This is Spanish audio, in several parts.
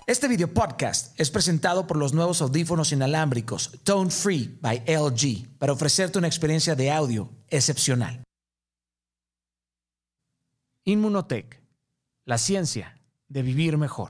Este video podcast es presentado por los nuevos audífonos inalámbricos Tone Free by LG para ofrecerte una experiencia de audio excepcional. Inmunotech, la ciencia de vivir mejor.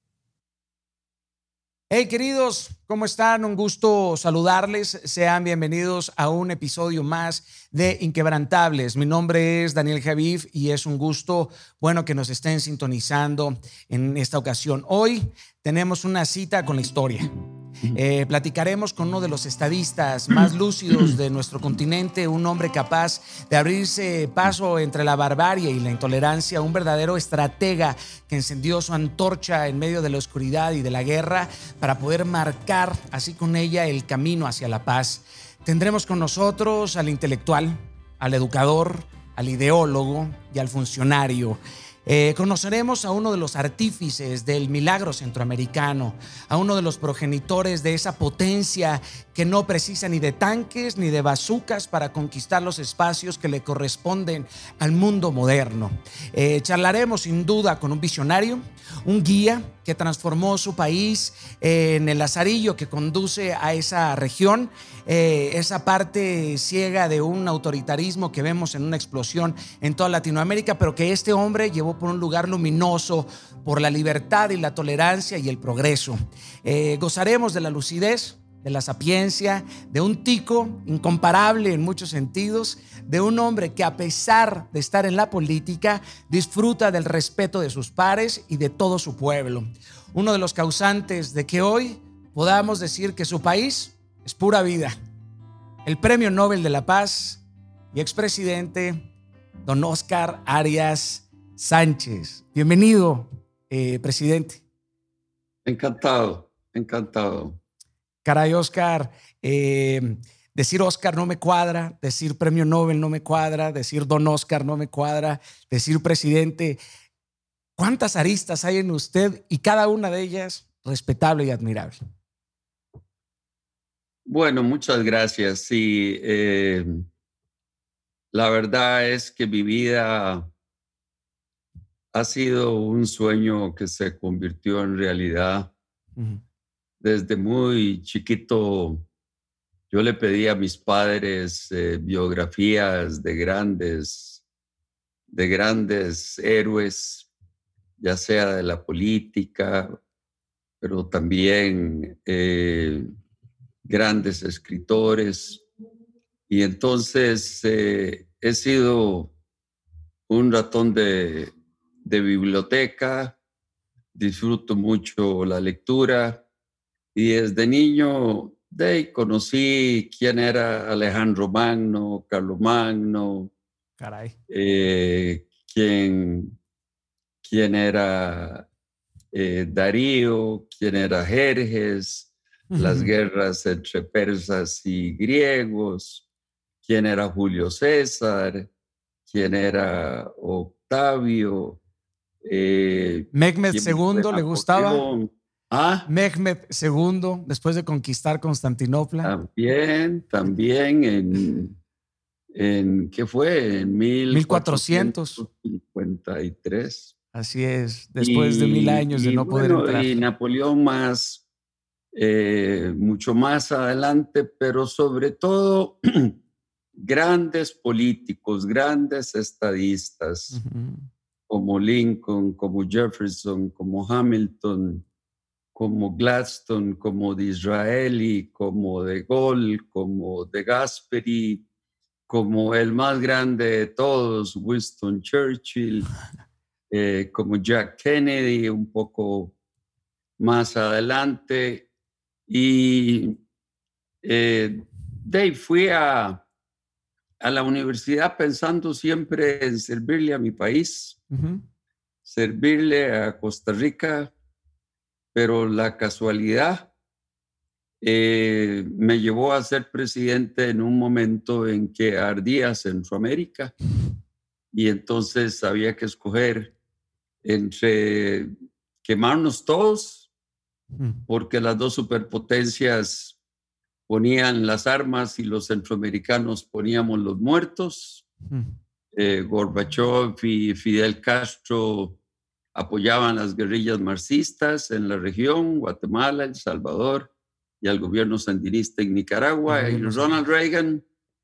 Hey queridos, ¿cómo están? Un gusto saludarles. Sean bienvenidos a un episodio más de Inquebrantables. Mi nombre es Daniel Javif y es un gusto, que nos estén sintonizando en esta ocasión. Hoy tenemos una cita con la historia. Platicaremos con uno de los estadistas más lúcidos de nuestro continente, un hombre capaz de abrirse paso entre la barbarie y la intolerancia, un verdadero estratega que encendió su antorcha en medio de la oscuridad y de la guerra para poder marcar así con ella el camino hacia la paz. Tendremos con nosotros al intelectual, al educador, al ideólogo y al funcionario. Conoceremos a uno de los artífices del milagro centroamericano, a uno de los progenitores de esa potencia que no precisa ni de tanques ni de bazucas para conquistar los espacios que le corresponden al mundo moderno. Charlaremos sin duda con un visionario, un guía que transformó su país en el lazarillo que conduce a esa región, esa parte ciega de un autoritarismo que vemos en una explosión en toda Latinoamérica, pero que este hombre llevó por un lugar luminoso, por la libertad y la tolerancia y el progreso. Gozaremos de la lucidez, de la sapiencia, de un tico incomparable en muchos sentidos, de un hombre que a pesar de estar en la política disfruta del respeto de sus pares y de todo su pueblo. Uno de los causantes de que hoy podamos decir que su país es pura vida. El Premio Nobel de la Paz y expresidente don Óscar Arias Sánchez. Bienvenido, presidente. Encantado. Caray, Óscar, decir Óscar no me cuadra, decir Premio Nobel no me cuadra, decir don Óscar no me cuadra, decir presidente. ¿Cuántas aristas hay en usted y cada una de ellas respetable y admirable? Bueno, muchas gracias. Sí, la verdad es que mi vida ha sido un sueño que se convirtió en realidad. Desde muy chiquito yo le pedí a mis padres biografías de grandes héroes, ya sea de la política, pero también grandes escritores. Y entonces he sido un ratón de biblioteca, disfruto mucho la lectura y desde niño conocí quién era Alejandro Magno, Carlomagno, quién era Darío, quién era Jerjes, las guerras entre persas y griegos, quién era Julio César, quién era Octavio. Mehmed II le gustaba. Mehmed II, después de conquistar Constantinopla. También ¿qué fue? En 1453. Así es, después de 1000 años de no poder entrar. Y Napoleón mucho más adelante, pero sobre todo grandes políticos, grandes estadistas, como Lincoln, como Jefferson, como Hamilton, como Gladstone, como Disraeli, como De Gaulle, como De Gasperi, como el más grande de todos, Winston Churchill, como Jack Kennedy, un poco más adelante. Y fui a la universidad pensando siempre en servirle a mi país, servirle a Costa Rica, pero la casualidad me llevó a ser presidente en un momento en que ardía Centroamérica y entonces había que escoger entre quemarnos todos, porque las dos superpotencias ponían las armas y los centroamericanos poníamos los muertos. Gorbachev y Fidel Castro apoyaban las guerrillas marxistas en la región, Guatemala, El Salvador, y al gobierno sandinista en Nicaragua. Y Ronald Reagan,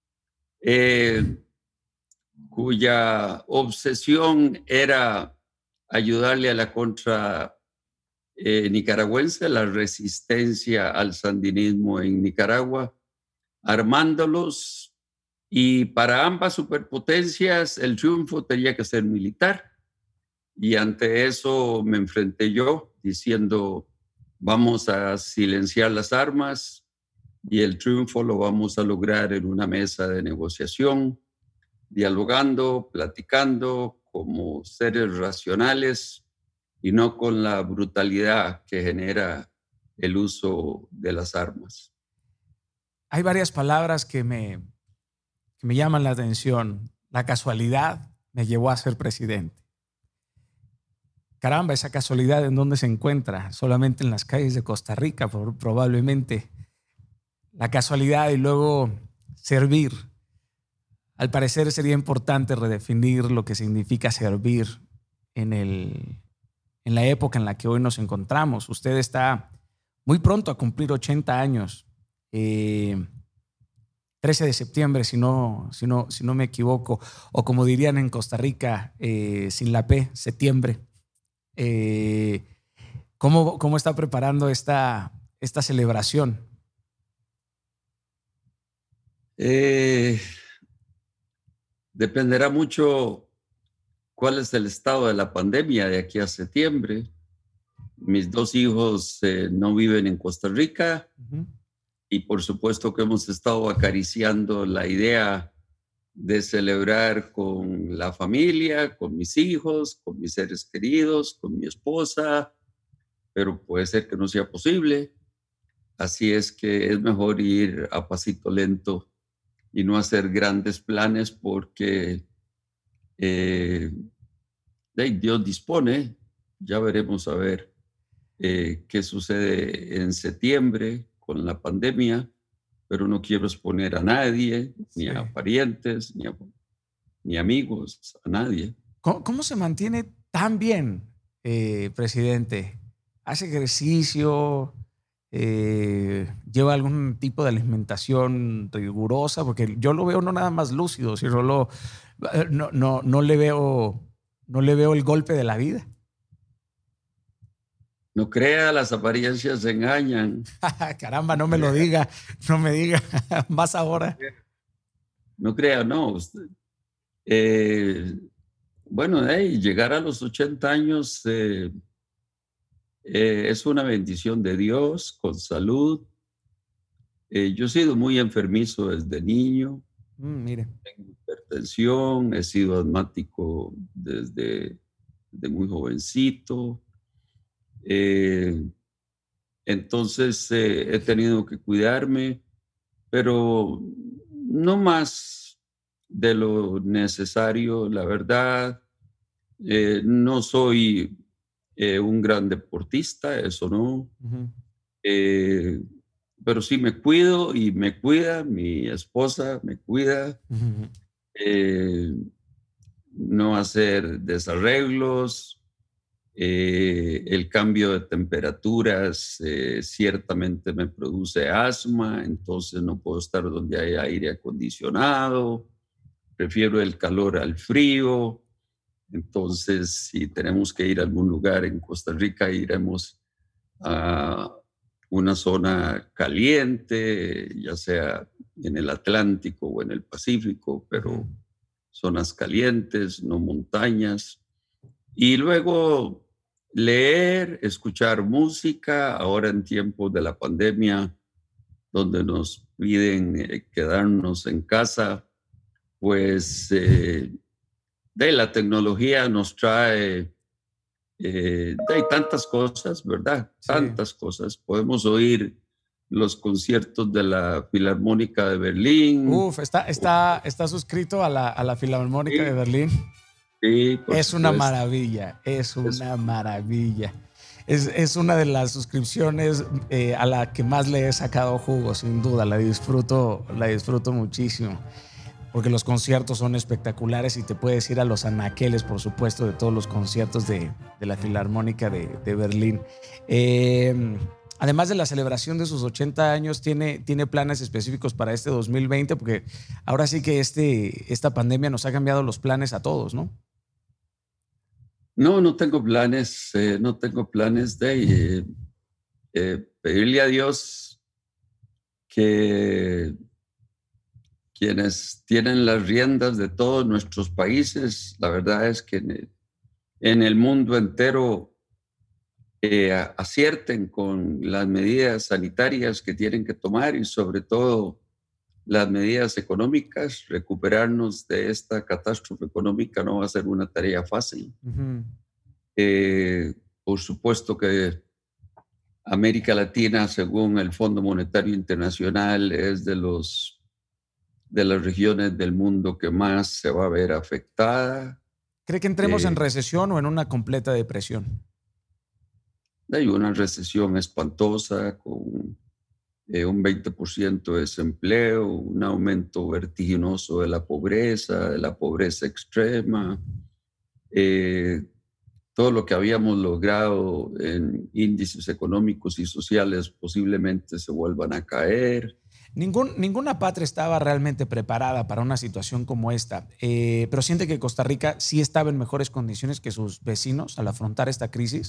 cuya obsesión era ayudarle a la contra nicaragüense, la resistencia al sandinismo en Nicaragua, armándolos, y para ambas superpotencias el triunfo tenía que ser militar. Y ante eso me enfrenté yo diciendo: vamos a silenciar las armas y el triunfo lo vamos a lograr en una mesa de negociación, dialogando, platicando como seres racionales y no con la brutalidad que genera el uso de las armas. Hay varias palabras que me llaman la atención. La casualidad me llevó a ser presidente. Caramba, esa casualidad, ¿en dónde se encuentra? Solamente en las calles de Costa Rica, probablemente. La casualidad y luego servir. Al parecer sería importante redefinir lo que significa servir en la época en la que hoy nos encontramos. Usted está muy pronto a cumplir 80 años. 13 de septiembre, si no me equivoco, o como dirían en Costa Rica, sin la P, septiembre. ¿Cómo está preparando esta celebración? Dependerá mucho cuál es el estado de la pandemia de aquí a septiembre. Mis 2 hijos no viven en Costa Rica. Uh-huh. Y por supuesto que hemos estado acariciando la idea de celebrar con la familia, con mis hijos, con mis seres queridos, con mi esposa, pero puede ser que no sea posible. Así es que es mejor ir a pasito lento y no hacer grandes planes, porque Dios dispone. Ya veremos a ver qué sucede en septiembre con la pandemia, pero no quiero exponer a nadie, ni a parientes, ni amigos, a nadie. ¿Cómo se mantiene tan bien, presidente? ¿Hace ejercicio? ¿Lleva algún tipo de alimentación rigurosa? Porque yo lo veo no nada más lúcido, sino no le veo el golpe de la vida. No crea, las apariencias engañan. Caramba, no me lo diga, no me diga, más ahora. No crea, no. Bueno, llegar a los 80 años es una bendición de Dios, con salud. Yo he sido muy enfermizo desde niño. Mire. Tengo hipertensión, he sido asmático desde muy jovencito. Entonces he tenido que cuidarme, pero no más de lo necesario, la verdad. No soy un gran deportista, eso no. Uh-huh. Pero sí me cuido y me cuida, mi esposa me cuida. Uh-huh. No hacer desarreglos. El cambio de temperaturas ciertamente me produce asma, entonces no puedo estar donde hay aire acondicionado. Prefiero el calor al frío. Entonces, si tenemos que ir a algún lugar en Costa Rica, iremos a una zona caliente, ya sea en el Atlántico o en el Pacífico, pero zonas calientes, no montañas. Y luego leer, escuchar música. Ahora en tiempos de la pandemia, donde nos piden quedarnos en casa, pues la tecnología nos trae tantas cosas, ¿verdad? Sí. Tantas cosas. Podemos oír los conciertos de la Filarmónica de Berlín. Está suscrito a la Filarmónica de Berlín. Sí, es una maravilla, es una maravilla. Es una de las suscripciones a la que más le he sacado jugo, sin duda. La disfruto muchísimo. porque los conciertos son espectaculares y te puedes ir a los anaqueles, por supuesto, de todos los conciertos de la Filarmónica de Berlín. Además de la celebración de sus 80 años, ¿tiene planes específicos para este 2020? Porque ahora sí que esta pandemia nos ha cambiado los planes a todos, ¿no? No, no tengo planes, de pedirle a Dios que quienes tienen las riendas de todos nuestros países, la verdad es que en el mundo entero acierten con las medidas sanitarias que tienen que tomar y sobre todo las medidas económicas. Recuperarnos de esta catástrofe económica no va a ser una tarea fácil. Uh-huh. Por supuesto que América Latina, según el Fondo Monetario Internacional, es de las regiones del mundo que más se va a ver afectada. ¿Cree que entremos en recesión o en una completa depresión? Hay una recesión espantosa con un 20% de desempleo, un aumento vertiginoso de la pobreza extrema. Todo lo que habíamos logrado en índices económicos y sociales posiblemente se vuelvan a caer. Ninguna patria estaba realmente preparada para una situación como esta, pero siente que Costa Rica sí estaba en mejores condiciones que sus vecinos al afrontar esta crisis.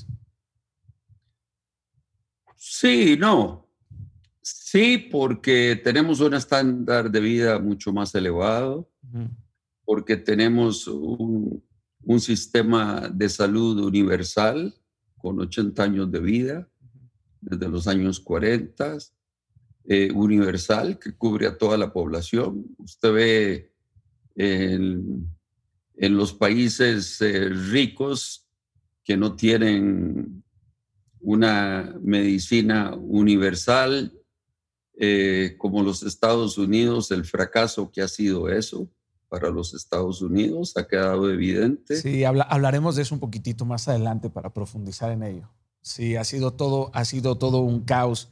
Sí, no. Sí, porque tenemos un estándar de vida mucho más elevado, porque tenemos un sistema de salud universal con 80 años de vida, desde los años 40, universal, que cubre a toda la población. Usted ve en los países ricos que no tienen una medicina universal, como los Estados Unidos, el fracaso que ha sido eso para los Estados Unidos ha quedado evidente. Sí, hablaremos de eso un poquitito más adelante para profundizar en ello. Sí, ha sido todo un caos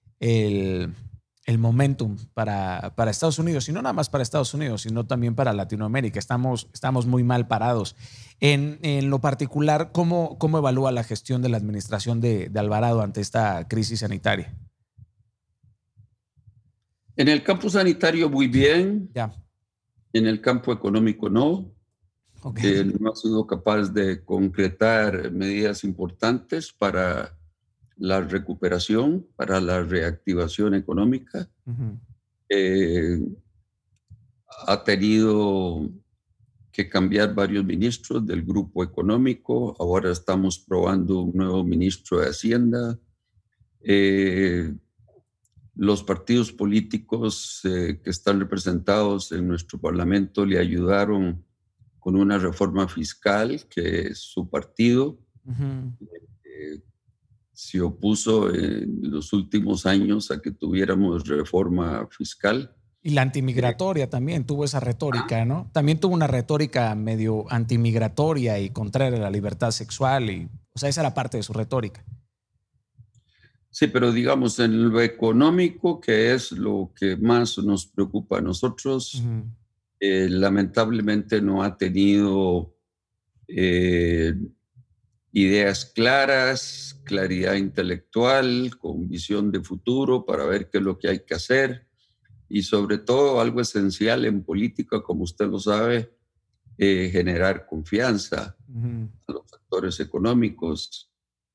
el momentum para Estados Unidos, y no nada más para Estados Unidos, sino también para Latinoamérica. Estamos muy mal parados. En lo particular, ¿cómo evalúa la gestión de la administración de Alvarado ante esta crisis sanitaria? En el campo sanitario muy bien. Ya. En el campo económico no. Okay. No ha sido capaz de concretar medidas importantes para la recuperación, para la reactivación económica. Uh-huh. Ha tenido que cambiar varios ministros del grupo económico. Ahora estamos probando un nuevo ministro de Hacienda. Los partidos políticos que están representados en nuestro Parlamento le ayudaron con una reforma fiscal que su partido se opuso en los últimos años a que tuviéramos reforma fiscal. Y la antimigratoria también tuvo esa retórica, ¿no? También tuvo una retórica medio antimigratoria y contraria a la libertad sexual. O sea, esa era parte de su retórica. Sí, pero digamos, en lo económico, que es lo que más nos preocupa a nosotros, lamentablemente no ha tenido ideas claras, claridad intelectual, con visión de futuro para ver qué es lo que hay que hacer. Y sobre todo, algo esencial en política, como usted lo sabe, generar confianza a los actores económicos.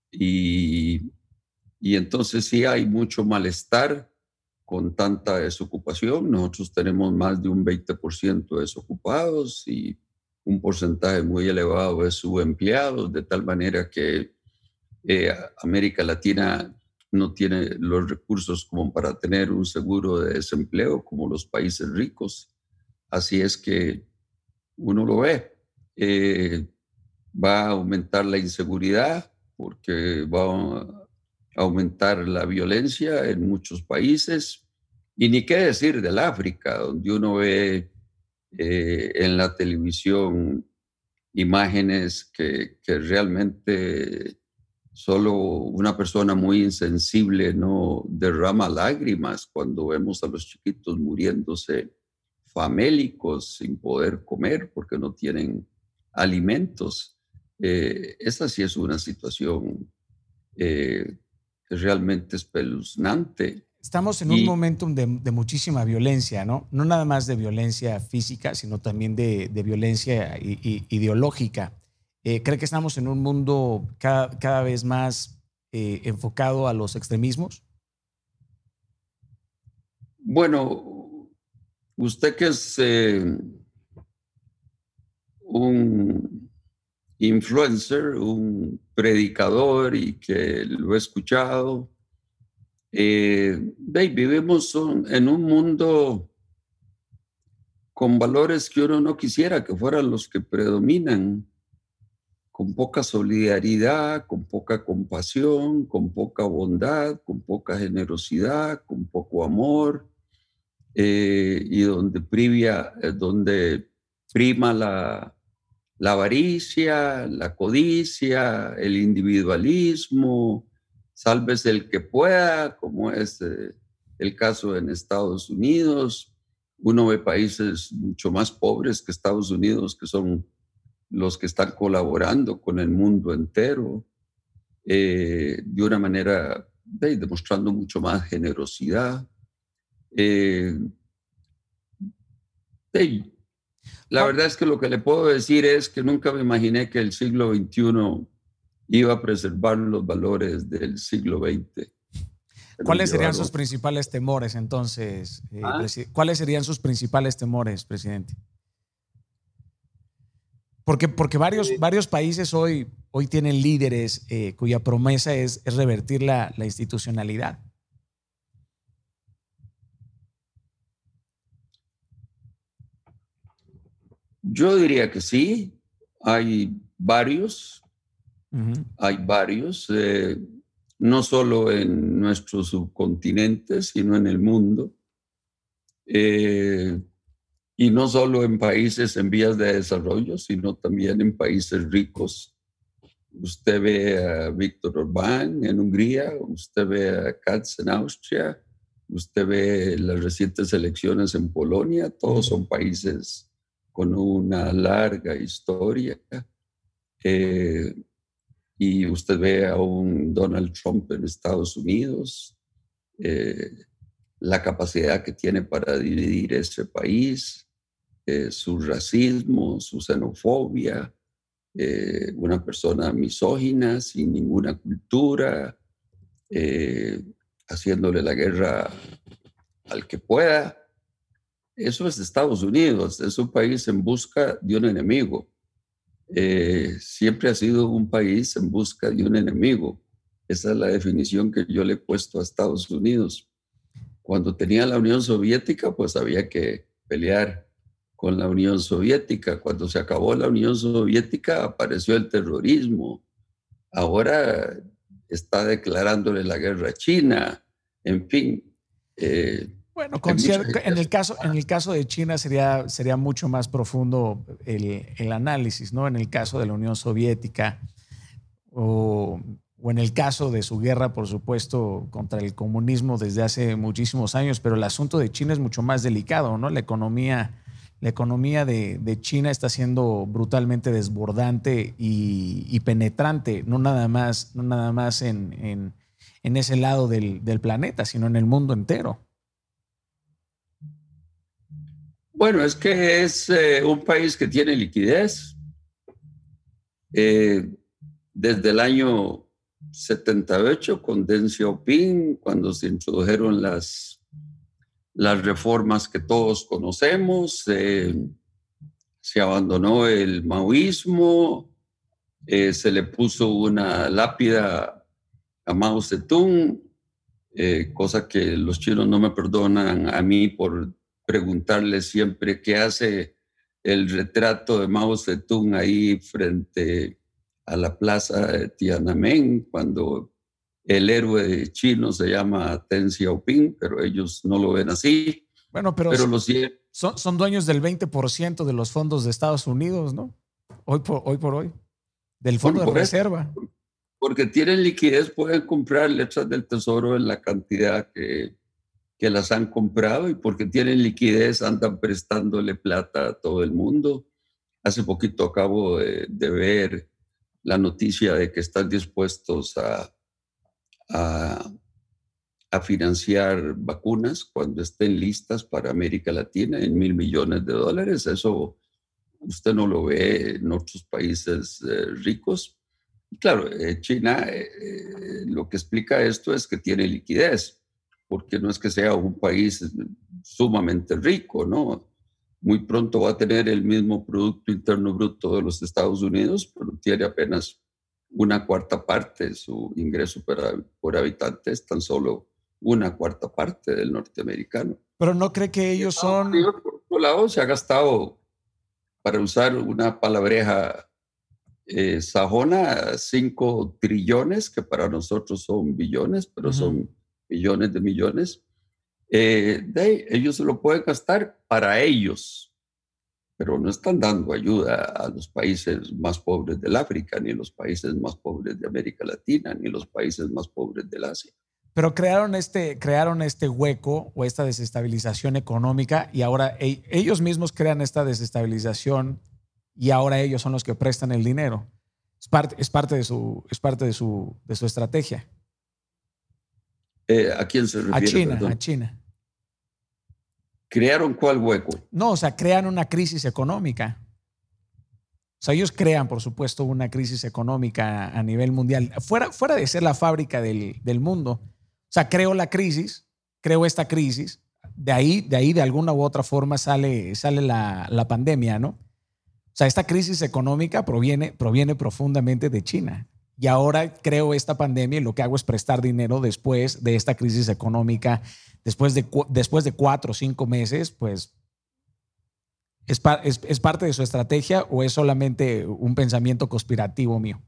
Y entonces sí hay mucho malestar con tanta desocupación. Nosotros tenemos más de un 20% de desocupados y un porcentaje muy elevado de subempleados, de tal manera que América Latina no tiene los recursos como para tener un seguro de desempleo como los países ricos. Así es que uno lo ve. Va a aumentar la inseguridad porque va a aumentar la violencia en muchos países, y ni qué decir del África, donde uno ve en la televisión imágenes que realmente solo una persona muy insensible no derrama lágrimas cuando vemos a los chiquitos muriéndose famélicos, sin poder comer porque no tienen alimentos. Esa sí es una situación que realmente espeluznante. Estamos en un Y momentum de muchísima violencia, ¿no? No nada más de violencia física, sino también de violencia ideológica. ¿Cree que estamos en un mundo cada vez más enfocado a los extremismos? bueno, usted que es un influencer, un predicador y que lo he escuchado, vivimos en un mundo con valores que uno no quisiera que fueran los que predominan, con poca solidaridad, con poca compasión, con poca bondad, con poca generosidad, con poco amor, y donde prima la avaricia, la codicia, el individualismo, sálvese el que pueda, como es el caso en Estados Unidos. Uno ve países mucho más pobres que Estados Unidos, que son los que están colaborando con el mundo entero, de una manera, demostrando mucho más generosidad. Eh, la verdad es que lo que le puedo decir es que nunca me imaginé que el siglo XXI iba a preservar los valores del siglo XX. ¿Cuáles serían sus principales temores entonces? ¿Cuáles serían sus principales temores, presidente? Porque varios países hoy tienen líderes cuya promesa es revertir la institucionalidad. Yo diría que sí, hay varios, no solo en nuestro subcontinente, sino en el mundo, y no solo en países en vías de desarrollo, sino también en países ricos. Usted ve a Víctor Orbán en Hungría, usted ve a Katz en Austria, usted ve las recientes elecciones en Polonia, todos son países con una larga historia. Y usted ve a un Donald Trump en Estados Unidos, la capacidad que tiene para dividir ese país, su racismo, su xenofobia, una persona misógina, sin ninguna cultura, haciéndole la guerra al que pueda. Eso es Estados Unidos, es un país en busca de un enemigo. Siempre ha sido un país en busca de un enemigo. Esa es la definición que yo le he puesto a Estados Unidos. Cuando tenía la Unión Soviética, pues había que pelear con la Unión Soviética. Cuando se acabó la Unión Soviética, apareció el terrorismo. Ahora está declarándole la guerra a China. En fin. Bueno, en el caso de China sería mucho más profundo el análisis, ¿no? En el caso de la Unión Soviética o en el caso de su guerra, por supuesto, contra el comunismo desde hace muchísimos años, pero el asunto de China es mucho más delicado, ¿no? La economía de China está siendo brutalmente desbordante y penetrante, no nada más en ese lado del planeta, sino en el mundo entero. Bueno, es que es un país que tiene liquidez. Desde el año 78, con Deng Xiaoping, cuando se introdujeron las reformas que todos conocemos, se abandonó el maoísmo, se le puso una lápida a Mao Zedong, cosa que los chinos no me perdonan a mí por preguntarle siempre qué hace el retrato de Mao Zedong ahí frente a la plaza de Tiananmen, cuando el héroe chino se llama Deng Xiaoping, pero ellos no lo ven así. Bueno, pero son dueños del 20% de los fondos de Estados Unidos, ¿no? Hoy por hoy, del fondo de reserva. Porque tienen liquidez, pueden comprar letras del tesoro en la cantidad que las han comprado y porque tienen liquidez andan prestándole plata a todo el mundo. Hace poquito acabo de ver la noticia de que están dispuestos a, a financiar vacunas cuando estén listas para América Latina en $1,000 millones. Eso usted no lo ve en otros países ricos. Y claro, China lo que explica esto es que tiene liquidez, porque no es que sea un país sumamente rico, ¿no? Muy pronto va a tener el mismo Producto Interno Bruto de los Estados Unidos, pero tiene apenas una cuarta parte de su ingreso por habitante, es tan solo una cuarta parte del norteamericano. Pero no cree que ellos son... Unidos, por otro lado, se ha gastado, para usar una palabreja sajona, 5 trillones, que para nosotros son billones, pero son millones de millones. Ellos se lo pueden gastar para ellos, pero no están dando ayuda a los países más pobres del África, ni los países más pobres de América Latina, ni los países más pobres del Asia. Pero crearon este hueco o esta desestabilización económica y ahora ellos mismos crean esta desestabilización y ahora ellos son los que prestan el dinero. Es parte de su estrategia. ¿A quién se refiere? A China. ¿Crearon cuál hueco? No, o sea, crean una crisis económica. O sea, ellos crean, por supuesto, una crisis económica a nivel mundial. Fuera de ser la fábrica del mundo. O sea, creo esta crisis. De ahí, de alguna u otra forma, sale la pandemia, ¿no? O sea, esta crisis económica proviene profundamente de China. Y ahora creo esta pandemia y lo que hago es prestar dinero después de esta crisis económica. Después de 4 o 5 meses, pues, ¿es parte de su estrategia o es solamente un pensamiento conspirativo mío?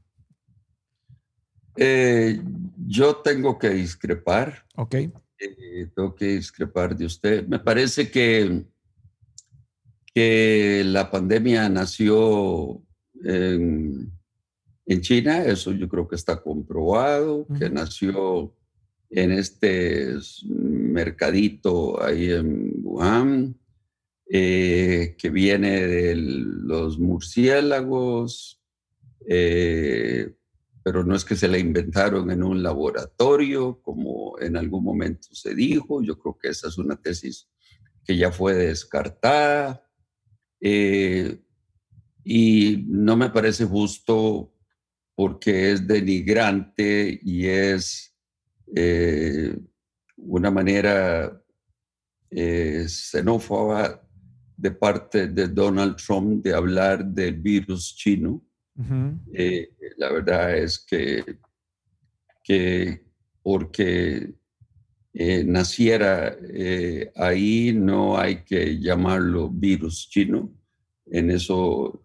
Yo tengo que discrepar. Ok. Tengo que discrepar de usted. Me parece que la pandemia nació en China, eso yo creo que está comprobado, que nació en este mercadito ahí en Wuhan, que viene de los murciélagos, pero no es que se la inventaron en un laboratorio, como en algún momento se dijo. Yo creo que esa es una tesis que ya fue descartada. Y no me parece justo porque es denigrante y es una manera xenófoba de parte de Donald Trump de hablar del virus chino. La verdad es que porque naciera ahí no hay que llamarlo virus chino. En eso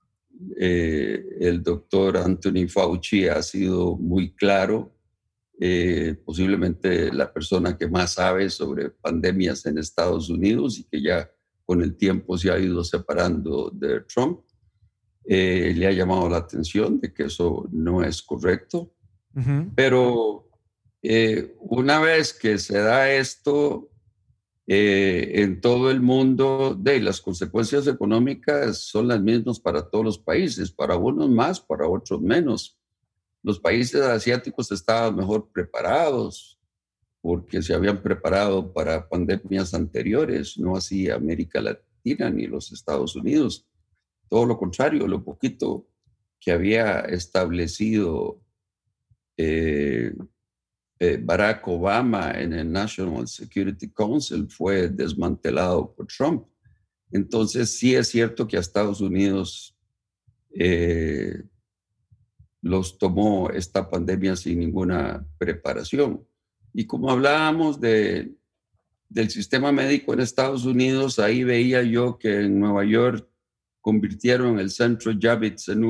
el doctor Anthony Fauci ha sido muy claro, posiblemente la persona que más sabe sobre pandemias en Estados Unidos y que ya con el tiempo se ha ido separando de Trump. Le ha llamado la atención de que eso no es correcto. Pero una vez que se da esto en todo el mundo, las consecuencias económicas son las mismas para todos los países, para unos más, para otros menos. Los países asiáticos estaban mejor preparados porque se habían preparado para pandemias anteriores, no así América Latina ni los Estados Unidos. Todo lo contrario, lo poquito que había establecido Barack Obama en el National Security Council fue desmantelado por Trump. Entonces sí es cierto que a Estados Unidos los tomó esta pandemia sin ninguna preparación. Y como hablábamos del sistema médico en Estados Unidos, ahí veía yo que en Nueva York convirtieron el centro Javits en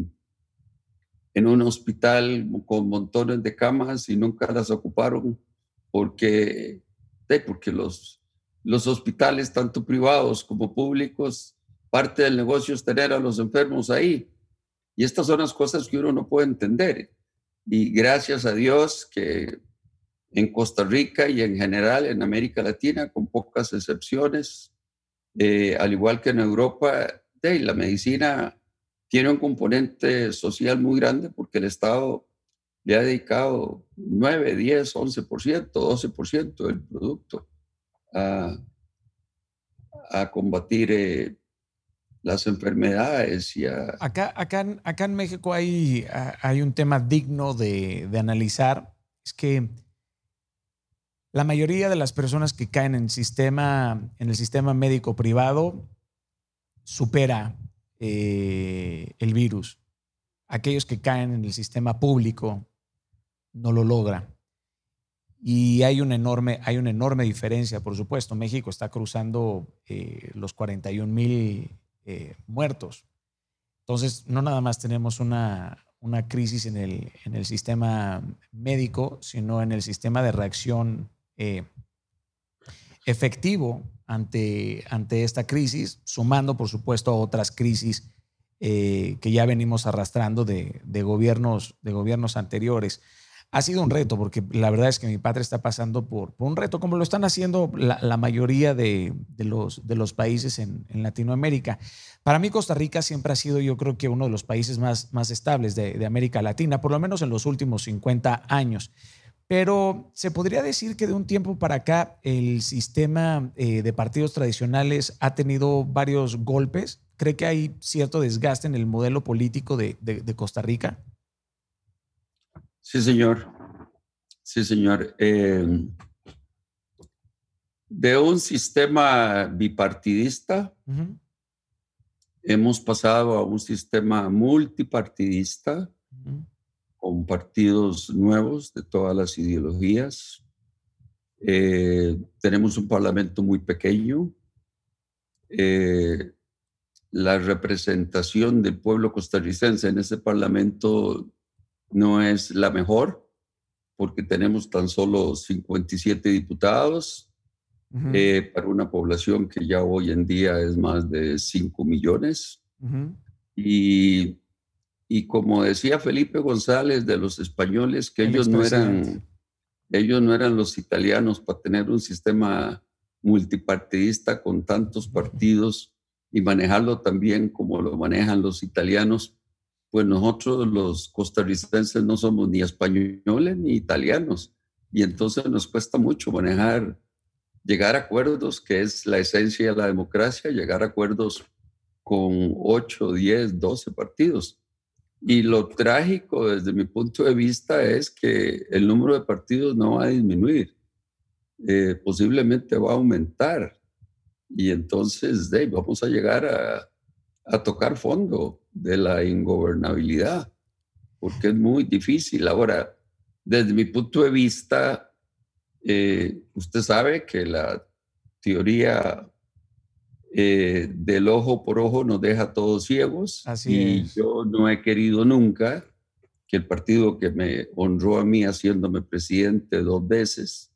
un hospital con montones de camas y nunca las ocuparon porque los hospitales, tanto privados como públicos, parte del negocio es tener a los enfermos ahí. Y estas son las cosas que uno no puede entender. Y gracias a Dios que en Costa Rica y en general en América Latina, con pocas excepciones, al igual que en Europa, la medicina tiene un componente social muy grande porque el Estado le ha dedicado 9, 10, 11%, 12% del producto a, a combatir las enfermedades y a... Acá en México hay un tema digno de analizar. Es que la mayoría de las personas que caen en el sistema médico privado supera el virus. Aquellos que caen en el sistema público no lo logran. Y hay una enorme diferencia, por supuesto. México está cruzando los 41,000 muertos. Entonces, no nada más tenemos una crisis en el sistema médico, sino en el sistema de reacción efectivo ante esta crisis, sumando, por supuesto, a otras crisis que ya venimos arrastrando de gobiernos anteriores. Ha sido un reto, porque la verdad es que mi patria está pasando por un reto, como lo están haciendo la mayoría de los países en Latinoamérica. Para mí, Costa Rica siempre ha sido, yo creo que uno de los países más estables de América Latina, por lo menos en los últimos 50 años. Pero se podría decir que de un tiempo para acá el sistema de partidos tradicionales ha tenido varios golpes. ¿Cree que hay cierto desgaste en el modelo político de Costa Rica? Sí, señor. Sí, señor. De un sistema bipartidista, hemos pasado a un sistema multipartidista, con partidos nuevos de todas las ideologías. Tenemos un parlamento muy pequeño. La representación del pueblo costarricense en ese parlamento no es la mejor, porque tenemos tan solo 57 diputados para una población que ya hoy en día es más de 5 millones. Y como decía Felipe González de los españoles, que ellos no eran los italianos para tener un sistema multipartidista con tantos partidos y manejarlo también como lo manejan los italianos. Pues nosotros los costarricenses no somos ni españoles ni italianos, y entonces nos cuesta mucho llegar a acuerdos, que es la esencia de la democracia, llegar a acuerdos con 8, 10, 12 partidos. Y lo trágico desde mi punto de vista es que el número de partidos no va a disminuir, posiblemente va a aumentar, y entonces vamos a llegar a tocar fondo de la ingobernabilidad, porque es muy difícil. Ahora, desde mi punto de vista, usted sabe que la teoría del ojo por ojo nos deja a todos ciegos. Así es. Yo no he querido nunca que el partido que me honró a mí haciéndome presidente 2 veces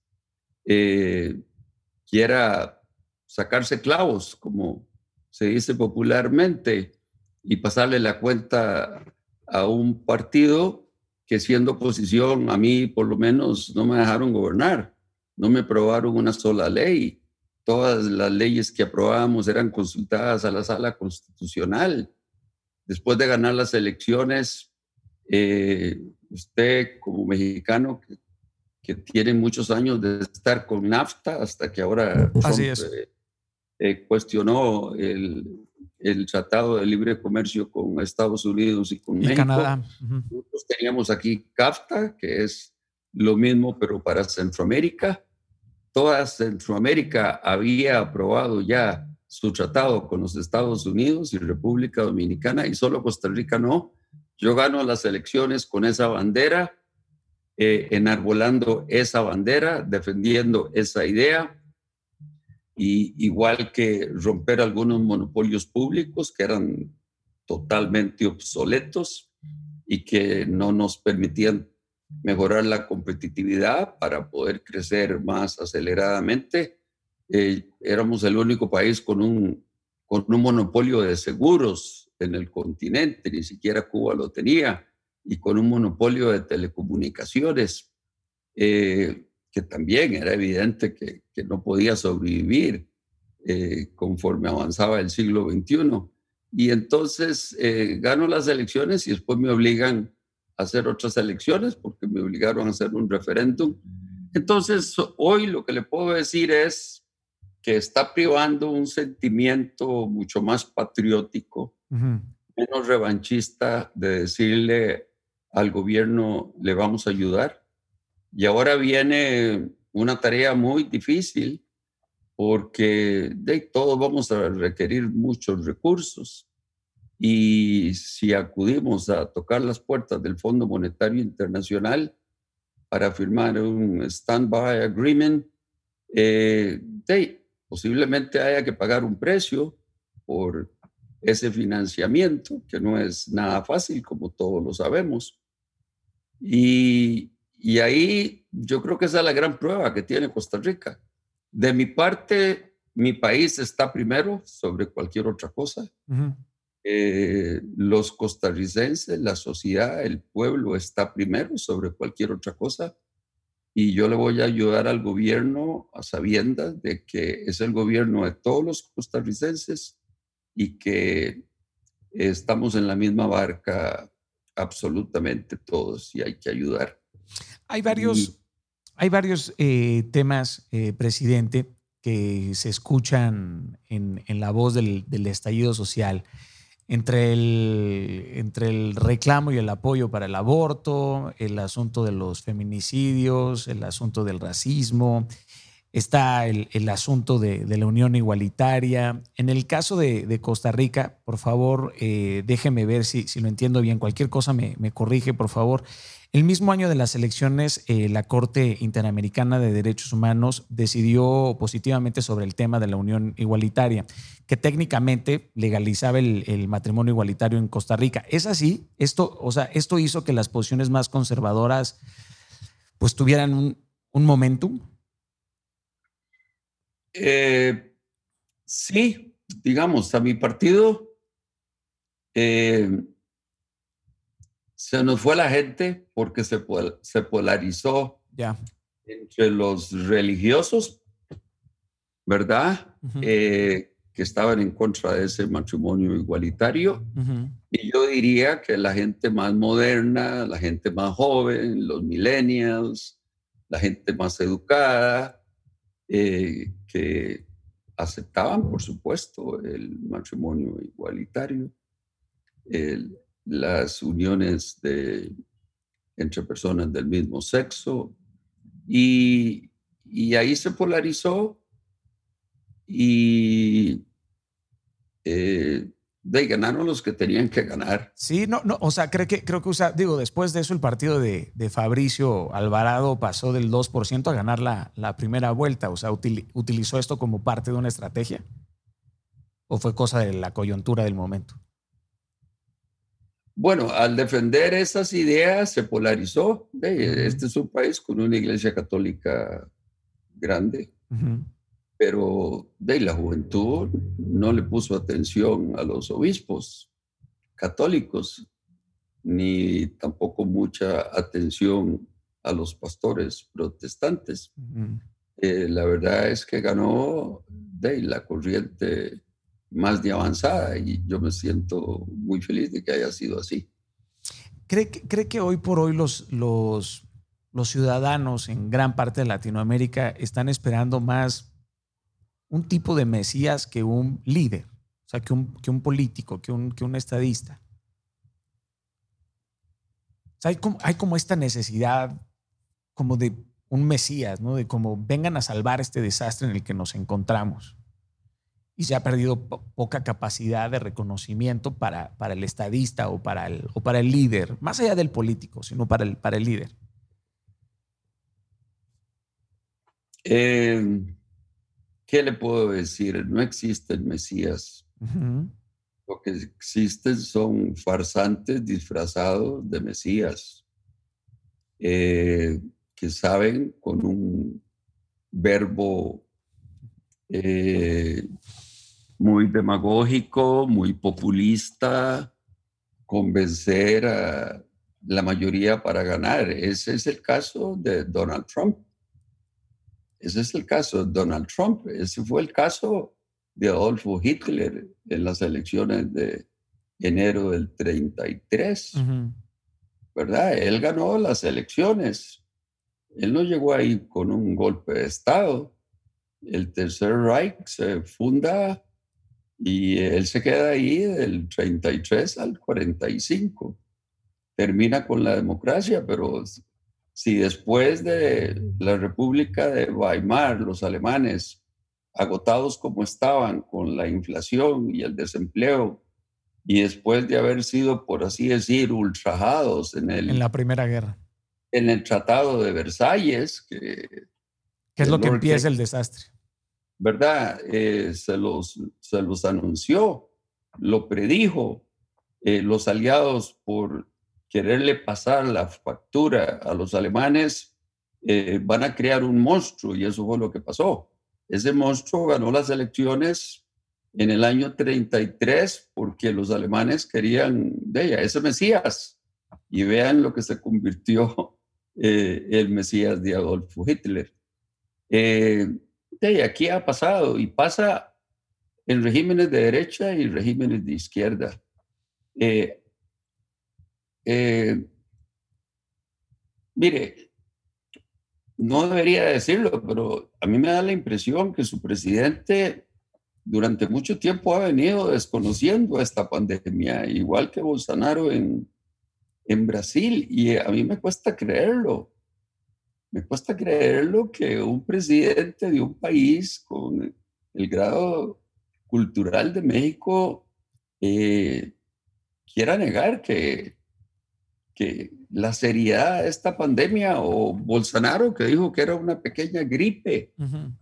quiera sacarse clavos, como se dice popularmente, y pasarle la cuenta a un partido que, siendo oposición, a mí por lo menos no me dejaron gobernar, no me aprobaron una sola ley. Todas las leyes que aprobábamos eran consultadas a la Sala Constitucional. Después de ganar las elecciones, usted como mexicano que tiene muchos años de estar con NAFTA, hasta que ahora Trump cuestionó el Tratado de Libre Comercio con Estados Unidos y con México. Canadá. Nosotros teníamos aquí CAFTA, que es lo mismo, pero para Centroamérica. Toda Centroamérica había aprobado ya su tratado con los Estados Unidos y República Dominicana, y solo Costa Rica no. Yo gano las elecciones con esa bandera, enarbolando esa bandera, defendiendo esa idea, y igual que romper algunos monopolios públicos que eran totalmente obsoletos y que no nos permitían mejorar la competitividad para poder crecer más aceleradamente. Éramos el único país con un monopolio de seguros en el continente, ni siquiera Cuba lo tenía, y con un monopolio de telecomunicaciones, que también era evidente que no podía sobrevivir conforme avanzaba el siglo XXI. Y entonces gano las elecciones y después me obligan a hacer otras elecciones porque me obligaron a hacer un referéndum. Entonces, hoy lo que le puedo decir es que está privando un sentimiento mucho más patriótico, menos revanchista, de decirle al gobierno, le vamos a ayudar. Y ahora viene una tarea muy difícil porque de todos vamos a requerir muchos recursos. Y si acudimos a tocar las puertas del Fondo Monetario Internacional para firmar un stand-by agreement, posiblemente haya que pagar un precio por ese financiamiento, que no es nada fácil, como todos lo sabemos. Y ahí yo creo que esa es la gran prueba que tiene Costa Rica. De mi parte, mi país está primero sobre cualquier otra cosa. Los costarricenses, la sociedad, el pueblo está primero sobre cualquier otra cosa. Y yo le voy a ayudar al gobierno a sabiendas de que es el gobierno de todos los costarricenses y que estamos en la misma barca absolutamente todos y hay que ayudar. Hay varios temas, presidente, que se escuchan en la voz del estallido social. Entre el reclamo y el apoyo para el aborto, el asunto de los feminicidios, el asunto del racismo, está el asunto de la unión igualitaria. En el caso de Costa Rica, por favor, déjeme ver si lo entiendo bien. Cualquier cosa me corrige, por favor. El mismo año de las elecciones, la Corte Interamericana de Derechos Humanos decidió positivamente sobre el tema de la unión igualitaria, que técnicamente legalizaba el matrimonio igualitario en Costa Rica. ¿Es así? Esto hizo que las posiciones más conservadoras pues tuvieran un momentum. Sí, digamos, a mi partido se nos fue la gente porque se polarizó entre los religiosos, ¿verdad? Que estaban en contra de ese matrimonio igualitario. Y yo diría que la gente más moderna, la gente más joven, los millennials, la gente más educada, que aceptaban, por supuesto, el matrimonio igualitario, las uniones entre personas del mismo sexo, y ahí se polarizó y ganaron los que tenían que ganar. Sí, o sea, creo que después de eso el partido de Fabricio Alvarado pasó del 2% a ganar la primera vuelta. O sea, ¿utilizó esto como parte de una estrategia? ¿O fue cosa de la coyuntura del momento? Bueno, al defender esas ideas se polarizó. Este es un país con una iglesia católica grande, pero la juventud no le puso atención a los obispos católicos, ni tampoco mucha atención a los pastores protestantes. La verdad es que ganó la corriente más de avanzada y yo me siento muy feliz de que haya sido así. ¿Cree que hoy por hoy los ciudadanos en gran parte de Latinoamérica están esperando más un tipo de mesías que un líder? O sea, que un político, que un estadista. O sea, hay como esta necesidad como de un mesías, ¿no? De como vengan a salvar este desastre en el que nos encontramos. Y se ha perdido poca capacidad de reconocimiento para el estadista o para el líder, más allá del político, sino para el líder. ¿Qué le puedo decir? No existen mesías. Lo que existen son farsantes disfrazados de mesías que saben con un verbo muy demagógico, muy populista, convencer a la mayoría para ganar. Ese es el caso de Donald Trump. Ese es el caso de Donald Trump. Ese fue el caso de Adolfo Hitler en las elecciones de enero del 33, ¿verdad? Él ganó las elecciones. Él no llegó ahí con un golpe de Estado. El Tercer Reich se funda y él se queda ahí del 33 al 45. Termina con la democracia, pero si después de la República de Weimar, los alemanes, agotados como estaban con la inflación y el desempleo, y después de haber sido, por así decir, ultrajados En la Primera Guerra. en el Tratado de Versalles, que es lo que Lord empieza King, el desastre. ¿verdad? Se los anunció, lo predijo. Los aliados, por quererle pasar la factura a los alemanes, van a crear un monstruo, y eso fue lo que pasó. Ese monstruo ganó las elecciones en el año 33 porque los alemanes querían de ella, ese Mesías, y vean lo que se convirtió el Mesías de Adolfo Hitler. Aquí ha pasado y pasa en regímenes de derecha y regímenes de izquierda. Mire, no debería decirlo, pero a mí me da la impresión que su presidente durante mucho tiempo ha venido desconociendo esta pandemia, igual que Bolsonaro en Brasil, y a mí me cuesta creerlo. Me cuesta creerlo que un presidente de un país con el grado cultural de México quiera negar que la seriedad de esta pandemia, o Bolsonaro, que dijo que era una pequeña gripe.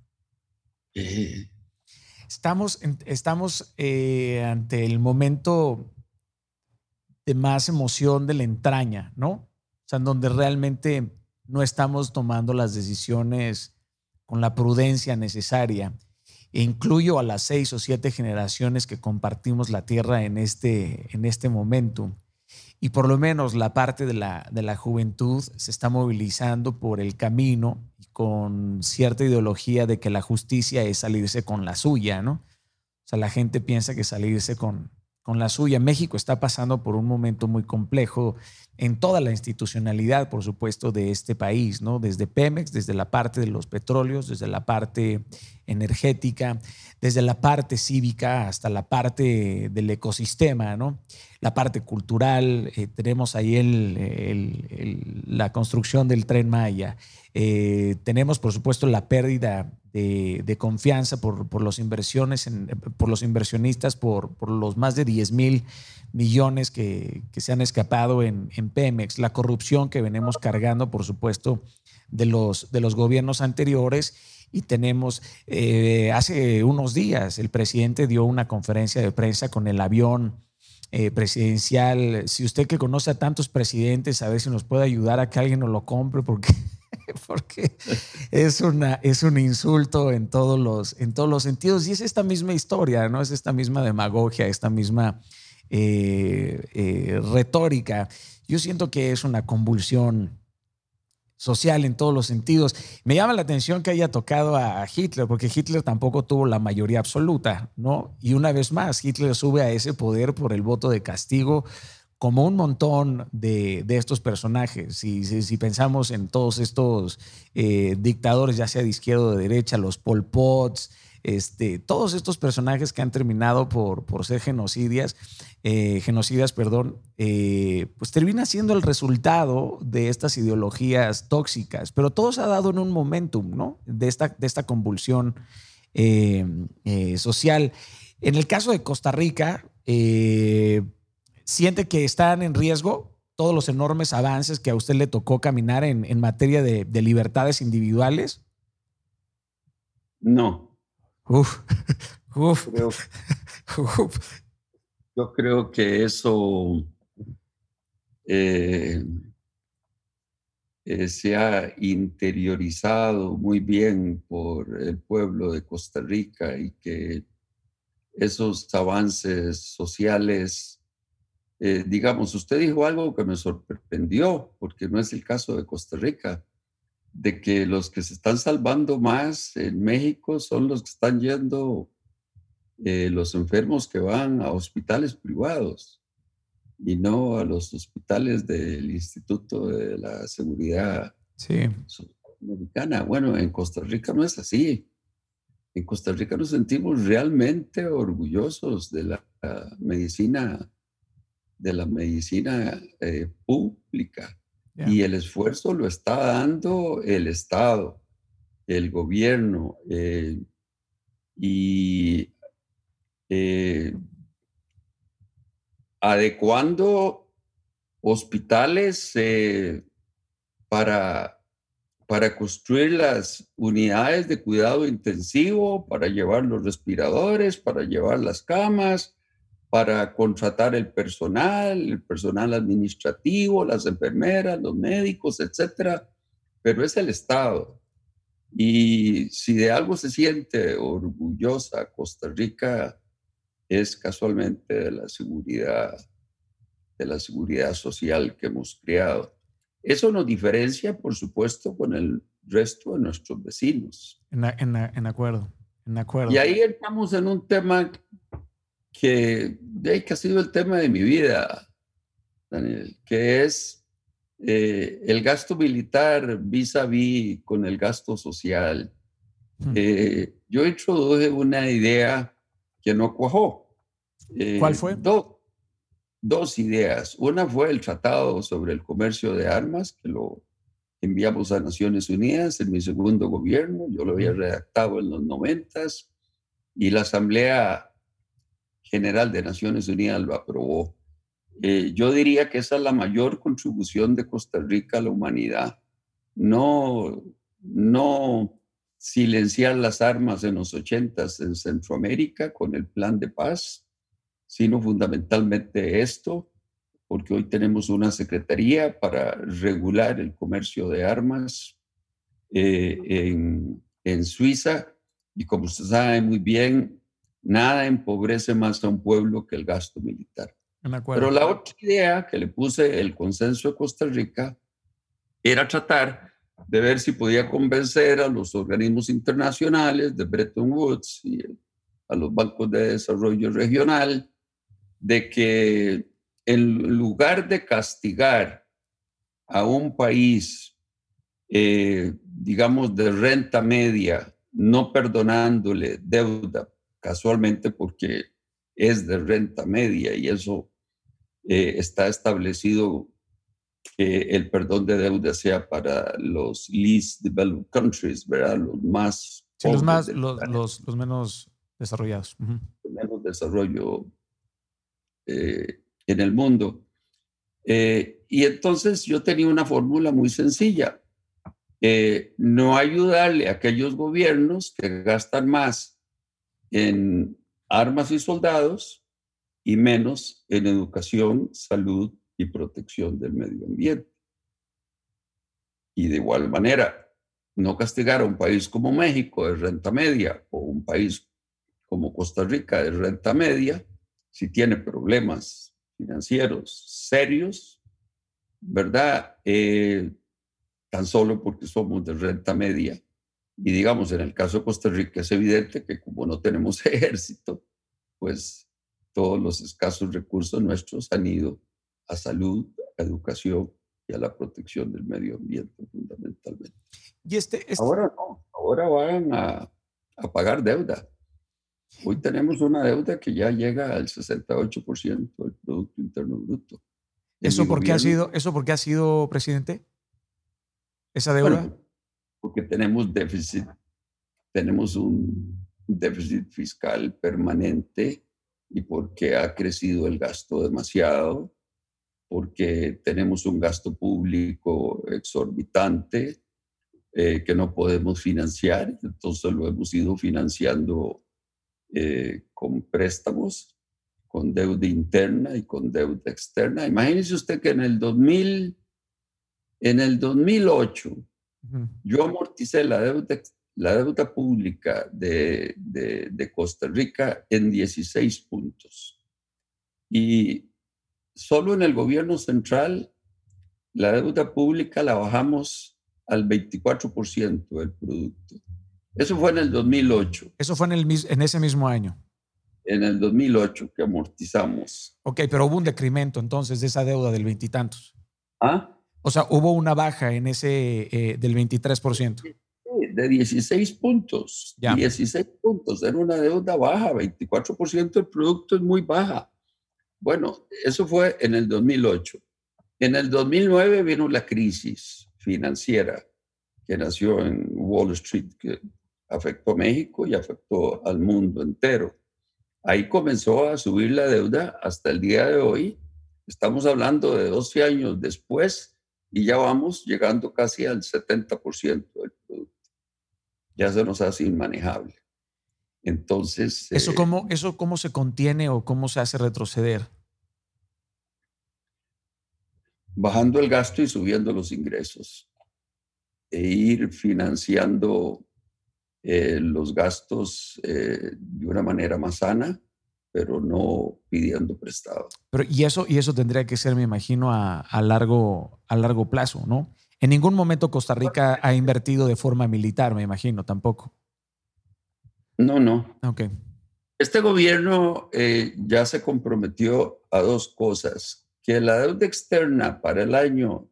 Estamos ante el momento de más emoción de la entraña, ¿no? O sea, en donde realmente no estamos tomando las decisiones con la prudencia necesaria. E incluyo a las 6 o 7 generaciones que compartimos la tierra en este momento. Y por lo menos la parte de la juventud se está movilizando por el camino y con cierta ideología de que la justicia es salirse con la suya, ¿no? O sea, la gente piensa que salirse con la suya. México está pasando por un momento muy complejo en toda la institucionalidad, por supuesto, de este país, ¿no? Desde Pemex, desde la parte de los petróleos, desde la parte energética, desde la parte cívica hasta la parte del ecosistema, ¿no? La parte cultural, tenemos ahí la construcción del Tren Maya, tenemos, por supuesto, la pérdida de confianza por los inversionistas, por los más de 10,000 millones que se han escapado en Pemex, la corrupción que venimos cargando, por supuesto, de los gobiernos anteriores. Y tenemos, hace unos días, el presidente dio una conferencia de prensa con el avión presidencial. Si usted, que conoce a tantos presidentes, a ver si nos puede ayudar a que alguien nos lo compre, porque es un insulto en todos los sentidos. Y es esta misma historia, ¿no? Es esta misma demagogia, esta misma retórica. Yo siento que es una convulsión social en todos los sentidos. Me llama la atención que haya tocado a Hitler, porque Hitler tampoco tuvo la mayoría absoluta, ¿no? Y una vez más, Hitler sube a ese poder por el voto de castigo, como un montón de estos personajes. Si pensamos en todos estos dictadores, ya sea de izquierda o de derecha, los Pol Pots, todos estos personajes que han terminado por ser genocidas, pues termina siendo el resultado de estas ideologías tóxicas, pero todo se ha dado en un momentum, ¿no? De esta convulsión social. En el caso de Costa Rica, ¿siente que están en riesgo todos los enormes avances que a usted le tocó caminar en materia de libertades individuales? No. Uf. Yo creo que eso se ha interiorizado muy bien por el pueblo de Costa Rica, y que esos avances sociales, digamos, usted dijo algo que me sorprendió, porque no es el caso de Costa Rica. de que los que se están salvando más en México son los que están yendo, los enfermos que van a hospitales privados y no a los hospitales del Instituto de la Seguridad Sí. Social Americana. Bueno, en Costa Rica no es así. En Costa Rica nos sentimos realmente orgullosos de la medicina, pública. Yeah. Y el esfuerzo lo está dando el Estado, el gobierno, y adecuando hospitales para, para construir las unidades de cuidado intensivo, para llevar los respiradores, para llevar las camas, para contratar el personal administrativo, las enfermeras, los médicos, etcétera. Pero es el Estado. Y si de algo se siente orgullosa Costa Rica, es casualmente de la seguridad social que hemos creado. Eso nos diferencia, por supuesto, con el resto de nuestros vecinos. En acuerdo. Y ahí estamos en un tema que ha sido el tema de mi vida, Daniel, que es el gasto militar vis a vis con el gasto social. Yo introduje una idea que no cuajó. ¿Cuál fue? Dos ideas. Una fue el Tratado sobre el Comercio de Armas, que lo enviamos a Naciones Unidas en mi segundo gobierno. Yo lo había redactado en los 90s y la Asamblea General de Naciones Unidas lo aprobó. Yo diría que esa es la mayor contribución de Costa Rica a la humanidad. No silenciar las armas en los 80s en Centroamérica con el plan de paz, sino fundamentalmente esto, porque hoy tenemos una secretaría para regular el comercio de armas en Suiza, y como usted sabe muy bien, nada empobrece más a un pueblo que el gasto militar. Pero la otra idea que le puse el consenso de Costa Rica era tratar de ver si podía convencer a los organismos internacionales de Bretton Woods y a los bancos de desarrollo regional de que en lugar de castigar a un país, digamos, de renta media, no perdonándole deuda, casualmente porque es de renta media y eso está establecido que el perdón de deuda sea para los least developed countries, ¿verdad? Los más sí, los menos desarrollados. Menos desarrollo en el mundo. Y entonces yo tenía una fórmula muy sencilla. No ayudarle a aquellos gobiernos que gastan más en armas y soldados y menos en educación, salud y protección del medio ambiente. Y de igual manera, no castigar a un país como México de renta media o un país como Costa Rica de renta media si tiene problemas financieros serios, ¿verdad? Tan solo porque somos de renta media. Y digamos, en el caso de Costa Rica es evidente que como no tenemos ejército, pues todos los escasos recursos nuestros han ido a salud, a educación y a la protección del medio ambiente fundamentalmente. Y Ahora no, ahora van a pagar deuda. Hoy tenemos una deuda que ya llega al 68% del Producto Interno Bruto. ¿Eso por qué ha sido, presidente? ¿Esa deuda? Bueno, porque tenemos déficit, tenemos un déficit fiscal permanente y porque ha crecido el gasto demasiado, porque tenemos un gasto público exorbitante que no podemos financiar, entonces lo hemos ido financiando con préstamos, con deuda interna y con deuda externa. Imagínese usted que en el 2008 yo amorticé la deuda pública de Costa Rica en 16 puntos. Y solo en el gobierno central la deuda pública la bajamos al 24% del producto. Eso fue en el 2008. Eso fue en ese mismo año. En el 2008 que amortizamos. Ok, pero hubo un decremento entonces de esa deuda del veintitantos. ¿Ah? O sea, hubo una baja en ese del 23%. De 16 puntos. Ya. 16 puntos. Era una deuda baja. 24% del producto es muy baja. Bueno, eso fue en el 2008. En el 2009 vino la crisis financiera que nació en Wall Street, que afectó a México y afectó al mundo entero. Ahí comenzó a subir la deuda hasta el día de hoy. Estamos hablando de 12 años después y ya vamos llegando casi al 70% del producto. Ya se nos hace inmanejable. Entonces... ¿Eso cómo se contiene o cómo se hace retroceder? Bajando el gasto y subiendo los ingresos. E ir financiando los gastos de una manera más sana, pero no pidiendo prestado. Pero, y eso tendría que ser, me imagino, a largo plazo, ¿no? En ningún momento Costa Rica ha invertido de forma militar, me imagino, tampoco. No. Ok. Este gobierno ya se comprometió a dos cosas: que la deuda externa para el año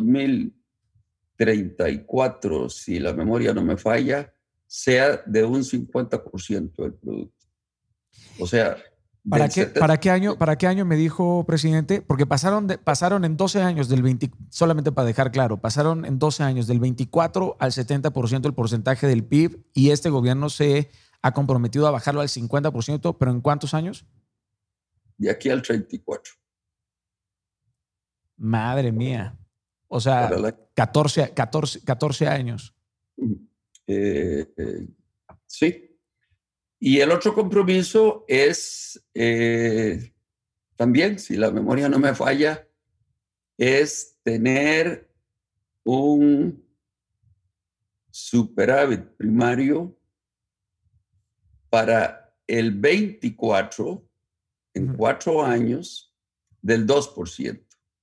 2034, si la memoria no me falla, sea de un 50% del producto. O sea, ¿Para qué año me dijo, presidente? Porque pasaron en 12 años del 20, solamente para dejar claro, pasaron en 12 años del 24 al 70% el porcentaje del PIB y este gobierno se ha comprometido a bajarlo al 50%, ¿pero en cuántos años? De aquí al 34. Madre mía. O sea, 14 años. Sí. Y el otro compromiso es, también, si la memoria no me falla, es tener un superávit primario para el 24, en 4 años, del 2%.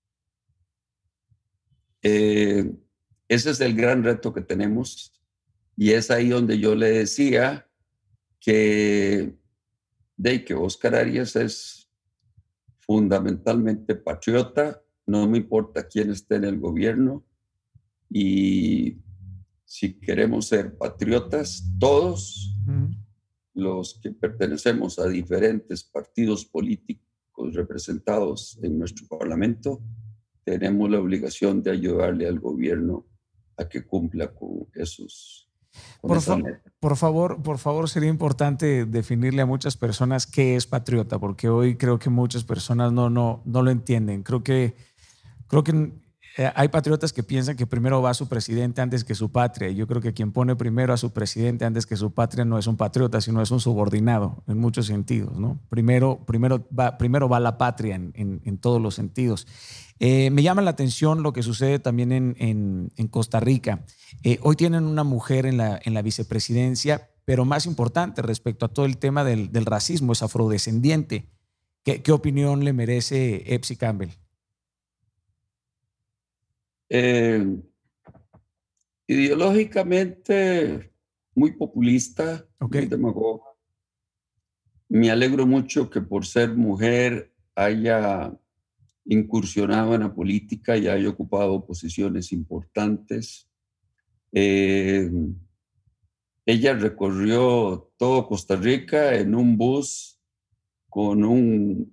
Ese es el gran reto que tenemos y es ahí donde yo le decía que Óscar Arias es fundamentalmente patriota, no me importa quién esté en el gobierno, y si queremos ser patriotas, todos los que pertenecemos a diferentes partidos políticos representados en nuestro Parlamento, tenemos la obligación de ayudarle al gobierno a que cumpla con esos. Por favor, sería importante definirle a muchas personas qué es patriota, porque hoy creo que muchas personas no lo entienden. Creo que hay patriotas que piensan que primero va su presidente antes que su patria. Y yo creo que quien pone primero a su presidente antes que su patria no es un patriota, sino es un subordinado en muchos sentidos, ¿no? Primero va la patria en todos los sentidos. Me llama la atención lo que sucede también en Costa Rica. Hoy tienen una mujer en la vicepresidencia, pero más importante respecto a todo el tema del racismo, es afrodescendiente. ¿Qué opinión le merece Epsi Campbell? Ideológicamente muy populista, muy demagogo. Me alegro mucho que por ser mujer haya incursionado en la política y haya ocupado posiciones importantes. Ella recorrió todo Costa Rica en un bus con un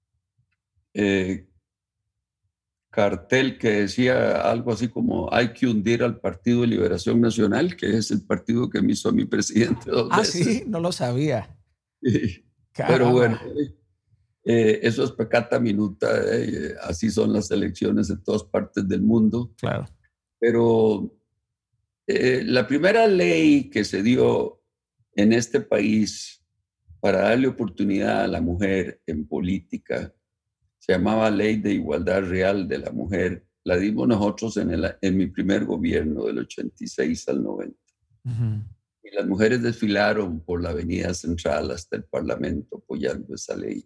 cartel que decía algo así como: hay que hundir al Partido de Liberación Nacional, que es el partido que me hizo a mi presidente 2 veces. Sí, no lo sabía. Pero bueno, eso es pecata minuta, así son las elecciones en todas partes del mundo. Claro. Pero la primera ley que se dio en este país para darle oportunidad a la mujer en política se llamaba Ley de Igualdad Real de la Mujer. La dimos nosotros en mi primer gobierno, del 86 al 90. Y las mujeres desfilaron por la Avenida Central hasta el Parlamento apoyando esa ley.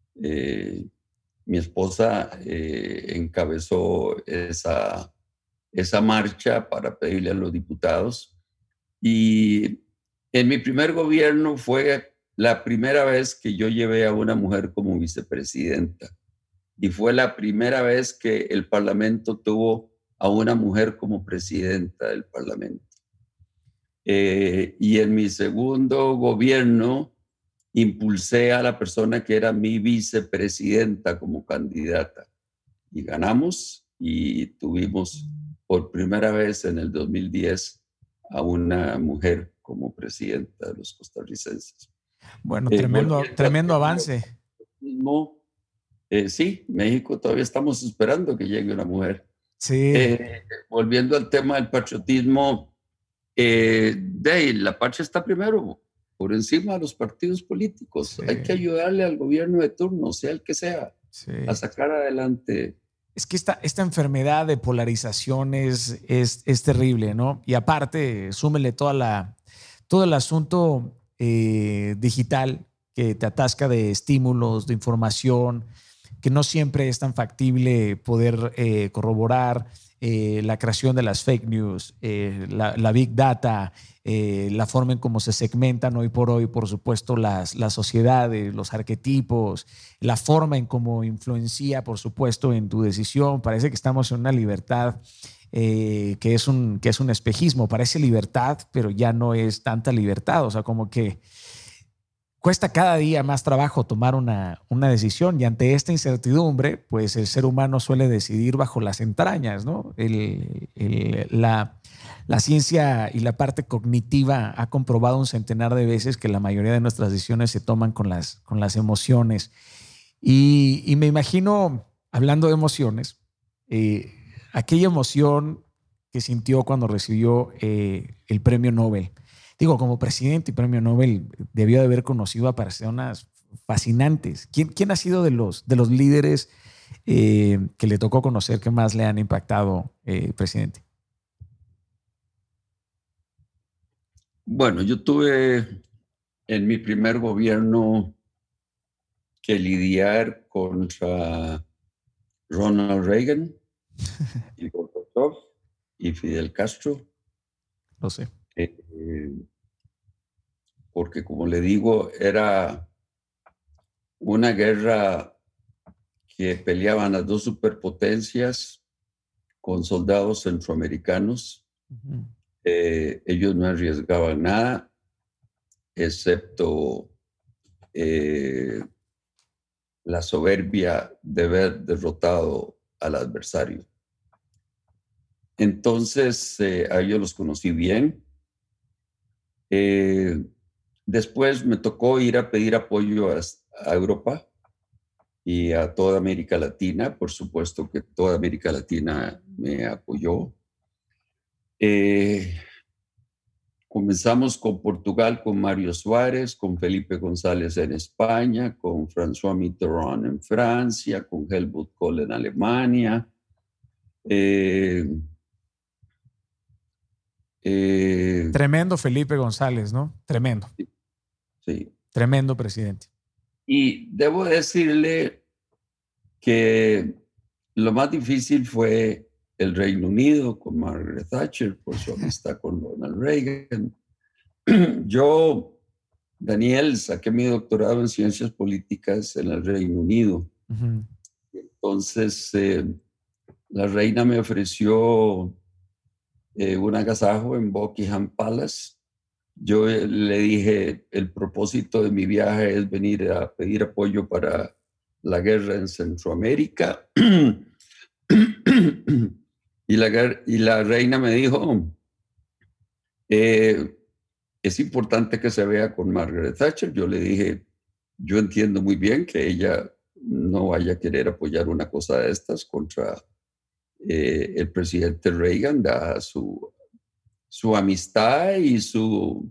Mi esposa encabezó esa esa marcha para pedirle a los diputados. Y en mi primer gobierno fue la primera vez que yo llevé a una mujer como vicepresidenta. Y fue la primera vez que el Parlamento tuvo a una mujer como presidenta del Parlamento. Y en mi segundo gobierno impulsé a la persona que era mi vicepresidenta como candidata. Y ganamos y tuvimos por primera vez en el 2010 a una mujer como presidenta de los costarricenses. Bueno, tremendo avance. Sí, México todavía estamos esperando que llegue una mujer. Sí. Volviendo al tema del patriotismo, la patria está primero, por encima de los partidos políticos. Sí. Hay que ayudarle al gobierno de turno, sea el que sea, sí, a sacar adelante. Es que esta enfermedad de polarización es terrible, ¿no? Y aparte, súmele todo el asunto digital que te atasca de estímulos, de información, que no siempre es tan factible poder corroborar, la creación de las fake news, la big data, la forma en cómo se segmentan hoy por hoy, por supuesto, las sociedades, los arquetipos, la forma en cómo influencia, por supuesto, en tu decisión. Parece que estamos en una libertad que es un espejismo. Parece libertad, pero ya no es tanta libertad. O sea, como que cuesta cada día más trabajo tomar una decisión, y ante esta incertidumbre, pues el ser humano suele decidir bajo las entrañas, ¿no? La ciencia y la parte cognitiva ha comprobado un centenar de veces que la mayoría de nuestras decisiones se toman con las emociones. Y me imagino, hablando de emociones, aquella emoción que sintió cuando recibió el premio Nobel. Digo, como presidente y premio Nobel, debió de haber conocido a personas fascinantes. ¿Quién ha sido de los líderes que le tocó conocer que más le han impactado, presidente? Bueno, yo tuve en mi primer gobierno que lidiar contra Ronald Reagan y Gorbachev y Fidel Castro. Lo sé. Porque, como le digo, era una guerra que peleaban las dos superpotencias con soldados centroamericanos. Uh-huh. Ellos no arriesgaban nada, excepto la soberbia de haber derrotado al adversario. Entonces, a ellos los conocí bien. Después me tocó ir a pedir apoyo a Europa y a toda América Latina. Por supuesto que toda América Latina me apoyó. Comenzamos con Portugal, con Mario Suárez, con Felipe González en España, con François Mitterrand en Francia, con Helmut Kohl en Alemania. Tremendo Felipe González, ¿no? Tremendo. Sí. Tremendo presidente. Y debo decirle que lo más difícil fue el Reino Unido con Margaret Thatcher por su amistad con Ronald Reagan. Yo, Daniel, saqué mi doctorado en Ciencias Políticas en el Reino Unido. Uh-huh. Entonces, la reina me ofreció un agasajo en Buckingham Palace. Yo le dije, el propósito de mi viaje es venir a pedir apoyo para la guerra en Centroamérica. Y la reina me dijo, es importante que se vea con Margaret Thatcher. Yo le dije, yo entiendo muy bien que ella no vaya a querer apoyar una cosa de estas contra el presidente Reagan, dada su amistad y su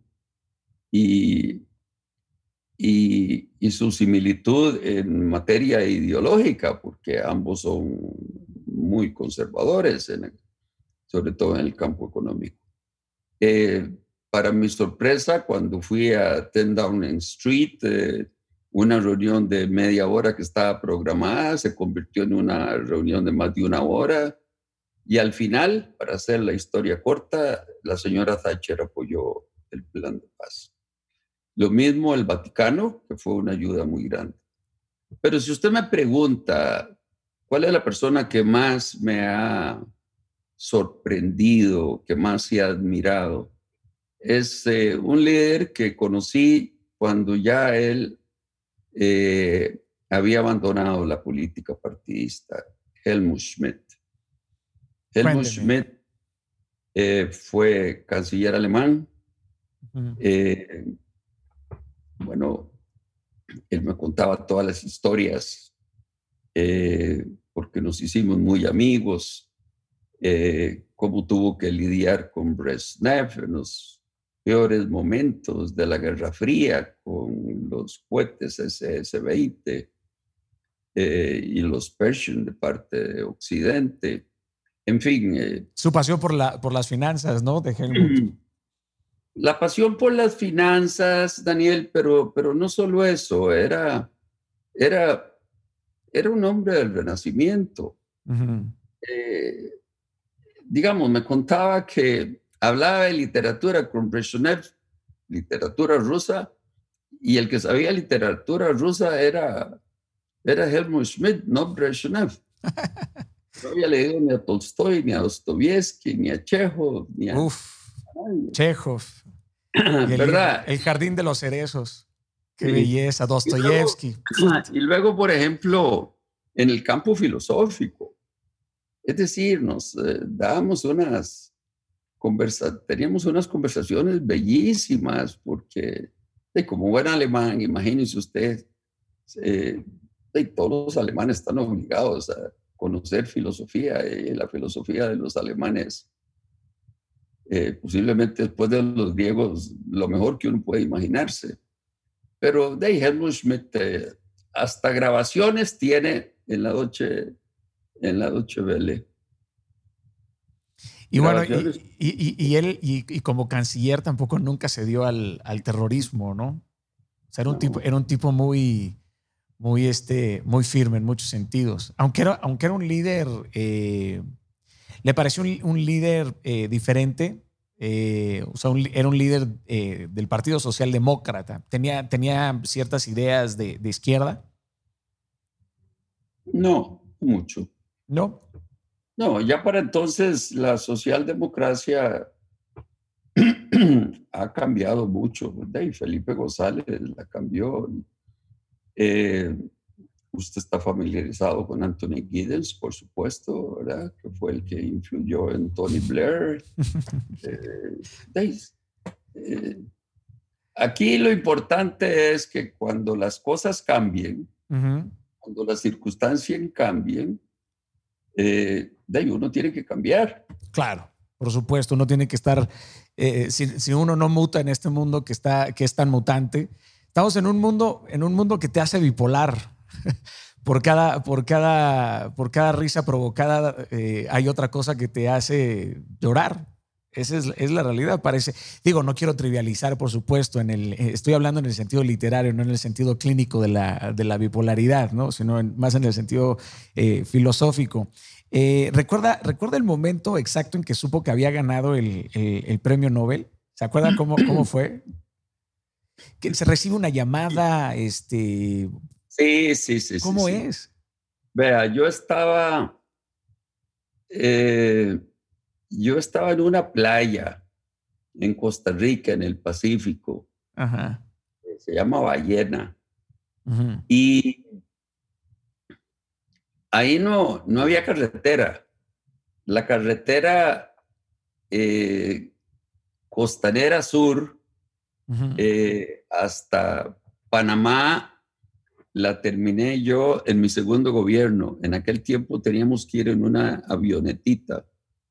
similitud en materia ideológica, porque ambos son muy conservadores, sobre todo en el campo económico. Para mi sorpresa, cuando fui a 10 Downing Street, una reunión de media hora que estaba programada se convirtió en una reunión de más de una hora. Y al final, para hacer la historia corta, la señora Thatcher apoyó el plan de paz. Lo mismo el Vaticano, que fue una ayuda muy grande. Pero si usted me pregunta, ¿cuál es la persona que más me ha sorprendido, que más he admirado? Es un líder que conocí cuando ya él había abandonado la política partidista, Helmut Schmidt. Helmut Cuénteme. Schmidt fue canciller alemán. Bueno, él me contaba todas las historias porque nos hicimos muy amigos, cómo tuvo que lidiar con Brezhnev en los peores momentos de la Guerra Fría, con los cohetes SS-20 y los Pershing de parte de Occidente. En fin. Su pasión por las finanzas, ¿no? De Helmut. La pasión por las finanzas, Daniel, pero no solo eso, era un hombre del Renacimiento. Digamos, me contaba que hablaba de literatura con Brezhnev, literatura rusa, y el que sabía literatura rusa era Helmut Schmidt, no Brezhnev. No había leído ni a Tolstoy, ni a Dostoyevsky, ni a Chekhov, ni a... Chekhov. ¿Verdad? El jardín de los cerezos. Qué belleza, Dostoyevsky. Y luego, por ejemplo, en el campo filosófico. Es decir, nos dábamos teníamos unas conversaciones bellísimas, porque como buen alemán, imagínense usted, todos los alemanes están obligados a conocer filosofía, y la filosofía de los alemanes, posiblemente después de los griegos, lo mejor que uno puede imaginarse. Pero de Helmut Schmidt hasta grabaciones tiene en la Deutsche Welle. Y bueno, y él como canciller tampoco nunca se dio al terrorismo, ¿no? O sea, era un tipo muy firme en muchos sentidos. Aunque era un líder, le pareció un líder diferente. O sea, era un líder del Partido Socialdemócrata. Tenía ciertas ideas de izquierda. No, mucho. ¿No? No, ya para entonces la socialdemocracia ha cambiado mucho, ¿verdad? Y Felipe González la cambió. Usted está familiarizado con Anthony Giddens, por supuesto, ¿verdad? Que fue el que influyó en Tony Blair. Aquí lo importante es que cuando las cosas cambien, cuando las circunstancias cambien, uno tiene que cambiar. Claro, por supuesto, uno tiene que estar, si uno no muta en este mundo que es tan mutante, estamos en un mundo que te hace bipolar. Por cada risa provocada hay otra cosa que te hace llorar. Esa es la realidad, parece. Digo, no quiero trivializar, por supuesto, estoy hablando en el sentido literario, no en el sentido clínico de la bipolaridad, ¿no? Sino más en el sentido filosófico. ¿Recuerda el momento exacto en que supo que había ganado el premio Nobel? ¿Se acuerda cómo fue? Que se recibe una llamada, Sí. ¿Cómo es? Vea, yo estaba en una playa en Costa Rica, en el Pacífico. Ajá. Se llama Ballena. Uh-huh. Y ahí no había carretera. La carretera costanera sur, uh-huh, hasta Panamá, la terminé yo en mi segundo gobierno. En aquel tiempo teníamos que ir en una avionetita.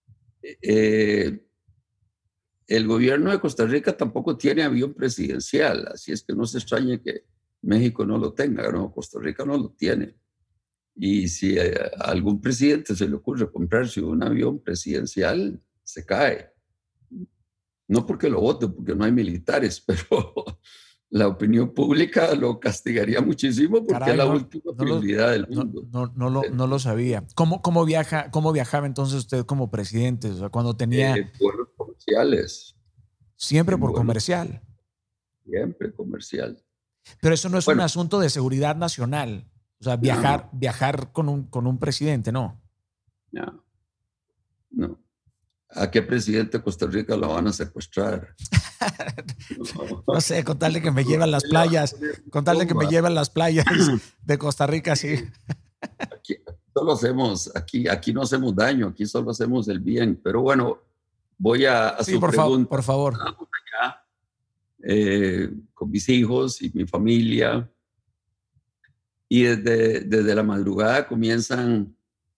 El gobierno de Costa Rica tampoco tiene avión presidencial, así es que no se extrañe que México no lo tenga, ¿no? Costa Rica no lo tiene. Y si a algún presidente se le ocurre comprarse un avión presidencial, se cae. No porque lo vote, porque no hay militares, la opinión pública lo castigaría muchísimo porque Caray, es la no, última prioridad del mundo. no lo sabía. ¿Cómo viajaba entonces usted como presidente? O sea, cuando tenía Vuelos comerciales, siempre en por vuelos comercial. siempre comercial. Pero eso no es un Bueno, asunto de seguridad nacional. O sea, no, viajar con un presidente, no. no, no. ¿A qué presidente de Costa Rica lo van a secuestrar? No, No sé, con tal de que me no llevan las se le van a playas, poner con tal de que me bomba. llevan las playas de Costa Rica, sí. Aquí solo hacemos, aquí no hacemos daño, aquí solo hacemos el bien. Pero bueno, voy a Sí, su pregunta. por favor. Estamos acá con mis hijos y mi familia y desde la madrugada comienzan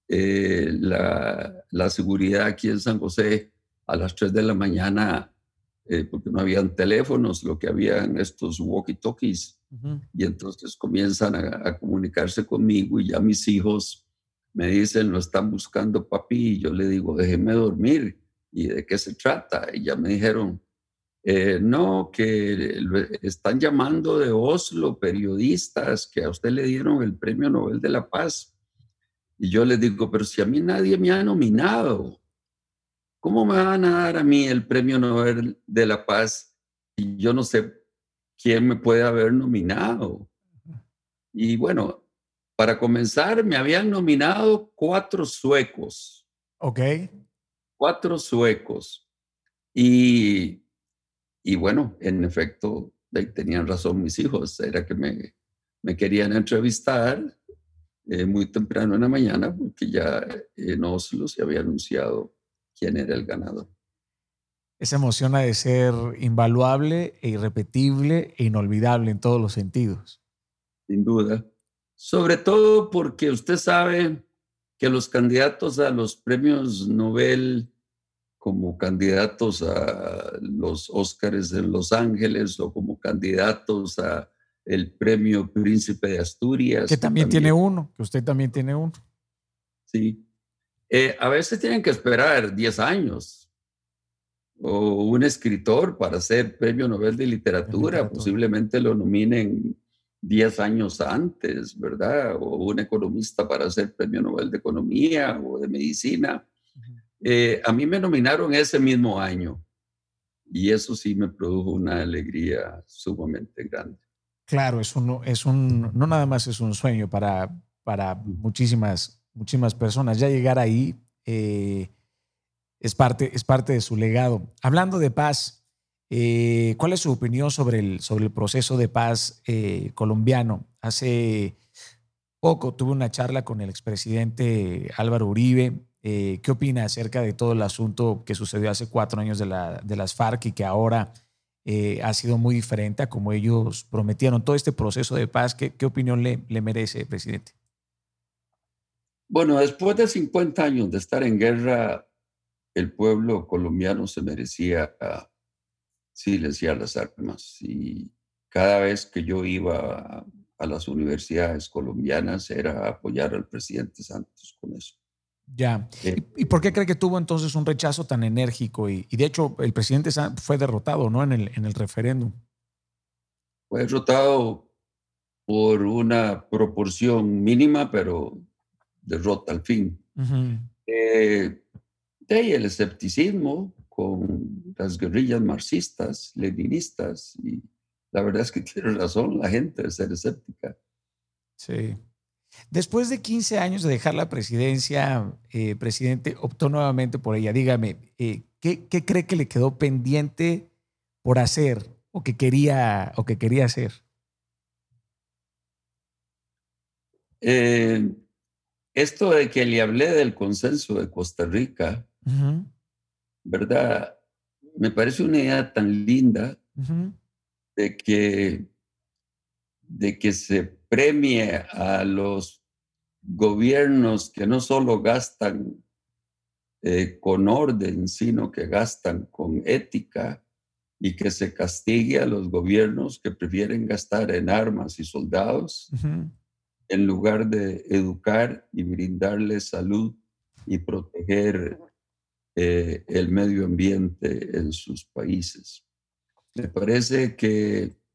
la seguridad aquí en San José a las 3 de la mañana, porque no habían teléfonos, lo que habían estos walkie-talkies. Ujú. Y entonces comienzan a comunicarse conmigo y ya mis hijos me dicen, lo están buscando papi, y yo le digo, déjeme dormir. ¿Y de qué se trata? Y ya me dijeron, no, que están llamando de Oslo periodistas que a usted le dieron el Premio Nobel de la Paz. Y yo les digo, pero si a mí nadie me ha nominado, ¿cómo me van a dar a mí el Premio Nobel de la Paz y yo no sé quién me puede haber nominado? Y bueno, para comenzar, me habían nominado Ok. cuatro suecos. Y, y bueno, en efecto, ahí tenían razón mis hijos, era que me querían entrevistar muy temprano en la mañana porque ya en Oslo se había anunciado quién era el ganador. Esa emoción ha de ser invaluable e irrepetible e inolvidable en todos los sentidos. Sin duda. Sobre todo porque usted sabe que los candidatos a los premios Nobel, como candidatos a los Óscares de Los Ángeles o como candidatos a el premio Príncipe de Que Asturias, que también también, tiene uno, que usted también tiene uno. sí, a veces tienen que esperar 10 años o un escritor para ser premio Nobel de De Literatura, literatura. posiblemente lo nominen 10 años antes, ¿verdad? O un economista para ser premio Nobel de Economía o de Medicina. Ujú. A mí me nominaron ese mismo año y eso sí me produjo una alegría sumamente grande. Claro, no nada más es un sueño para muchísimas personas. Ya llegar ahí es parte de su legado. Hablando de paz, ¿cuál es su opinión sobre el proceso de paz colombiano? Hace poco tuve una charla con el expresidente Álvaro Uribe. ¿Qué opina acerca de todo el asunto que sucedió hace 4 años de las FARC y que ahora ha sido muy diferente a como ellos prometieron? Todo este proceso de paz, ¿qué opinión le merece, presidente? Bueno, después de 50 años de estar en guerra, el pueblo colombiano se merecía silenciar las armas. Y cada vez que yo iba a las universidades colombianas era apoyar al presidente Santos con eso. Ya. Eh, Y por qué cree que tuvo entonces un rechazo tan enérgico? Y de hecho, el presidente fue derrotado, ¿no? En el referéndum. Fue derrotado por una proporción mínima, pero derrota al fin. Ujú. Eh, el escepticismo con las guerrillas marxistas, leninistas, y la verdad es que tiene razón la gente de ser escéptica. Sí. Después de 15 años de dejar la presidencia, presidente, optó nuevamente por ella. Dígame, ¿qué cree que le quedó pendiente por hacer o que quería hacer? Eh, Esto de que le hablé del consenso de Costa Rica, Ujú, ¿verdad? Me parece una idea tan linda ujú, de que, de que se premie a los gobiernos que no solo gastan con orden, sino que gastan con ética y que se castigue a los gobiernos que prefieren gastar en armas y soldados ujú. en lugar de educar y brindarles salud y proteger el medio ambiente en sus países. Me parece que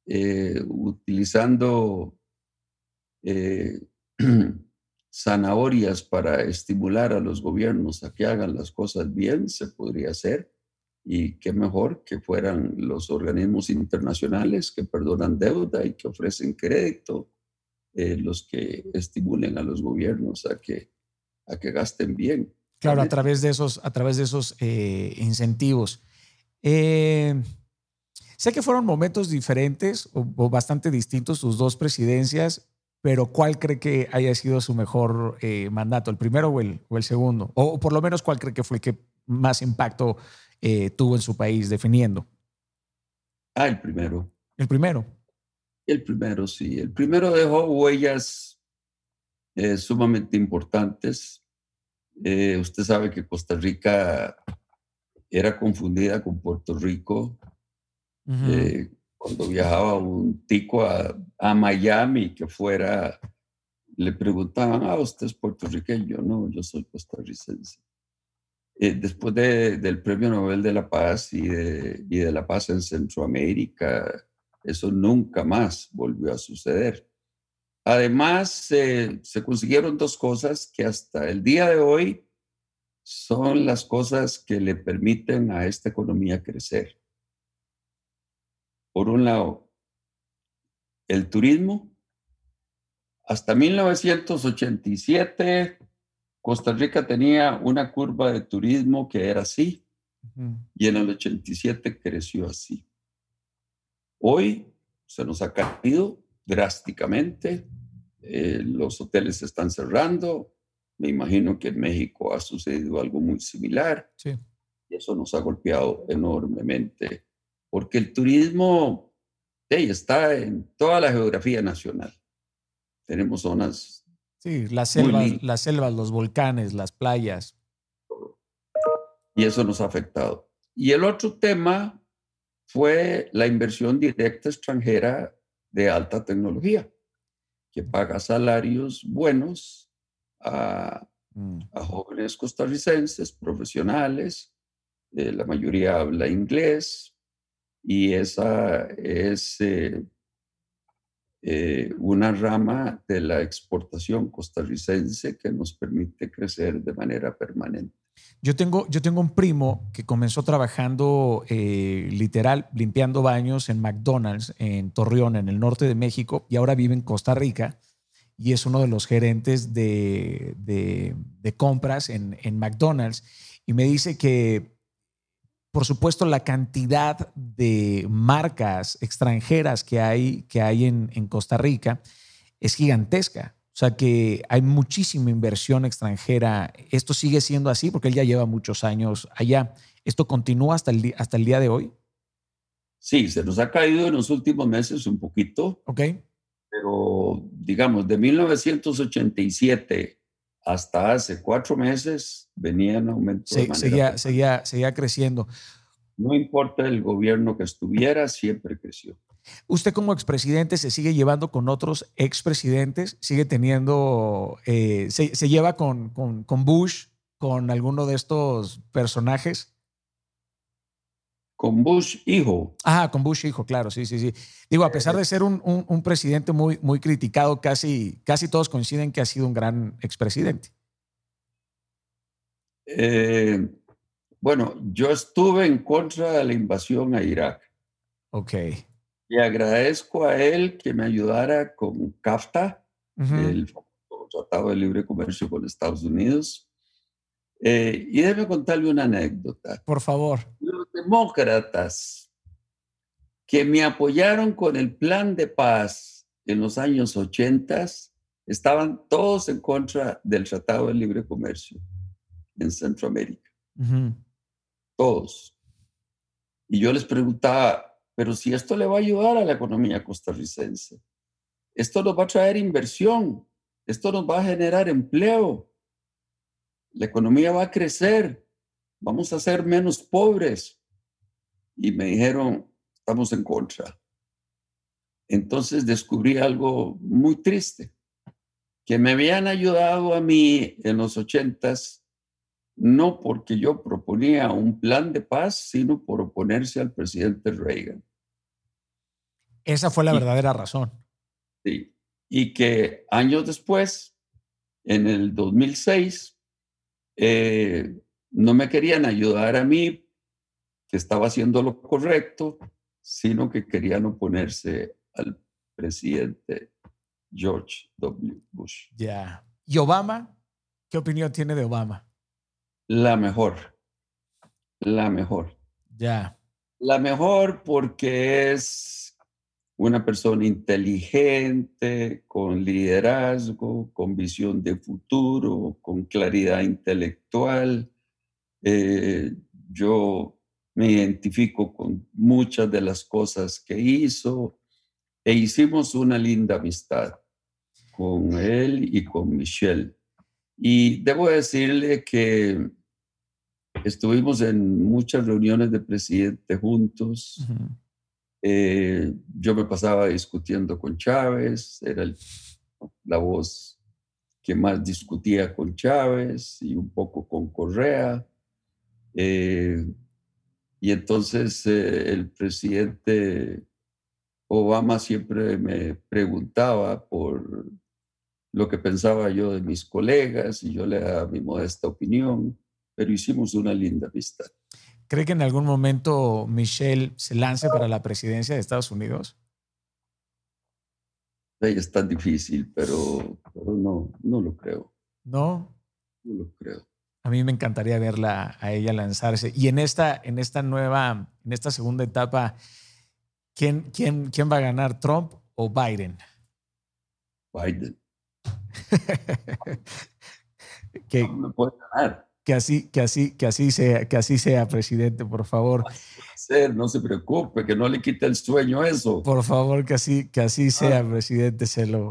utilizando eh, zanahorias para estimular a los gobiernos a que hagan las cosas bien, se podría hacer. Y qué mejor que fueran los organismos internacionales que perdonan deuda y que ofrecen crédito, los que estimulen a los gobiernos a que gasten bien. Claro, Realmente. a través de esos incentivos. Eh, Sé que fueron momentos diferentes o bastante distintos sus dos presidencias, pero ¿cuál cree que haya sido su mejor mandato? ¿El primero o el segundo? O por lo menos, ¿cuál cree que fue el que más impacto tuvo en su país definiendo? El primero. El primero. El primero, sí. El primero dejó huellas sumamente importantes. Usted sabe que Costa Rica era confundida con Puerto Rico. Uh -huh. Cuando viajaba un tico a Miami, que fuera, le preguntaban, ¿usted es puertorriqueño? No, yo soy costarricense. Después del Premio Nobel de la Paz y de la Paz en Centroamérica, eso nunca más volvió a suceder. Además, se consiguieron dos cosas que hasta el día de hoy son las cosas que le permiten a esta economía crecer. Por un lado, el turismo. Hasta 1987, Costa Rica tenía una curva de turismo que era así, y en el 87 creció así. Hoy se nos ha caído drásticamente. Los hoteles se están cerrando. Me imagino que en México ha sucedido algo muy similar. Sí. Y eso nos ha golpeado enormemente, porque el turismo está en toda la geografía nacional. Tenemos zonas Sí, muy lindas las selvas, los volcanes, las playas. y eso nos ha afectado. Y el otro tema fue la inversión directa extranjera de alta tecnología, que paga salarios buenos a jóvenes costarricenses, profesionales, la mayoría habla inglés, y esa es una rama de la exportación costarricense que nos permite crecer de manera permanente. Yo tengo un primo que comenzó trabajando literal limpiando baños en McDonald's en Torreón, en el norte de México, y ahora vive en Costa Rica y es uno de los gerentes de compras en McDonald's. Y me dice que, por supuesto, la cantidad de marcas extranjeras que hay en Costa Rica es gigantesca. O sea que hay muchísima inversión extranjera. Esto sigue siendo así porque él ya lleva muchos años allá. ¿Esto continúa hasta el día de hoy? Sí, se nos ha caído en los últimos meses un poquito, Ok. pero digamos, de 1987 hasta hace 4 meses venía en aumento de manera permanente. Seguía creciendo. No importa el gobierno que estuviera, siempre creció. ¿Usted como expresidente se sigue llevando con otros expresidentes? ¿Sigue teniendo, se lleva con Bush, con alguno de estos personajes? Con Bush hijo, Ah, con Bush hijo, claro, sí, sí, sí. Digo, a pesar de ser un presidente muy criticado, casi todos coinciden que ha sido un gran expresidente. eh, bueno, yo estuve en contra de la invasión a Irak. Ok. Y agradezco a él que me ayudara con CAFTA, Ujú. el Tratado de Libre Comercio con Estados Unidos. Y déjeme contarle una anécdota. Por favor. Los demócratas que me apoyaron con el plan de paz en los años 80 estaban todos en contra del Tratado de Libre Comercio en Centroamérica. Ujú. Todos. Y yo les preguntaba, pero si esto le va a ayudar a la economía costarricense, esto nos va a traer inversión, esto nos va a generar empleo, la economía va a crecer, vamos a ser menos pobres. Y me dijeron, estamos en contra. Entonces descubrí algo muy triste, que me habían ayudado a mí en los 80s, no porque yo proponía un plan de paz, sino por oponerse al presidente Reagan. Esa fue la Y, verdadera razón. sí, y que años después, en el 2006, no me querían ayudar a mí, que estaba haciendo lo correcto, sino que querían oponerse al presidente George W. Bush. Ya. ¿Y Obama? ¿Qué opinión tiene de Obama? La mejor, la mejor. Ya. La mejor porque es una persona inteligente, con liderazgo, con visión de futuro, con claridad intelectual. Eh, yo me identifico con muchas de las cosas que hizo e hicimos una linda amistad con él y con Michelle. Y debo decirle que estuvimos en muchas reuniones de presidente juntos. Uh-huh. Yo me pasaba discutiendo con Chávez, era la voz que más discutía con Chávez y un poco con Correa. Y entonces el presidente Obama siempre me preguntaba por lo que pensaba yo de mis colegas y yo le daba mi modesta opinión, pero hicimos una linda amistad. ¿Cree que en algún momento Michelle se lance para la presidencia de Estados Unidos? Es tan difícil, pero no lo creo. No. No lo creo. A mí me encantaría verla a ella lanzarse. Y en esta segunda etapa, ¿quién va a ganar, Trump o Biden? Biden. que, No me puede ganar. que así sea, presidente, por favor. No se preocupe, que no le quite el sueño a eso. Por favor, que así sea, presidente,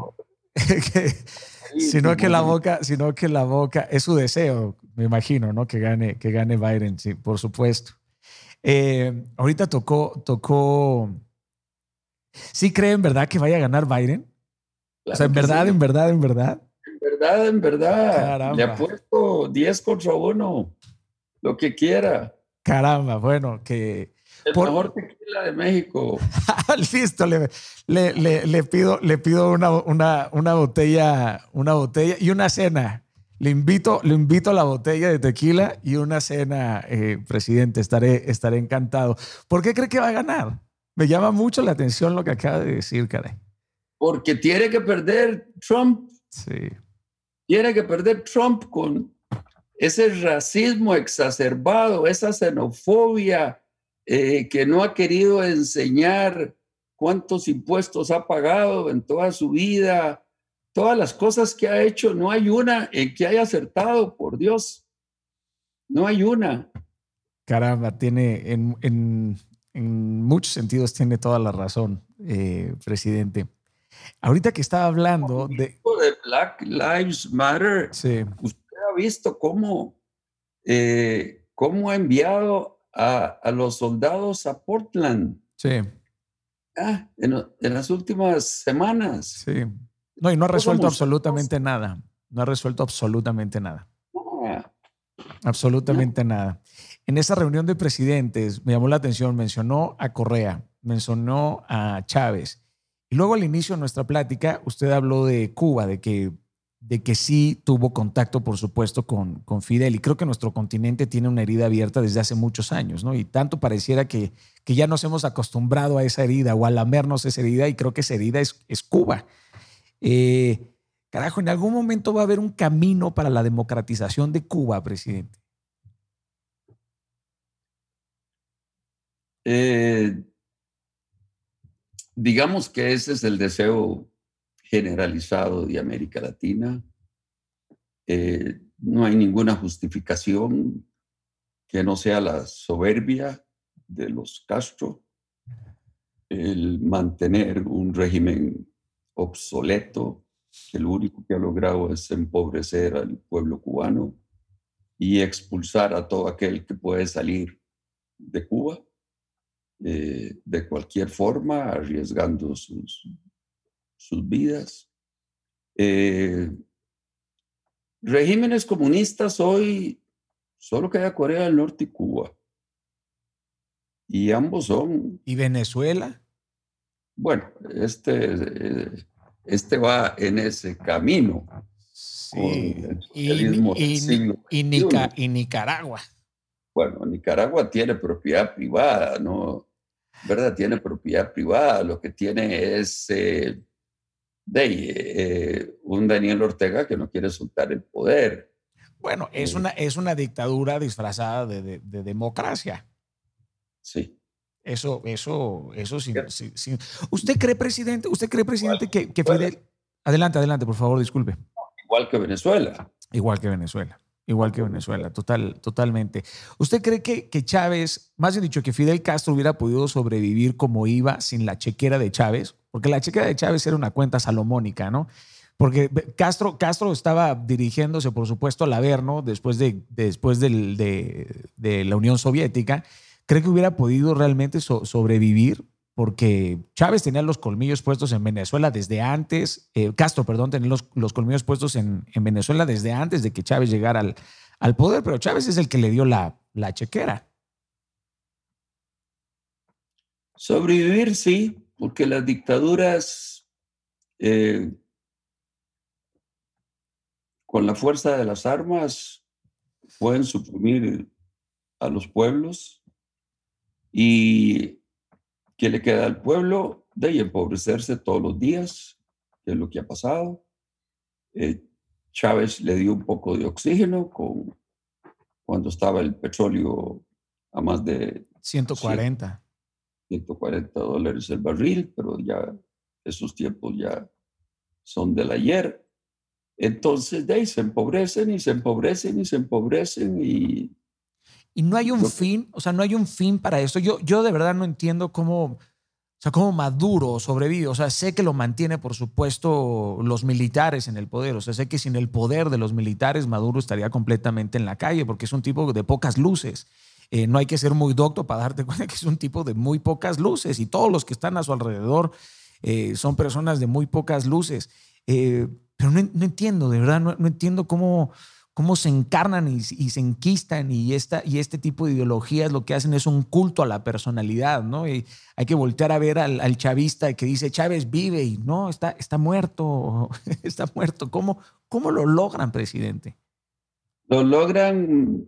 sino que la boca es su deseo, me imagino, ¿no? Que gane Biden, sí, por supuesto. Ahorita tocó. ¿Sí cree en verdad que vaya a ganar Biden? Claro, o sea, en verdad, sí. en verdad, en verdad. En verdad. Caramba. Le apuesto 10 contra 1, lo que quiera. Caramba, bueno, que... El mejor tequila de México. Listo, le pido una botella y una cena. Le invito a la botella de tequila y una cena, presidente. Estaré encantado. ¿Por qué cree que va a ganar? Me llama mucho la atención lo que acaba de decir, caray. Porque tiene que perder Trump. Sí. Tiene que perder Trump con ese racismo exacerbado, esa xenofobia que no ha querido enseñar cuántos impuestos ha pagado en toda su vida, todas las cosas que ha hecho, no hay una en que haya acertado, por Dios. No hay una. Caramba, tiene en muchos sentidos tiene toda la razón, presidente. Ahorita que estaba hablando de Black Lives Matter, sí. Usted ha visto cómo ha enviado a los soldados a Portland. Sí. En las últimas semanas. Sí. No, y no ha resuelto absolutamente nada. No ha resuelto absolutamente nada. Absolutamente nada. En esa reunión de presidentes me llamó la atención, mencionó a Correa, mencionó a Chávez. Y luego al inicio de nuestra plática, usted habló de Cuba, de que sí tuvo contacto, por supuesto, con Fidel. Y creo que nuestro continente tiene una herida abierta desde hace muchos años, ¿no? Y tanto pareciera que ya nos hemos acostumbrado a esa herida o a lamernos esa herida, y creo que esa herida es Cuba. Carajo, en algún momento va a haber un camino para la democratización de Cuba, presidente. Digamos que ese es el deseo generalizado de América Latina. No hay ninguna justificación que no sea la soberbia de los Castro, el mantener un régimen obsoleto, que lo único que ha logrado es empobrecer al pueblo cubano y expulsar a todo aquel que puede salir de Cuba de cualquier forma, arriesgando sus vidas. Regímenes comunistas hoy solo queda Corea del Norte y Cuba. Y ambos son. ¿Y Venezuela? bueno, este va en ese camino con Sí, el socialismo del siglo XXI. y Nicaragua. Bueno, Nicaragua tiene propiedad privada, ¿no? ¿Verdad? Tiene propiedad privada. Lo que tiene es un Daniel Ortega que no quiere soltar el poder. Bueno, Eh, es una dictadura disfrazada de democracia. sí. Eso sin. ¿Usted cree, presidente, que Fidel. Adelante, adelante, por favor, disculpe. Igual que Venezuela. Igual que Venezuela. Igual que Venezuela, totalmente. ¿Usted cree que Chávez, más bien dicho, que Fidel Castro hubiera podido sobrevivir como iba sin la chequera de Chávez? Porque la chequera de Chávez era una cuenta salomónica, ¿no? Porque Castro estaba dirigiéndose, por supuesto, al Averno después de la Unión Soviética. ¿Cree que hubiera podido realmente sobrevivir? Porque Chávez tenía los colmillos puestos en Venezuela desde antes, Castro, perdón, tenía los colmillos puestos en Venezuela desde antes de que Chávez llegara al poder, pero Chávez es el que le dio la chequera. Sobrevivir, sí, porque las dictaduras, eh, con la fuerza de las armas, pueden suprimir a los pueblos y ¿qué le queda al pueblo? De empobrecerse todos los días, que es lo que ha pasado. Eh, Chávez le dio un poco de oxígeno cuando estaba el petróleo a más de 140. $140 el barril, pero ya esos tiempos ya son del ayer. Entonces, de ahí se empobrecen y se empobrecen y se empobrecen Y no hay un lo que fin, o sea, no hay un fin para esto. Yo de verdad no entiendo cómo Maduro sobrevive. O sea, sé que lo mantiene, por supuesto, los militares en el poder. O sea, sé que sin el poder de los militares, Maduro estaría completamente en la calle, porque es un tipo de pocas luces. No hay que ser muy docto para darte cuenta que es un tipo de muy pocas luces y todos los que están a su alrededor son personas de muy pocas luces. Pero no entiendo, de verdad, no entiendo cómo se encarnan y se enquistan y este tipo de ideologías lo que hacen es un culto a la personalidad, ¿no? Y hay que voltear a ver al chavista que dice Chávez vive y no, está muerto, está muerto. ¿Cómo lo logran, presidente? lo logran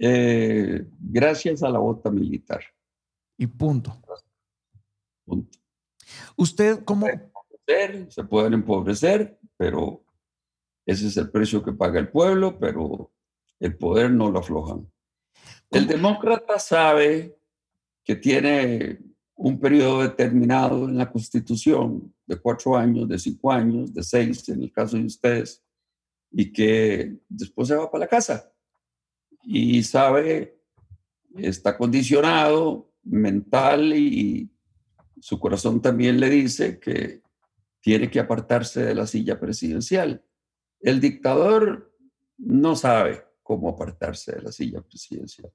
gracias a la bota militar. Y punto. Punto. ¿Usted cómo? Se pueden empobrecer, pero ese es el precio que paga el pueblo, pero el poder no lo aflojan. El cómo demócrata sabe que tiene un periodo determinado en la Constitución de 4 años, de 5 años, de 6, en el caso de ustedes, y que después se va para la casa. Y sabe, está condicionado mental y su corazón también le dice que tiene que apartarse de la silla presidencial. El dictador no sabe cómo apartarse de la silla presidencial.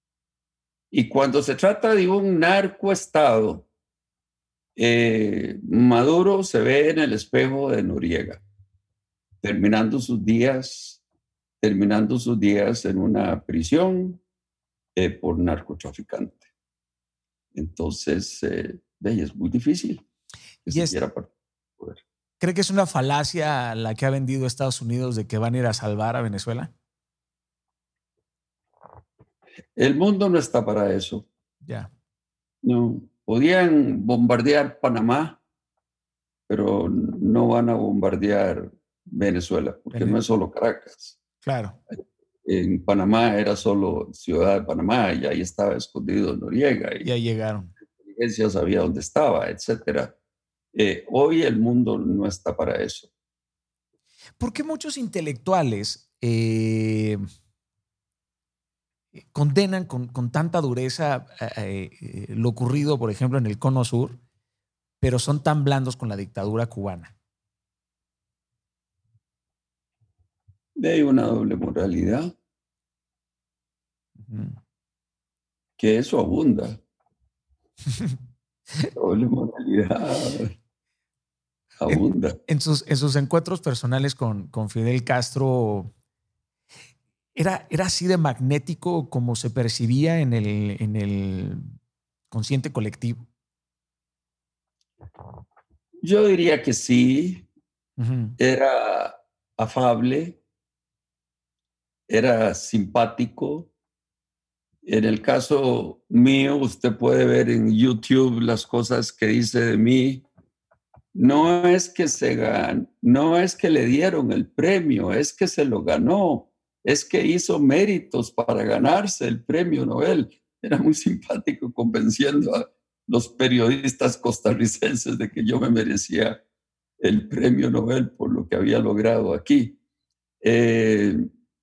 Y cuando se trata de un narcoestado, Maduro se ve en el espejo de Noriega, terminando sus días, terminando sus días en una prisión por narcotraficante. Entonces, es muy difícil que y se es, quiera partir del poder. ¿Cree que es una falacia la que ha vendido Estados Unidos de que van a ir a salvar a Venezuela? El mundo no está para eso. Ya. No, podían bombardear Panamá, pero no van a bombardear Venezuela, porque no es solo Caracas. Claro. En Panamá era solo Ciudad de Panamá y ahí estaba escondido Noriega y Ya llegaron. la inteligencia sabía dónde estaba, etcétera. Hoy el mundo no está para eso. ¿Por qué muchos intelectuales condenan con tanta dureza lo ocurrido, por ejemplo, en el Cono Sur, pero son tan blandos con la dictadura cubana? Hay una doble moralidad, Ujú. que eso abunda. Doble moralidad En, abunda. en sus encuentros personales con Fidel Castro, ¿era así de magnético como se percibía en el consciente colectivo? Yo diría que sí. Ujú. Era afable, era simpático. En el caso mío, usted puede ver en YouTube las cosas que dice de mí. No es que no es que le dieron el premio, es que se lo ganó, es que hizo méritos para ganarse el premio Nobel. Era muy simpático convenciendo a los periodistas costarricenses de que yo me merecía el premio Nobel por lo que había logrado aquí. Eh,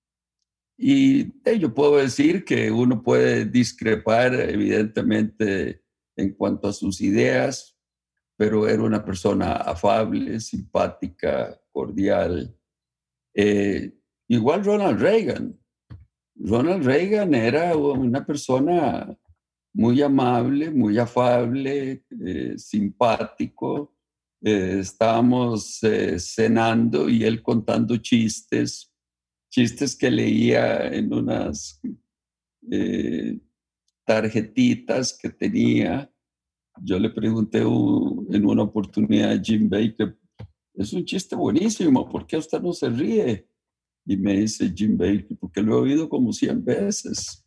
yo puedo decir que uno puede discrepar evidentemente en cuanto a sus ideas, pero era una persona afable, simpática, cordial. Eh, Igual Ronald Reagan. Ronald Reagan era una persona muy amable, muy afable, simpático. Estábamos cenando y él contando chistes que leía en unas eh, tarjetitas que tenía. Yo le pregunté en una oportunidad a Jim Baker, es un chiste buenísimo, ¿por qué usted no se ríe? Y me dice Jim Baker, porque lo he oído como 100 veces.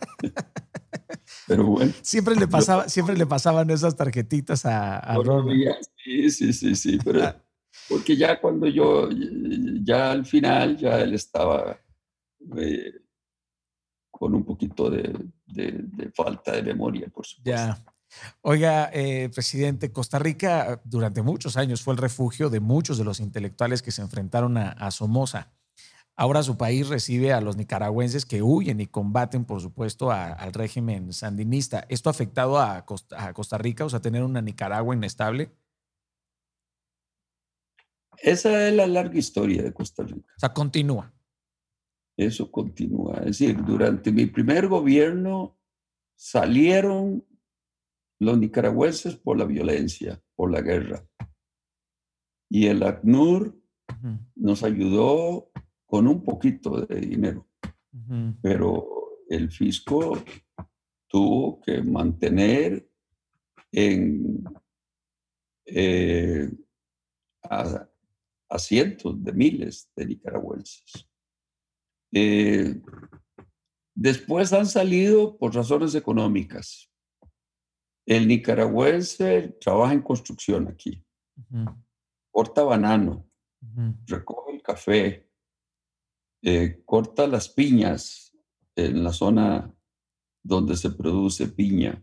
Pero bueno, yo, Siempre le pasaban esas tarjetitas a yo lo Ronald. oía, sí, sí, sí, sí, pero porque ya cuando ya al final, ya él estaba eh, con un poquito de falta de memoria, por supuesto. Ya. Oiga, presidente, Costa Rica durante muchos años fue el refugio de muchos de los intelectuales que se enfrentaron a Somoza. Ahora su país recibe a los nicaragüenses que huyen y combaten, por supuesto, al régimen sandinista. ¿Esto ha afectado a Costa Rica? O sea, tener una Nicaragua inestable. Esa es la larga historia de Costa Rica. O sea, continúa. Eso continúa. Es decir, durante mi primer gobierno salieron los nicaragüenses por la violencia, por la guerra. Y el ACNUR Ujú, nos ayudó con un poquito de dinero, ujú, pero el fisco tuvo que mantener en, eh, a, a cientos de miles de nicaragüenses. Eh, Después han salido por razones económicas. El nicaragüense trabaja en construcción aquí, ujú, corta banano, ujú. recoge el café, corta las piñas en la zona donde se produce piña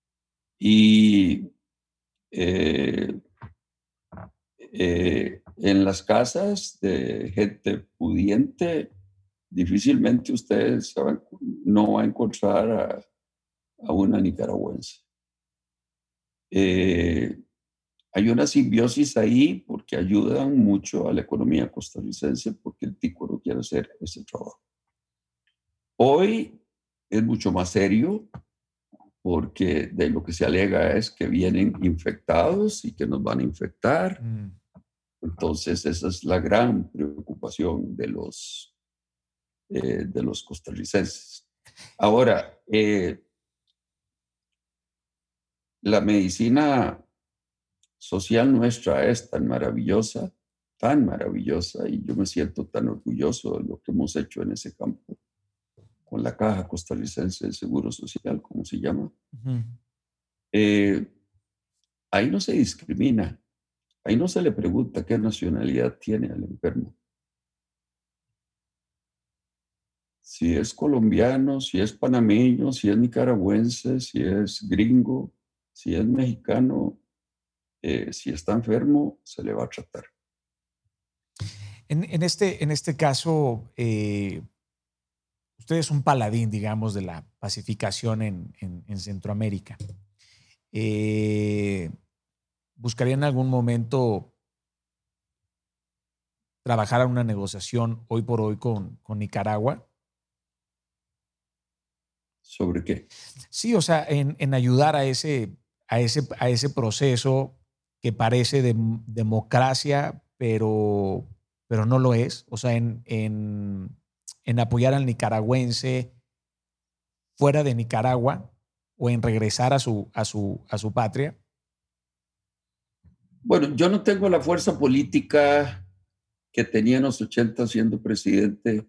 y eh, en las casas de gente pudiente difícilmente ustedes no va a encontrar a una nicaragüense. Eh, Hay una simbiosis ahí porque ayudan mucho a la economía costarricense porque el tico no quiere hacer ese trabajo. Hoy es mucho más serio porque de lo que se alega es que vienen infectados y que nos van a infectar. Mm. Entonces esa es la gran preocupación de los costarricenses. Ahora, la medicina social nuestra es tan maravillosa, y yo me siento tan orgulloso de lo que hemos hecho en ese campo con la Caja Costarricense de Seguro Social, como se llama. Ujú. Eh, Ahí no se discrimina, ahí no se le pregunta qué nacionalidad tiene al enfermo. Si es colombiano, si es panameño, si es nicaragüense, si es gringo, si es mexicano, si está enfermo, se le va a tratar. En este caso, usted es un paladín, digamos, de la pacificación en Centroamérica. Eh, ¿Buscaría en algún momento trabajar en una negociación hoy por hoy con Nicaragua? ¿Sobre qué? Sí, o sea, en ayudar a ese proceso que parece de democracia, pero no lo es. O sea, en apoyar al nicaragüense fuera de Nicaragua o en regresar a su patria. Bueno, yo no tengo la fuerza política que tenía en los 80 siendo presidente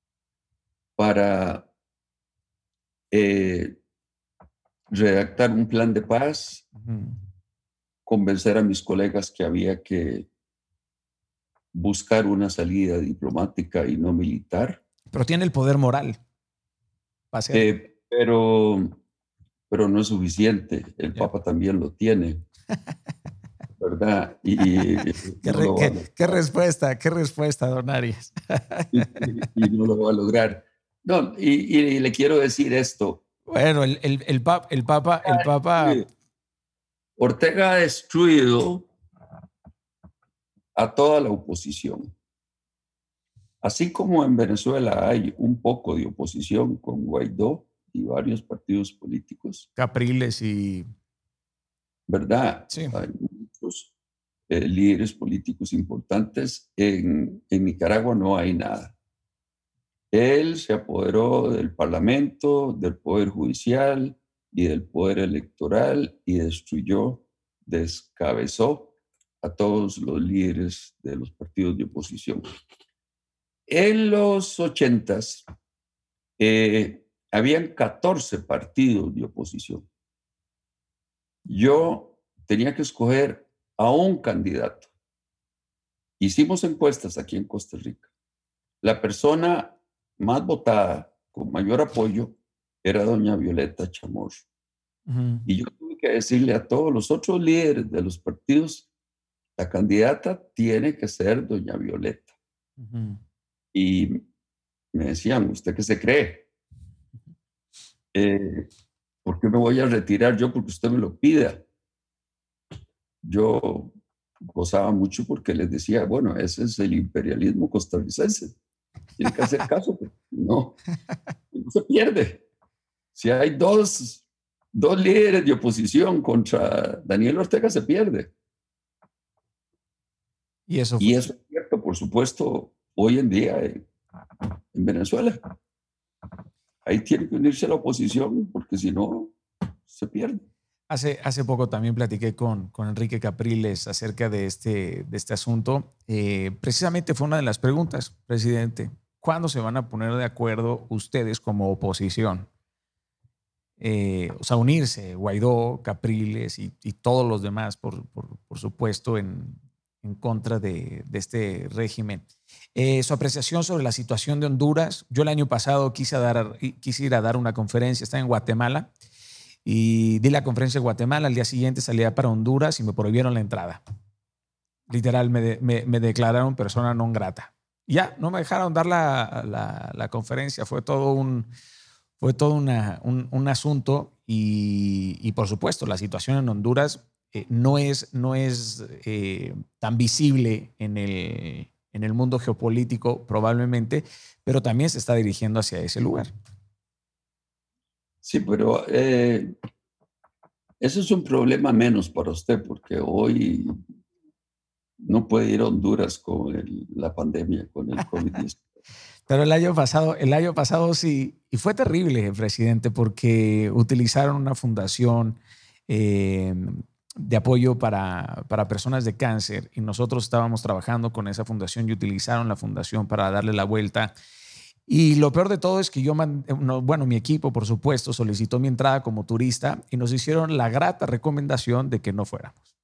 para eh, redactar un plan de paz, convencer a mis colegas que había que buscar una salida diplomática y no militar. Pero tiene el poder moral para hacerlo. Pero no es suficiente. El Ya. Papa también lo tiene, ¿verdad? Y no lo va a lograr. Qué respuesta, don Arias. Y no lo va a lograr. No, y le quiero decir esto. Bueno, el Papa, Ortega ha destruido a toda la oposición. Así como en Venezuela hay un poco de oposición con Guaidó y varios partidos políticos, Capriles y... ¿verdad? Sí. Hay muchos líderes políticos importantes. En Nicaragua no hay nada. Él se apoderó del Parlamento, del Poder Judicial y del Poder Electoral y descabezó a todos los líderes de los partidos de oposición. En los 80s habían 14 partidos de oposición. Yo tenía que escoger a un candidato. Hicimos encuestas aquí en Costa Rica. La persona más votada, con mayor apoyo, era doña Violeta Chamorro. Y yo tuve que decirle a todos los otros líderes de los partidos, la candidata tiene que ser doña Violeta. Y me decían, ¿usted qué se cree? ¿Por qué me voy a retirar yo porque usted me lo pida? Yo gozaba mucho porque les decía, bueno, ese es el imperialismo costarricense. Tiene que hacer caso, pero no se pierde. Si hay dos líderes de oposición contra Daniel Ortega, se pierde. Y eso es cierto, por supuesto, hoy en día en Venezuela. Ahí tiene que unirse la oposición porque si no, se pierde. Hace poco también platiqué con Enrique Capriles acerca de este asunto. Precisamente fue una de las preguntas, presidente. ¿Cuándo se van a poner de acuerdo ustedes como oposición? O sea, unirse, Guaidó, Capriles y todos los demás, por supuesto, en contra de este régimen. Su apreciación sobre la situación de Honduras. Yo el año pasado quise ir a dar una conferencia, estaba en Guatemala, y di la conferencia en Guatemala. Al día siguiente salía para Honduras y me prohibieron la entrada. Literal, me declararon persona non grata. Ya, no me dejaron dar la conferencia. Fue todo un asunto y por supuesto, la situación en Honduras no es tan visible en el mundo geopolítico probablemente, pero también se está dirigiendo hacia ese lugar. Sí, pero eso es un problema menos para usted, porque hoy no puede ir a Honduras con la pandemia, con el COVID-19. Pero el año pasado sí, y fue terrible, presidente, porque utilizaron una fundación de apoyo para personas de cáncer y nosotros estábamos trabajando con esa fundación y utilizaron la fundación para darle la vuelta. Y lo peor de todo es que mi equipo, por supuesto, solicitó mi entrada como turista y nos hicieron la grata recomendación de que no fuéramos.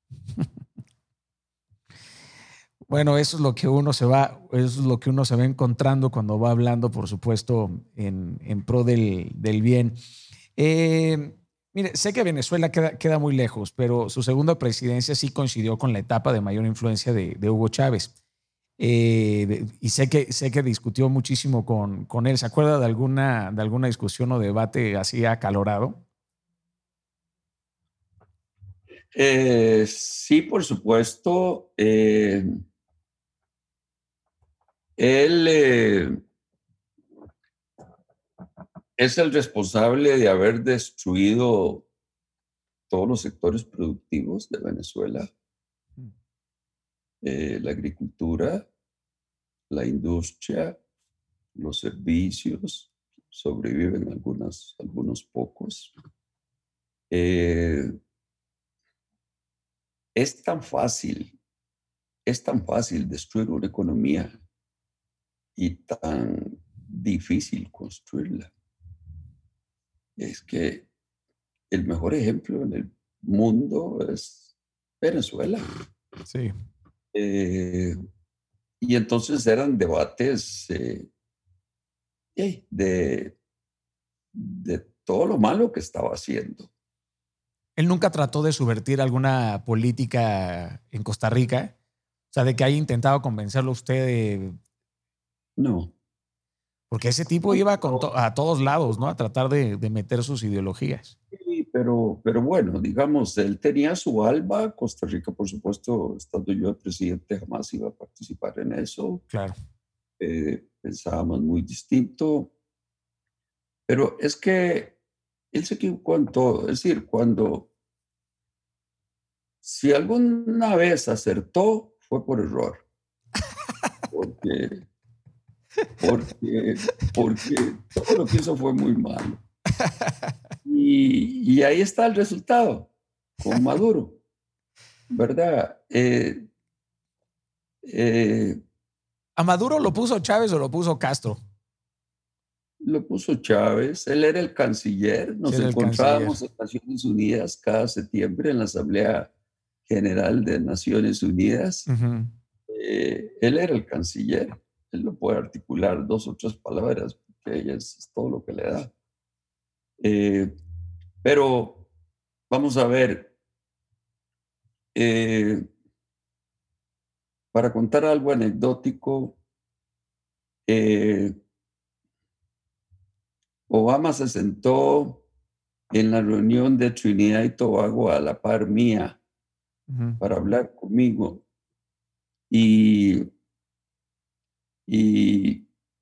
Bueno, eso es lo que uno se va encontrando cuando va hablando, por supuesto, en pro del bien. Mire, sé que Venezuela queda muy lejos, pero su segunda presidencia sí coincidió con la etapa de mayor influencia de Hugo Chávez. Y sé que discutió muchísimo con él. ¿Se acuerda de alguna discusión o debate así acalorado? Sí, por supuesto. Él es el responsable de haber destruido todos los sectores productivos de Venezuela, la agricultura, la industria, los servicios, sobreviven algunos pocos. es tan fácil, es tan fácil destruir una economía y tan difícil construirla. Es que el mejor ejemplo en el mundo es Venezuela. Sí. Eh, y entonces eran debates de todo lo malo que estaba haciendo. Él nunca trató de subvertir alguna política en Costa Rica, o sea, de que haya intentado convencerlo a usted de, No, porque ese tipo no, iba a todos lados, ¿no? A tratar de meter sus ideologías. sí, pero bueno, digamos, él tenía su alba. Costa Rica, por supuesto, estando yo de presidente, jamás iba a participar en eso. Claro. Pensábamos muy distinto. Pero es que él se equivocó en todo. Es decir, si alguna vez acertó, fue por error. Porque, porque todo lo que hizo fue muy malo. Y ahí está el resultado, con Maduro, ¿verdad? Eh, ¿A Maduro lo puso Chávez o lo puso Castro? lo puso Chávez, él era el canciller. Sí, Nos era el canciller. encontrábamos en Naciones Unidas cada septiembre en la Asamblea General de Naciones Unidas. Ujú. Él era el canciller. Él no puede articular dos o tres palabras porque ella es todo lo que le da. Eh, pero vamos a ver, eh, para contar algo anecdótico, eh, Obama se sentó en la reunión de Trinidad y Tobago a la par mía Ujú. para hablar conmigo y, y,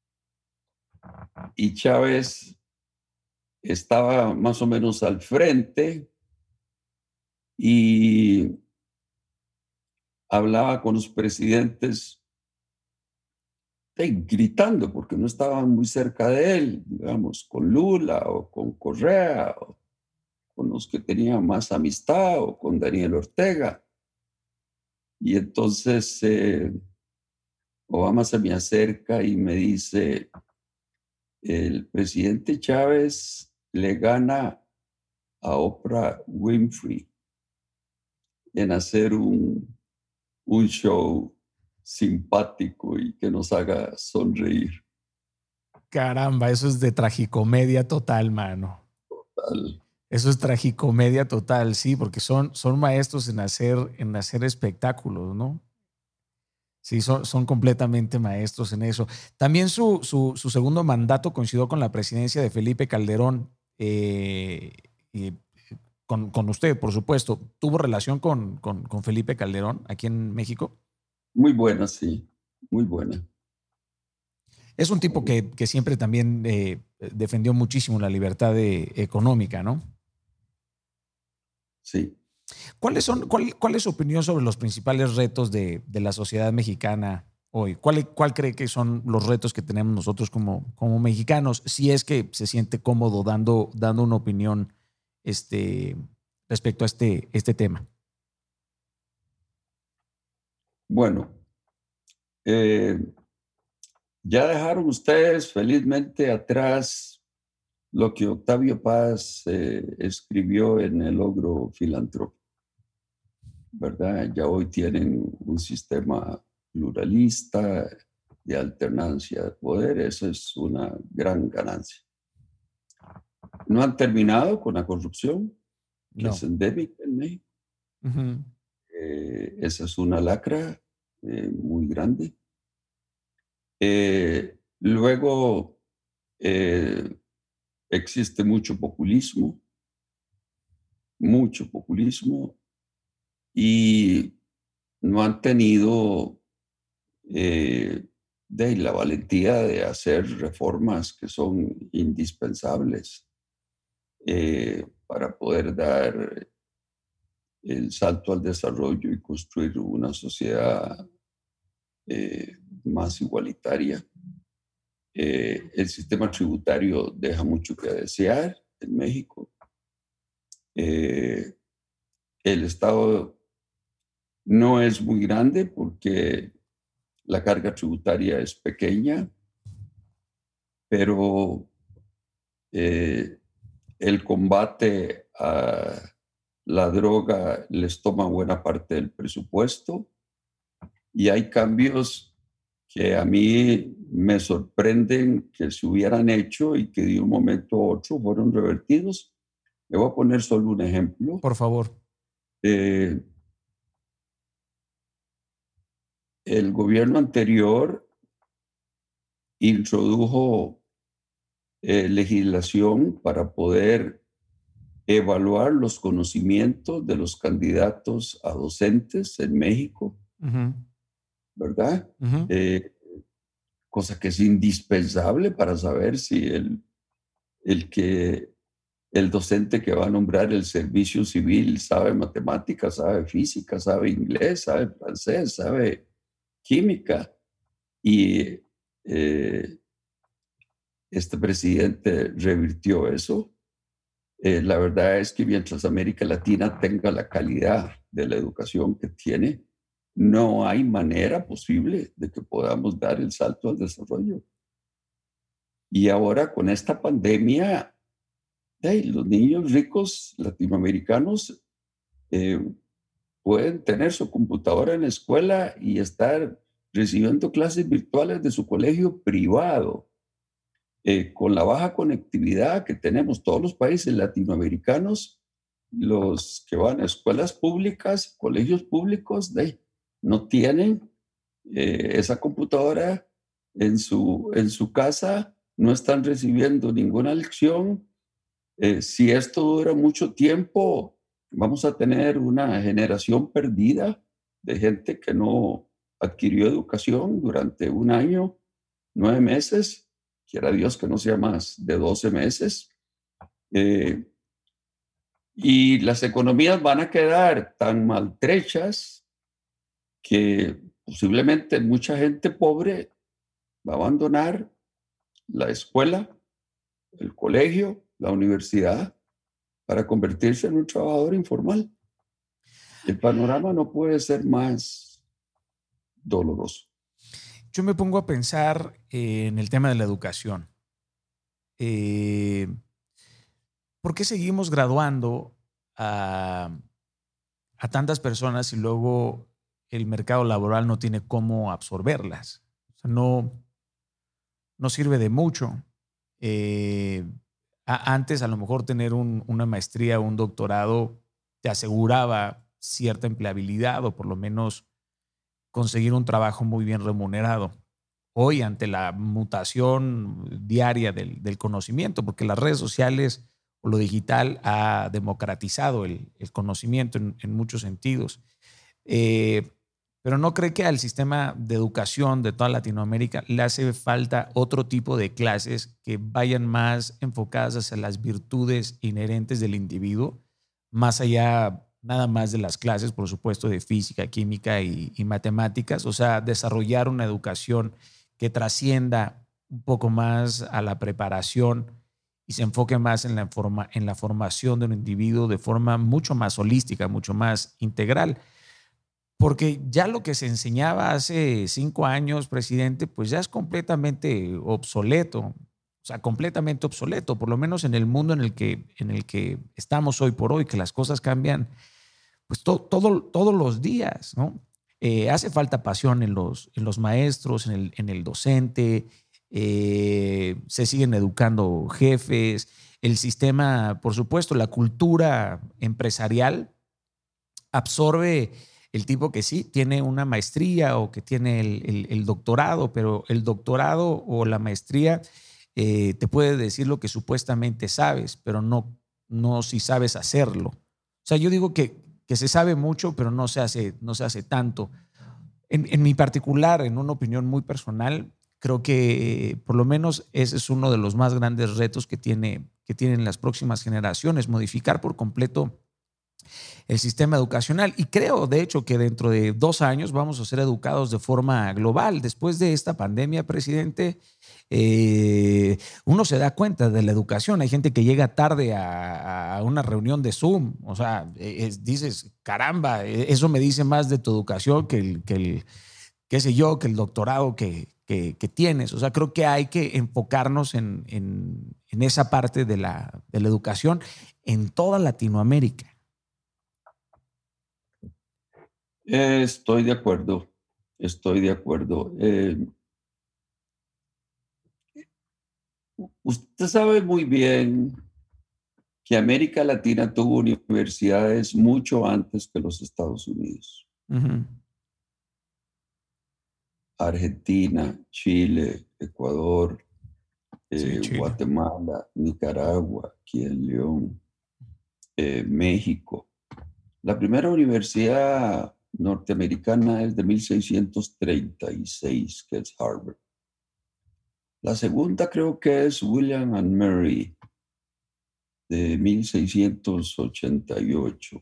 y Chávez estaba más o menos al frente y hablaba con los presidentes gritando porque no estaban muy cerca de él, digamos, con Lula o con Correa o con los que tenían más amistad o con Daniel Ortega. Y entonces Obama se me acerca y me dice, el presidente Chávez le gana a Oprah Winfrey en hacer un show simpático y que nos haga sonreír. Caramba, eso es de tragicomedia total, mano. Tal. Eso es tragicomedia total, sí, porque son maestros en hacer espectáculos, ¿no? Sí, son completamente maestros en eso. También su segundo mandato coincidió con la presidencia de Felipe Calderón, y con usted, por supuesto. ¿Tuvo relación con Felipe Calderón aquí en México? Muy buena, sí, muy buena. Es un tipo que siempre también defendió muchísimo la libertad económica, ¿no? Sí. ¿Cuál es su opinión sobre los principales retos de la sociedad mexicana hoy? ¿Cuál cree que son los retos que tenemos nosotros como mexicanos? Si es que se siente cómodo dando una opinión respecto a este tema. Bueno, eh, ya dejaron ustedes felizmente atrás lo que Octavio Paz escribió en El Ogro Filantrópico, ¿verdad? Ya hoy tienen un sistema pluralista de alternancia de poder. Eso es una gran ganancia. No han terminado con la corrupción, que No. es endémica en México. Ujú. Esa es una lacra muy grande. Luego, existe mucho populismo y no han tenido la valentía de hacer reformas que son indispensables para poder dar el salto al desarrollo y construir una sociedad más igualitaria. El sistema tributario deja mucho que desear en México. El Estado no es muy grande porque la carga tributaria es pequeña, pero el combate a la droga les toma buena parte del presupuesto y hay cambios que a mí me sorprenden que se hubieran hecho y que de un momento a otro fueron revertidos. Le voy a poner solo un ejemplo. Por favor. Eh, el gobierno anterior introdujo legislación para poder evaluar los conocimientos de los candidatos a docentes en México, Uh-huh. ¿verdad? Uh-huh. Cosa que es indispensable para saber si el docente que va a nombrar el servicio civil sabe matemáticas, sabe física, sabe inglés, sabe francés, sabe química. Y este presidente revirtió eso. La verdad es que mientras América Latina tenga la calidad de la educación que tiene, no hay manera posible de que podamos dar el salto al desarrollo. Y ahora con esta pandemia, los niños ricos latinoamericanos pueden tener su computadora en la escuela y estar recibiendo clases virtuales de su colegio privado. Con la baja conectividad que tenemos todos los países latinoamericanos, los que van a escuelas públicas, colegios públicos, no tienen esa computadora en su casa, no están recibiendo ninguna lección. Si esto dura mucho tiempo, vamos a tener una generación perdida de gente que no adquirió educación durante un año, 9 meses. Quiera Dios que no sea más de 12 meses. Y las economías van a quedar tan maltrechas que posiblemente mucha gente pobre va a abandonar la escuela, el colegio, la universidad, para convertirse en un trabajador informal. El panorama no puede ser más doloroso. Yo me pongo a pensar en el tema de la educación. ¿Por qué seguimos graduando a tantas personas y luego el mercado laboral no tiene cómo absorberlas? O sea, no sirve de mucho. Antes, a lo mejor, tener una maestría o un doctorado te aseguraba cierta empleabilidad o por lo menos conseguir un trabajo muy bien remunerado. Hoy, ante la mutación diaria del conocimiento, porque las redes sociales o lo digital ha democratizado el conocimiento en muchos sentidos. Pero ¿no cree que al sistema de educación de toda Latinoamérica le hace falta otro tipo de clases que vayan más enfocadas hacia las virtudes inherentes del individuo, más allá nada más de las clases, por supuesto, de física, química y matemáticas? O sea, desarrollar una educación que trascienda un poco más a la preparación y se enfoque más en la formación de un individuo de forma mucho más holística, mucho más integral. Porque ya lo que se enseñaba hace 5 años, presidente, pues ya es completamente obsoleto. O sea, completamente obsoleto, por lo menos en el mundo en el que estamos hoy por hoy, que las cosas cambian pues todos los días, ¿no? Hace falta pasión en los maestros, en el docente, se siguen educando jefes, el sistema, por supuesto, la cultura empresarial absorbe el tipo que sí tiene una maestría o que tiene el doctorado, pero el doctorado o la maestría te puede decir lo que supuestamente sabes, pero no si sabes hacerlo. O sea, yo digo que se sabe mucho, pero no se hace tanto. En mi particular, en una opinión muy personal, creo que por lo menos ese es uno de los más grandes retos que tienen las próximas generaciones, modificar por completo el sistema educacional. Y creo, de hecho, que dentro de 2 años vamos a ser educados de forma global. Después de esta pandemia, presidente, uno se da cuenta de la educación. Hay gente que llega tarde a una reunión de Zoom. O sea, dices, caramba, eso me dice más de tu educación qué sé yo, que el doctorado que tienes. O sea, creo que hay que enfocarnos en esa parte de la educación en toda Latinoamérica. Estoy de acuerdo, estoy de acuerdo. Usted sabe muy bien que América Latina tuvo universidades mucho antes que los Estados Unidos. Uh-huh. Argentina, Chile, Ecuador, Sí, Chile. Guatemala, Nicaragua, aquí en León, México. La primera universidad norteamericana es de 1636, que es Harvard. La segunda creo que es William and Mary, de 1688.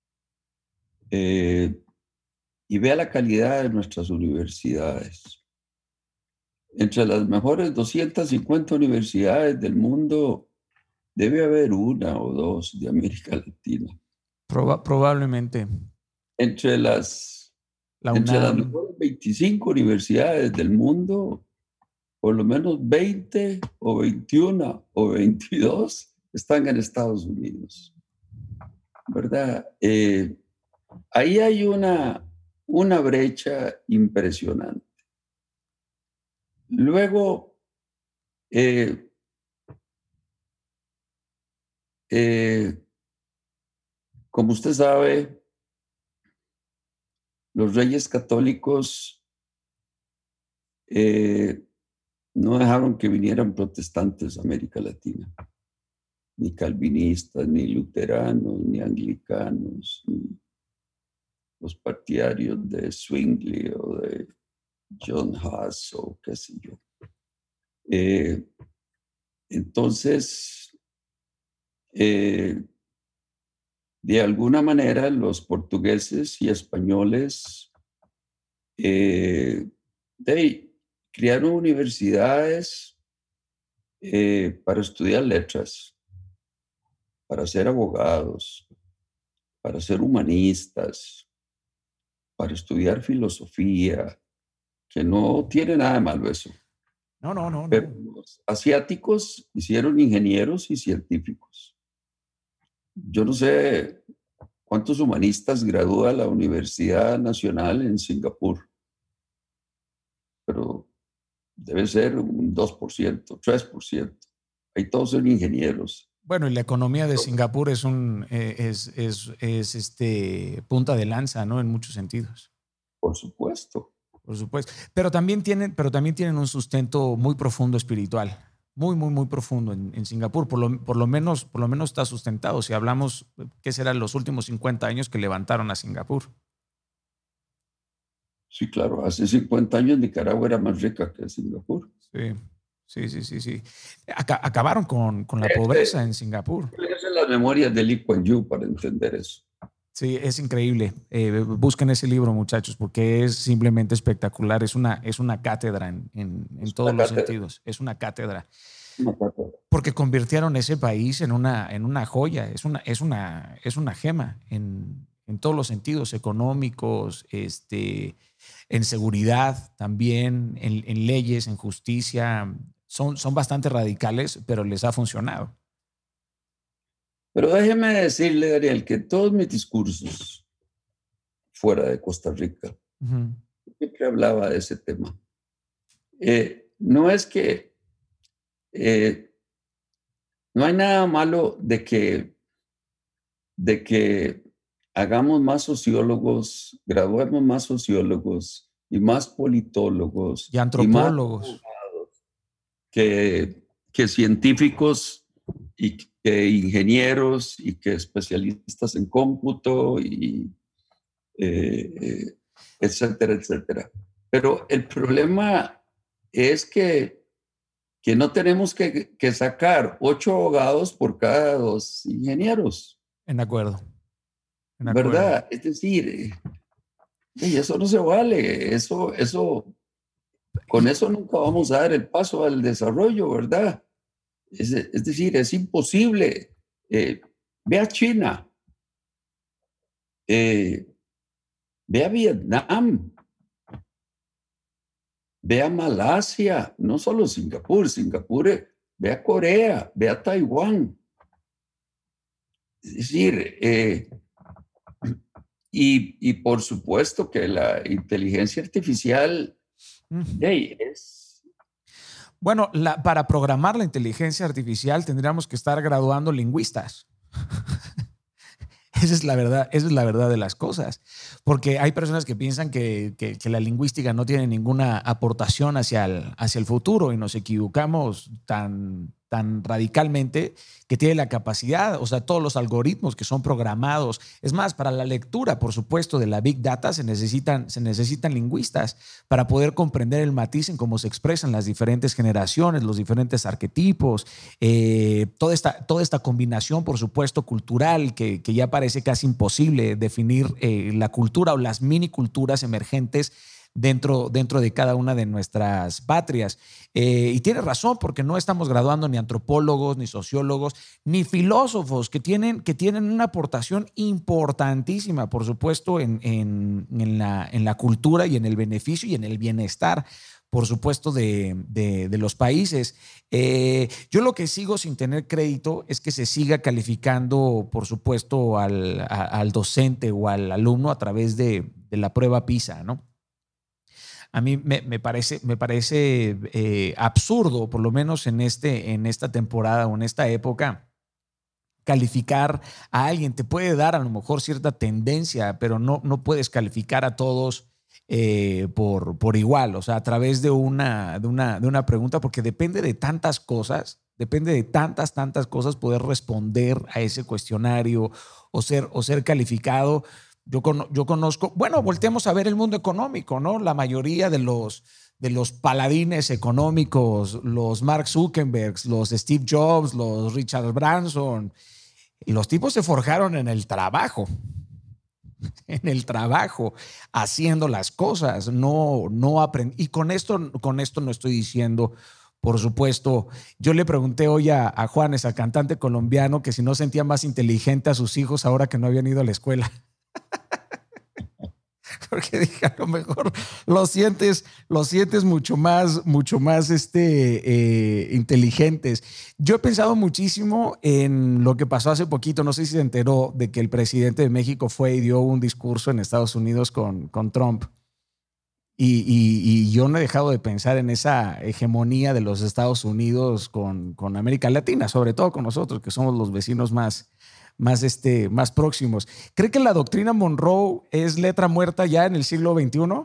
Y vea la calidad de nuestras universidades. Entre las mejores 250 universidades del mundo, debe haber una o dos de América Latina. Probablemente. Entre las La UNAM. mejores 25 universidades del mundo, por lo menos 20 o 21 o 22 están en Estados Unidos, ¿verdad? Ahí hay una brecha impresionante. Luego, como usted sabe, los reyes católicos no dejaron que vinieran protestantes a América Latina, ni calvinistas, ni luteranos, ni anglicanos, ni los partidarios de Zwingli o de John Huss o qué sé yo. Entonces, de alguna manera, los portugueses y españoles crearon universidades para estudiar letras, para ser abogados, para ser humanistas, para estudiar filosofía, que no tiene nada de malo eso. No. Pero los asiáticos hicieron ingenieros y científicos. Yo no sé cuántos humanistas gradúa la Universidad Nacional en Singapur, pero debe ser un 2%, 3%. Ahí todos son ingenieros. Bueno, y la economía de Singapur es punta de lanza, ¿no? En muchos sentidos. Por supuesto. Por supuesto. Pero también tienen un sustento muy profundo espiritual. Muy profundo en Singapur. Por lo menos está sustentado. Si hablamos, ¿qué serán los últimos 50 años que levantaron a Singapur? Sí, claro. Hace 50 años Nicaragua era más rica que Singapur. Sí. Acabaron con la pobreza en Singapur. Leerse las memorias de Lee Kuan Yew para entender eso. Sí, es increíble. Busquen ese libro, muchachos, porque es simplemente espectacular. Es una cátedra en todos los sentidos. Es una cátedra. Porque convirtieron ese país en una joya. Es una gema en todos los sentidos, económicos, en seguridad también, en leyes, en justicia. Son bastante radicales, pero les ha funcionado. Pero déjeme decirle, Daniel, que todos mis discursos fuera de Costa Rica, siempre hablaba de ese tema. No es que no hay nada malo de que hagamos más sociólogos, graduemos más sociólogos y más politólogos y antropólogos y más que científicos y que ingenieros y que especialistas en cómputo y etcétera, etcétera. Pero el problema es que no tenemos que sacar 8 abogados por cada 2 ingenieros. En acuerdo. de acuerdo. ¿verdad? Es decir, y eso no se vale, con Y, eso nunca vamos a dar el paso al desarrollo, ¿verdad? Es decir, es imposible. Eh, Ve a China, eh, ve a Vietnam, ve a Malasia, no solo Singapur, ve a Corea, ve a Taiwán. Es decir, y por supuesto que la inteligencia artificial, hey, es... bueno, para programar la inteligencia artificial tendríamos que estar graduando lingüistas. Esa es la verdad de las cosas. Porque hay personas que piensan que la lingüística no tiene ninguna aportación hacia el futuro y nos equivocamos tan radicalmente que tiene la capacidad, o sea, todos los algoritmos que son programados. Es más, para la lectura, por supuesto, de la Big Data se necesitan lingüistas para poder comprender el matiz en cómo se expresan las diferentes generaciones, los diferentes arquetipos, toda esta combinación, por supuesto, cultural, que ya parece casi imposible definir la cultura o las mini culturas emergentes dentro de cada una de nuestras patrias. Y tiene razón, porque no estamos graduando ni antropólogos, ni sociólogos, ni filósofos que tienen una aportación importantísima, por supuesto, en la cultura y en el beneficio y en el bienestar, por supuesto, de los países. Yo lo que sigo sin tener crédito es que se siga calificando, por supuesto, al docente o al alumno a través de la prueba PISA, ¿no? A mí me parece absurdo, por lo menos en esta temporada o en esta época, calificar a alguien. Te puede dar a lo mejor cierta tendencia, pero no puedes calificar a todos por igual, o sea, a través de una pregunta, porque depende de tantas cosas poder responder a ese cuestionario o ser calificado. Yo conozco, bueno, volteemos a ver el mundo económico, ¿no? La mayoría de los paladines económicos, los Mark Zuckerberg, los Steve Jobs, los Richard Branson, los tipos se forjaron en el trabajo, haciendo las cosas, no aprendí. Y con esto no estoy diciendo, por supuesto, yo le pregunté hoy a Juanes, al cantante colombiano, que si no sentía más inteligente a sus hijos ahora que no habían ido a la escuela. Porque dije, a lo mejor lo sientes mucho más inteligentes. Yo he pensado muchísimo en lo que pasó hace poquito, no sé si se enteró de que el presidente de México fue y dio un discurso en Estados Unidos con Trump. Y yo no he dejado de pensar en esa hegemonía de los Estados Unidos con América Latina, sobre todo con nosotros, que somos los vecinos más próximos. ¿Cree que la doctrina Monroe es letra muerta ya en el siglo XXI?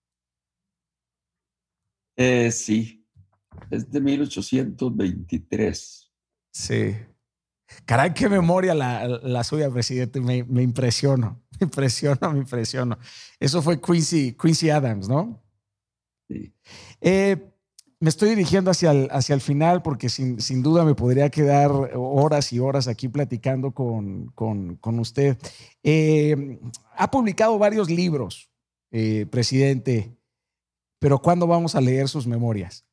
Sí, es de 1823. Sí. Caray, qué memoria la suya, presidente. Me impresiono, me impresiono. Eso fue Quincy Adams, ¿no? Sí. Me estoy dirigiendo hacia el final porque sin duda me podría quedar horas y horas aquí platicando con usted. Ha publicado varios libros, presidente, pero ¿cuándo vamos a leer sus memorias?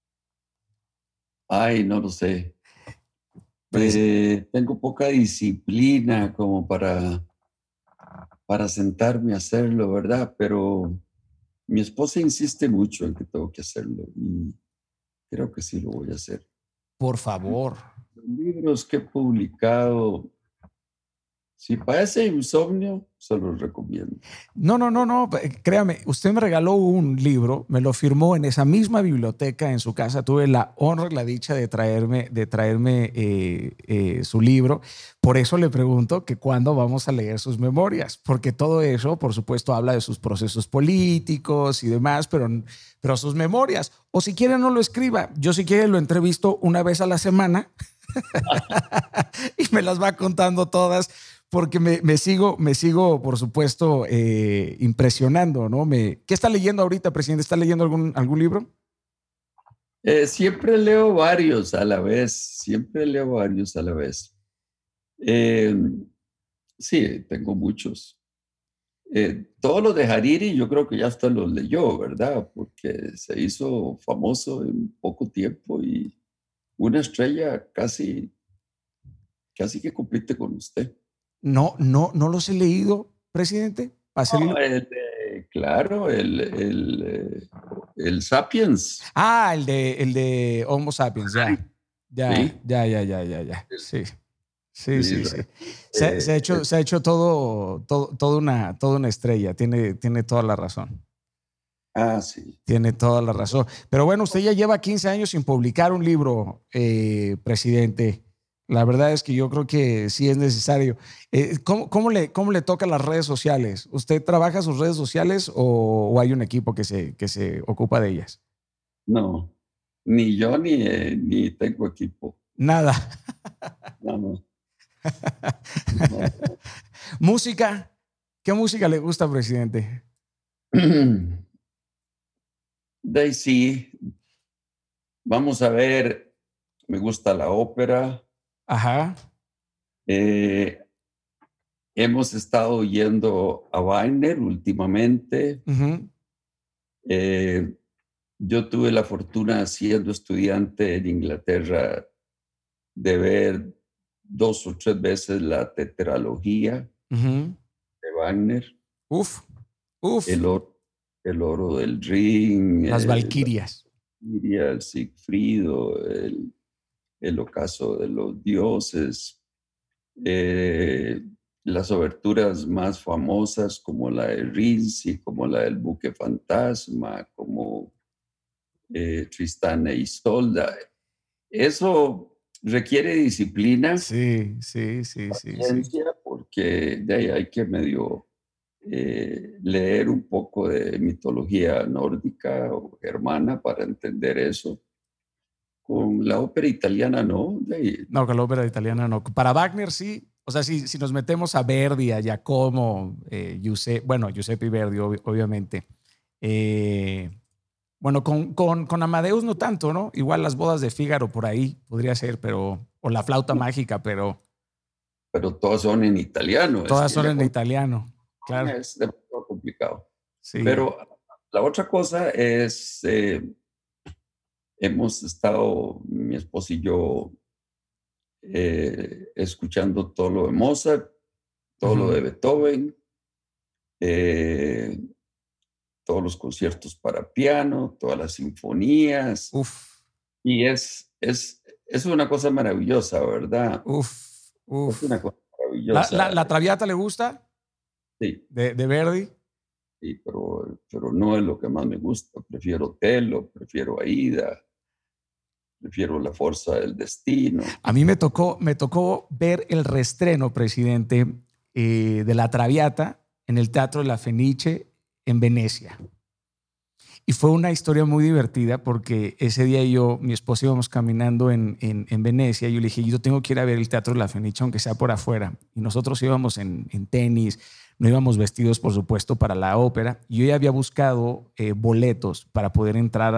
Ay, no lo sé. Tengo poca disciplina como para sentarme a hacerlo, ¿verdad? Pero mi esposa insiste mucho en que tengo que hacerlo y creo que sí lo voy a hacer. Por favor. Los libros que he publicado, si padece insomnio, se los recomiendo. No, créame, usted me regaló un libro, me lo firmó en esa misma biblioteca en su casa, tuve la honra y la dicha de traerme su libro, por eso le pregunto que cuándo vamos a leer sus memorias, porque todo eso, por supuesto, habla de sus procesos políticos y demás, pero sus memorias, o si quiere no lo escriba, yo si quiere lo entrevisto una vez a la semana y me las va contando todas porque me sigo, por supuesto, impresionando, ¿no? ¿Qué está leyendo ahorita, presidente? ¿Está leyendo algún libro? Siempre leo varios a la vez, siempre leo varios a la vez. Eh, Sí, tengo muchos. Todos los de Hariri yo creo que ya hasta los leyó, ¿verdad? Porque se hizo famoso en poco tiempo y una estrella casi que compite con usted. No los he leído, presidente. No, claro, el Sapiens. El de Homo sapiens, ya. Ya, Sí, ya, ya, ya, ya, ya. Sí. Sí, de sí, sí. Israel. Se ha hecho toda una estrella. Tiene toda la razón. Sí. Tiene toda la razón. Pero bueno, usted ya lleva 15 años sin publicar un libro, presidente. La verdad es que yo creo que sí es necesario. ¿Cómo le toca las redes sociales? ¿Usted trabaja sus redes sociales o hay un equipo que se ocupa de ellas? No, ni yo ni tengo equipo. Nada. No, no, no. Música. ¿Qué música le gusta, presidente? Sí, vamos a ver, me gusta la ópera. Ajá. Eh, Hemos estado yendo a Wagner últimamente. Uh-huh. Eh, yo tuve la fortuna, siendo estudiante en Inglaterra, de ver 2 o 3 veces la tetralogía Uh-huh. de Wagner, Uf, uf. el oro, el oro del Rin, Las la Valquirias. Valquiria, el Sigfrido, el ocaso de los dioses, eh, las oberturas más famosas como la de Rinzi, como la del buque fantasma, como Tristán e Isolda. Eso requiere disciplina, Sí, sí, sí, sí, sí. ciencia, porque de ahí hay que medio leer un poco de mitología nórdica o germana para entender eso. Con la ópera italiana, no. No, con la ópera italiana no. Para Wagner sí. O sea, si nos metemos a Verdi, a Giacomo, Giuseppe Verdi, obviamente. Eh, bueno, con Amadeus no tanto, ¿no? Igual las bodas de Fígaro por ahí podría ser, o la flauta mágica, Pero todas son en italiano. Es todas que son ya en italiano. Claro. es demasiado complicado. Sí. Pero la otra cosa es, hemos estado, mi esposo y yo, escuchando todo lo de Mozart, todo lo de Uh-huh. Beethoven, eh, todos los conciertos para piano, todas las sinfonías, Uf, y es una cosa maravillosa, ¿verdad? uf, Es una uf. cosa ¿La, la, maravillosa. la Traviata le gusta Sí, de Verdi? sí, pero no es lo que más me gusta. Prefiero Otelo, prefiero Aida, prefiero La Fuerza del Destino. A mí me tocó ver el reestreno, presidente, de La Traviata en el Teatro de la Fenice en Venecia. Y fue una historia muy divertida porque ese día mi esposa íbamos caminando en Venecia y yo le dije, yo tengo que ir a ver el Teatro de la Fenice, aunque sea por afuera. Y nosotros íbamos en tenis, no íbamos vestidos, por supuesto, para la ópera. Y yo ya había buscado boletos para poder entrar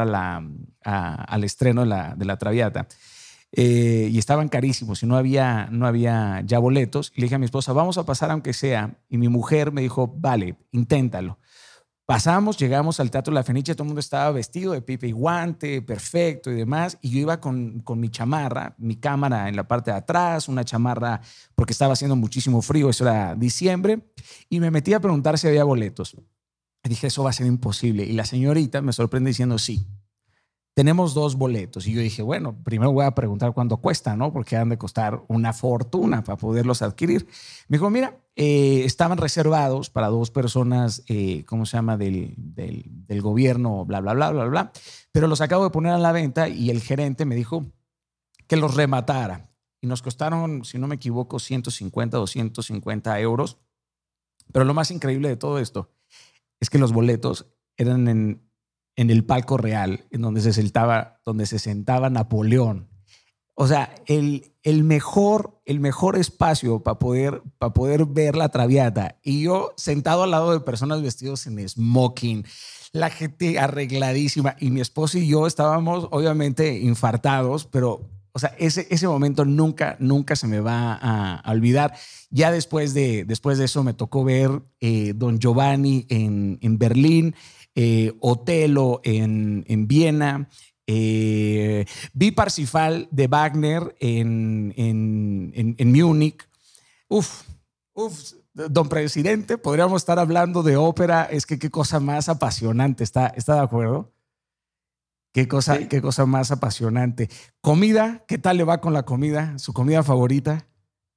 al estreno de la Traviata. Y estaban carísimos y no había ya boletos. Y le dije a mi esposa, vamos a pasar aunque sea. Y mi mujer me dijo, vale, inténtalo. Pasamos, llegamos al Teatro de la Fenice, todo el mundo estaba vestido de pipa y guante, perfecto y demás, y yo iba con mi chamarra, mi cámara en la parte de atrás, una chamarra porque estaba haciendo muchísimo frío, eso era diciembre, y me metí a preguntar si había boletos. Y dije, eso va a ser imposible. Y la señorita me sorprende diciendo, sí, tenemos 2 boletos. Y yo dije, bueno, primero voy a preguntar cuánto cuesta, ¿no? Porque han de costar una fortuna para poderlos adquirir. Me dijo, mira, estaban reservados para 2 personas, ¿cómo se llama? Del gobierno, bla, bla, bla, bla, bla. Pero los acabo de poner a la venta y el gerente me dijo que los rematara. Y nos costaron, si no me equivoco, 150, 250 euros. Pero lo más increíble de todo esto es que los boletos eran en el palco real, en donde se sentaba Napoleón. O sea, el mejor espacio para poder ver la Traviata. Y yo sentado al lado de personas vestidos en smoking, la gente arregladísima. Y mi esposo y yo estábamos obviamente infartados, pero O sea, ese momento nunca se me va a olvidar. Ya después de eso me tocó ver Don Giovanni en Berlín, Otelo en Viena, vi Parsifal de Wagner en Múnich. Uf, don presidente, podríamos estar hablando de ópera. Es que qué cosa más apasionante. ¿Está de acuerdo? Qué cosa más apasionante. Comida, ¿qué tal le va con la comida? ¿Su comida favorita?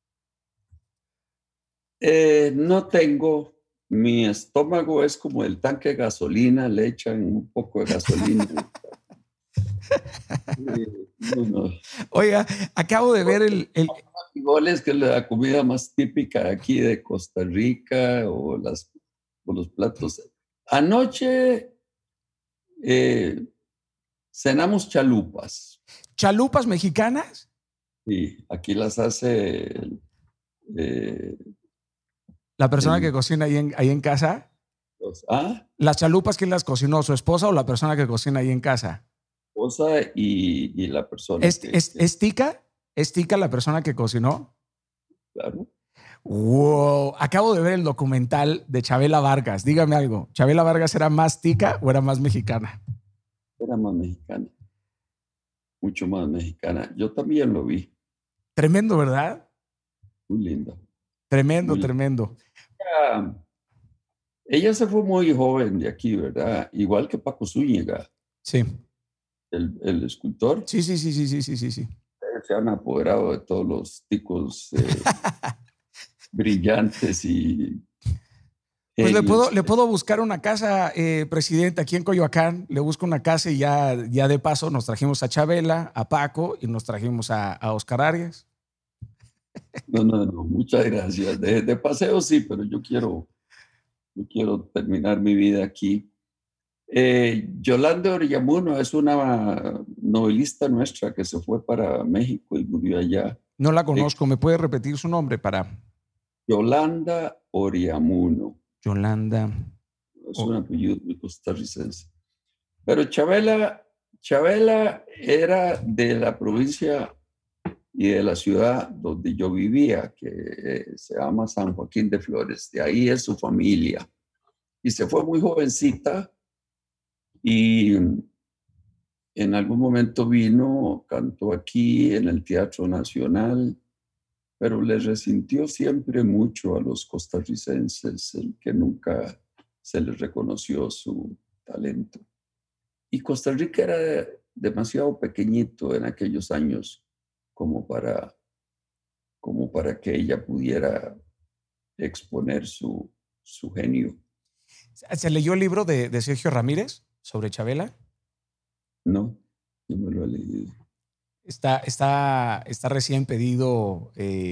No tengo. Mi estómago es como el tanque de gasolina, le echan un poco de gasolina. No. Oiga, acabo de ver el... Igual es que la comida más típica aquí de Costa Rica o los platos. Anoche cenamos chalupas. ¿Chalupas mexicanas? Sí, aquí las hace la persona que cocina ahí en casa. ¿Las chalupas quién las cocinó? ¿Su esposa o la persona que cocina ahí en casa? Esposa y la persona. ¿Es tica? ¿Es tica la persona que cocinó? Claro. Wow, acabo de ver el documental de Chabela Vargas. Dígame algo, ¿Chabela Vargas era más tica o era más mexicana? Era más mexicana. Mucho más mexicana. Yo también lo vi. Tremendo, ¿verdad? Muy lindo. Tremendo. Ella se fue muy joven de aquí, ¿verdad? Igual que Paco Zúñiga. Sí. El escultor. Sí. Se han apoderado de todos los ticos brillantes y... Pues le puedo buscar una casa, presidente, aquí en Coyoacán. Le busco una casa y ya de paso nos trajimos a Chabela, a Paco y nos trajimos a Oscar Arias. No, muchas gracias. De paseo sí, pero yo quiero terminar mi vida aquí. Yolanda Oriamuno es una novelista nuestra que se fue para México y murió allá. No la conozco. ¿Me puede repetir su nombre para...? Yolanda Oriamuno. Yolanda. Es un apellido muy costarricense. Pero Chabela era de la provincia y de la ciudad donde yo vivía, que se llama San Joaquín de Flores. De ahí es su familia. Y se fue muy jovencita y en algún momento vino, cantó aquí en el Teatro Nacional, pero le resintió siempre mucho a los costarricenses el que nunca se les reconoció su talento. Y Costa Rica era demasiado pequeñito en aquellos años como para que ella pudiera exponer su genio. ¿Se leyó el libro de Sergio Ramírez sobre Chabela? No, no me lo he leído. Está recién pedido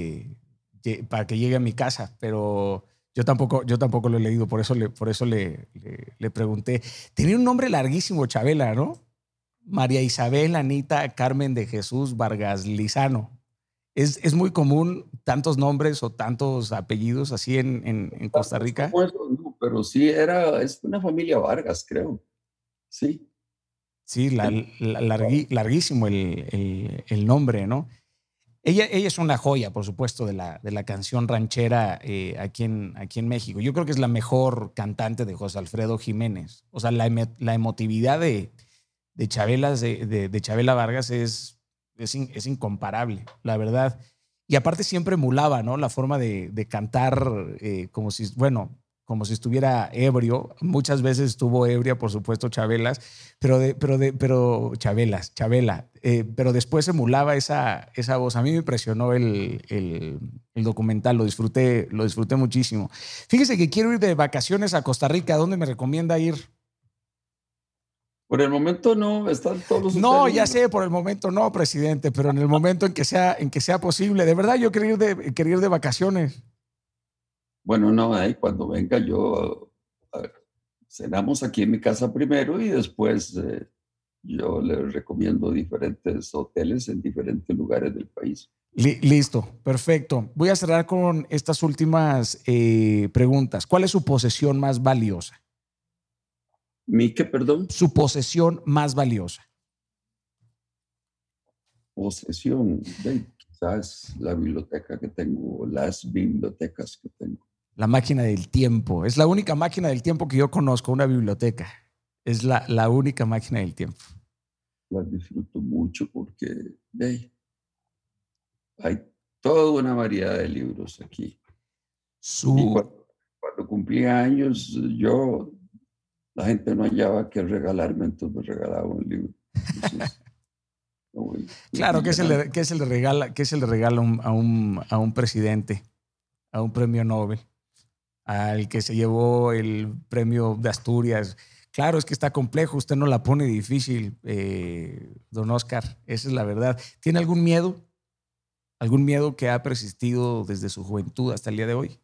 para que llegue a mi casa, pero yo tampoco lo he leído, por eso le pregunté. Tenía un nombre larguísimo, Chabela, ¿no? María Isabel Anita Carmen de Jesús Vargas Lizano. ¿Es muy común tantos nombres o tantos apellidos así en Costa Rica? No, pero sí es una familia Vargas, creo. Sí. Sí, larguísimo el nombre, ¿no? Ella es una joya, por supuesto, de la canción ranchera aquí en México. Yo creo que es la mejor cantante de José Alfredo Jiménez. O sea, la emotividad de Chabela Vargas es incomparable, la verdad. Y aparte siempre emulaba, ¿no? La forma de cantar como si estuviera ebrio. Muchas veces estuvo ebria, por supuesto, Chabela, pero después emulaba esa voz. A mí me impresionó el documental, lo disfruté muchísimo. Fíjese que quiero ir de vacaciones a Costa Rica. ¿A dónde me recomienda ir? Por el momento no, están todos los No, hoteles. ya sé, por el momento no, presidente, pero en el momento en que sea posible. De verdad, yo quería ir de vacaciones. Bueno, no, ahí cuando venga yo, cenamos aquí en mi casa primero y después yo le recomiendo diferentes hoteles en diferentes lugares del país. Listo, perfecto. Voy a cerrar con estas últimas preguntas. ¿Cuál es su posesión más valiosa? ¿Mi qué, perdón? Su posesión más valiosa. posesión de quizás la biblioteca que tengo, las bibliotecas que tengo. La máquina del tiempo. Es la única máquina del tiempo que yo conozco, una biblioteca. Es la única máquina del tiempo. Las disfruto mucho porque hay toda una variedad de libros aquí. Y cuando cumplía años, la gente no hallaba qué regalarme, entonces me regalaba un libro. Entonces, claro, ¿qué se le regala a un presidente, a un premio Nobel, al que se llevó el premio de Asturias? Claro, es que está complejo, usted no la pone difícil, don Oscar, esa es la verdad. ¿Tiene algún miedo? ¿Algún miedo que ha persistido desde su juventud hasta el día de hoy?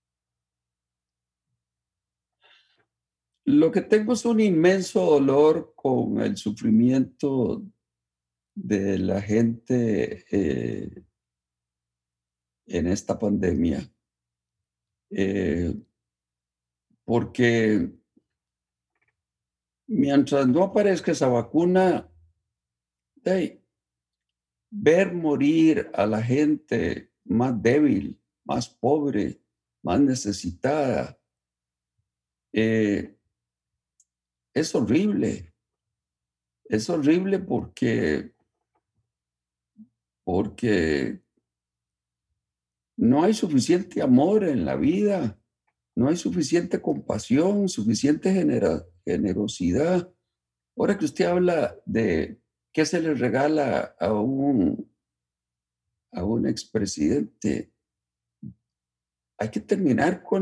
Lo que tengo es un inmenso dolor con el sufrimiento de la gente en esta pandemia, porque mientras no aparezca esa vacuna, ver morir a la gente más débil, más pobre, más necesitada, es horrible. Es horrible porque no hay suficiente amor en la vida, no hay suficiente compasión, suficiente generosidad. Ahora que usted habla de qué se le regala a un expresidente, hay que terminar con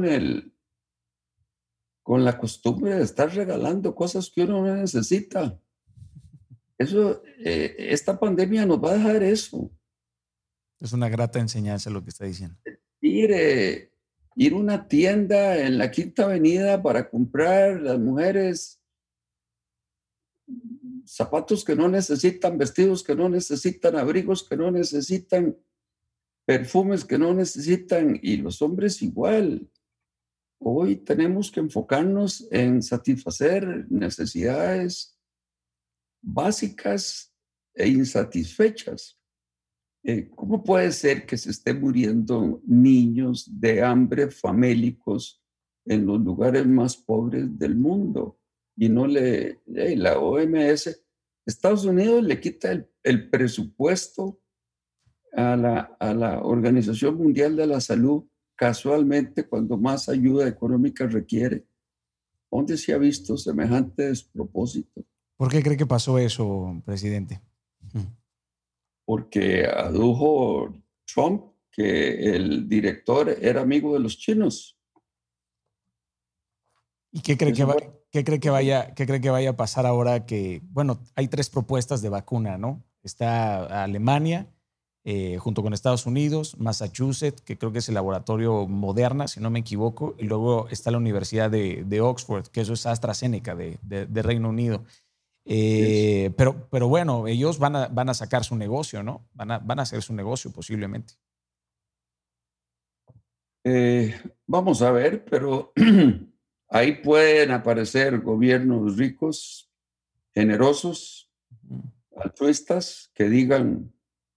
la costumbre de estar regalando cosas que uno no necesita. Eso, esta pandemia nos va a dejar eso. Es una grata enseñanza lo que está diciendo. Ir a una tienda en la Quinta Avenida para comprar las mujeres zapatos que no necesitan, vestidos que no necesitan, abrigos que no necesitan, perfumes que no necesitan, y los hombres igual. Hoy tenemos que enfocarnos en satisfacer necesidades básicas e insatisfechas. ¿Cómo puede ser que se estén muriendo niños de hambre, famélicos, en los lugares más pobres del mundo? Y no la OMS, Estados Unidos le quita el presupuesto a la Organización Mundial de la Salud casualmente cuando más ayuda económica requiere. ¿Dónde se ha visto semejante despropósito? ¿Por qué cree que pasó eso, presidente? Porque adujo Trump que el director era amigo de los chinos. ¿Y qué cree que vaya a pasar ahora que, bueno, hay 3 propuestas de vacuna, ¿no? Está Alemania, junto con Estados Unidos, Massachusetts, que creo que es el laboratorio Moderna, si no me equivoco, y luego está la Universidad de Oxford, que eso es AstraZeneca de Reino Unido. Pero bueno, ellos van a sacar su negocio, ¿no? Van a hacer su negocio posiblemente. Vamos a ver, pero ahí pueden aparecer gobiernos ricos, generosos, altruistas, que digan,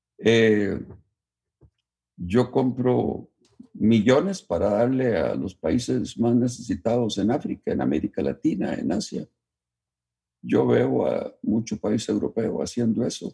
yo compro millones para darle a los países más necesitados en África, en América Latina, en Asia. Yo veo a muchos países europeos haciendo eso.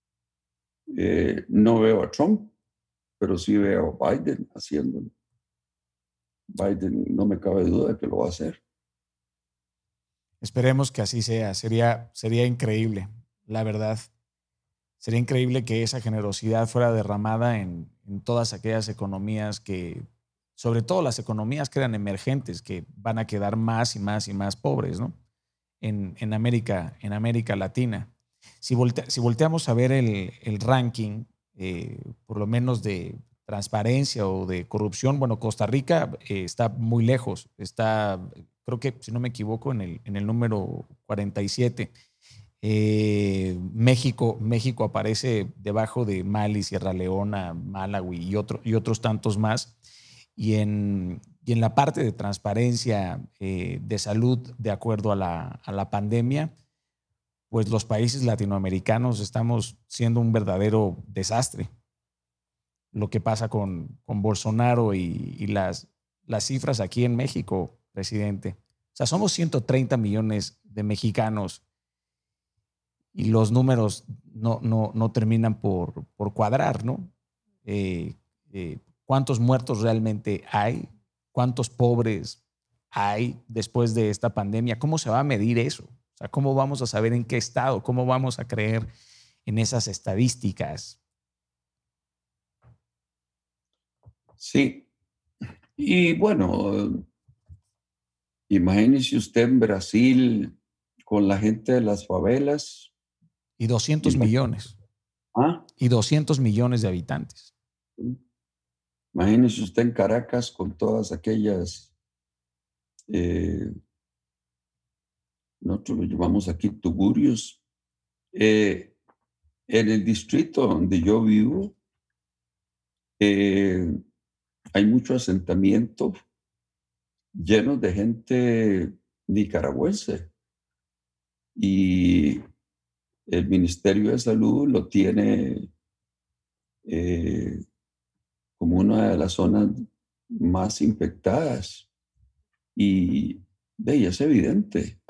No veo a Trump, pero sí veo a Biden haciéndolo. Biden, no me cabe duda de que lo va a hacer. Esperemos que así sea. Sería increíble, la verdad. Sería increíble que esa generosidad fuera derramada en todas aquellas economías que, sobre todo las economías que eran emergentes, que van a quedar más y más y más pobres, ¿no? En América Latina. Si volteamos a ver el ranking, por lo menos de transparencia o de corrupción, bueno, Costa Rica está muy lejos, está, creo que, si no me equivoco, en el número 47. México aparece debajo de Mali, Sierra Leona, Malawi y otros tantos más. Y en la parte de transparencia de salud, de acuerdo a la pandemia, pues los países latinoamericanos estamos siendo un verdadero desastre. Lo que pasa con Bolsonaro y las cifras aquí en México, presidente. O sea, somos 130 millones de mexicanos y los números no terminan por cuadrar, ¿no? ¿Cuántos muertos realmente hay? ¿Cuántos pobres hay después de esta pandemia? ¿Cómo se va a medir eso? O sea, ¿cómo vamos a saber en qué estado? ¿Cómo vamos a creer en esas estadísticas? Sí, y bueno, imagínese usted en Brasil con la gente de las favelas. Y 200 millones. ¿Ah? Y 200 millones de habitantes. Imagínese usted en Caracas con todas aquellas, nosotros lo llamamos aquí tugurios. En el distrito donde yo vivo, hay mucho asentamiento lleno de gente nicaragüense. Y el Ministerio de Salud lo tiene como una de las zonas más infectadas. Y es evidente.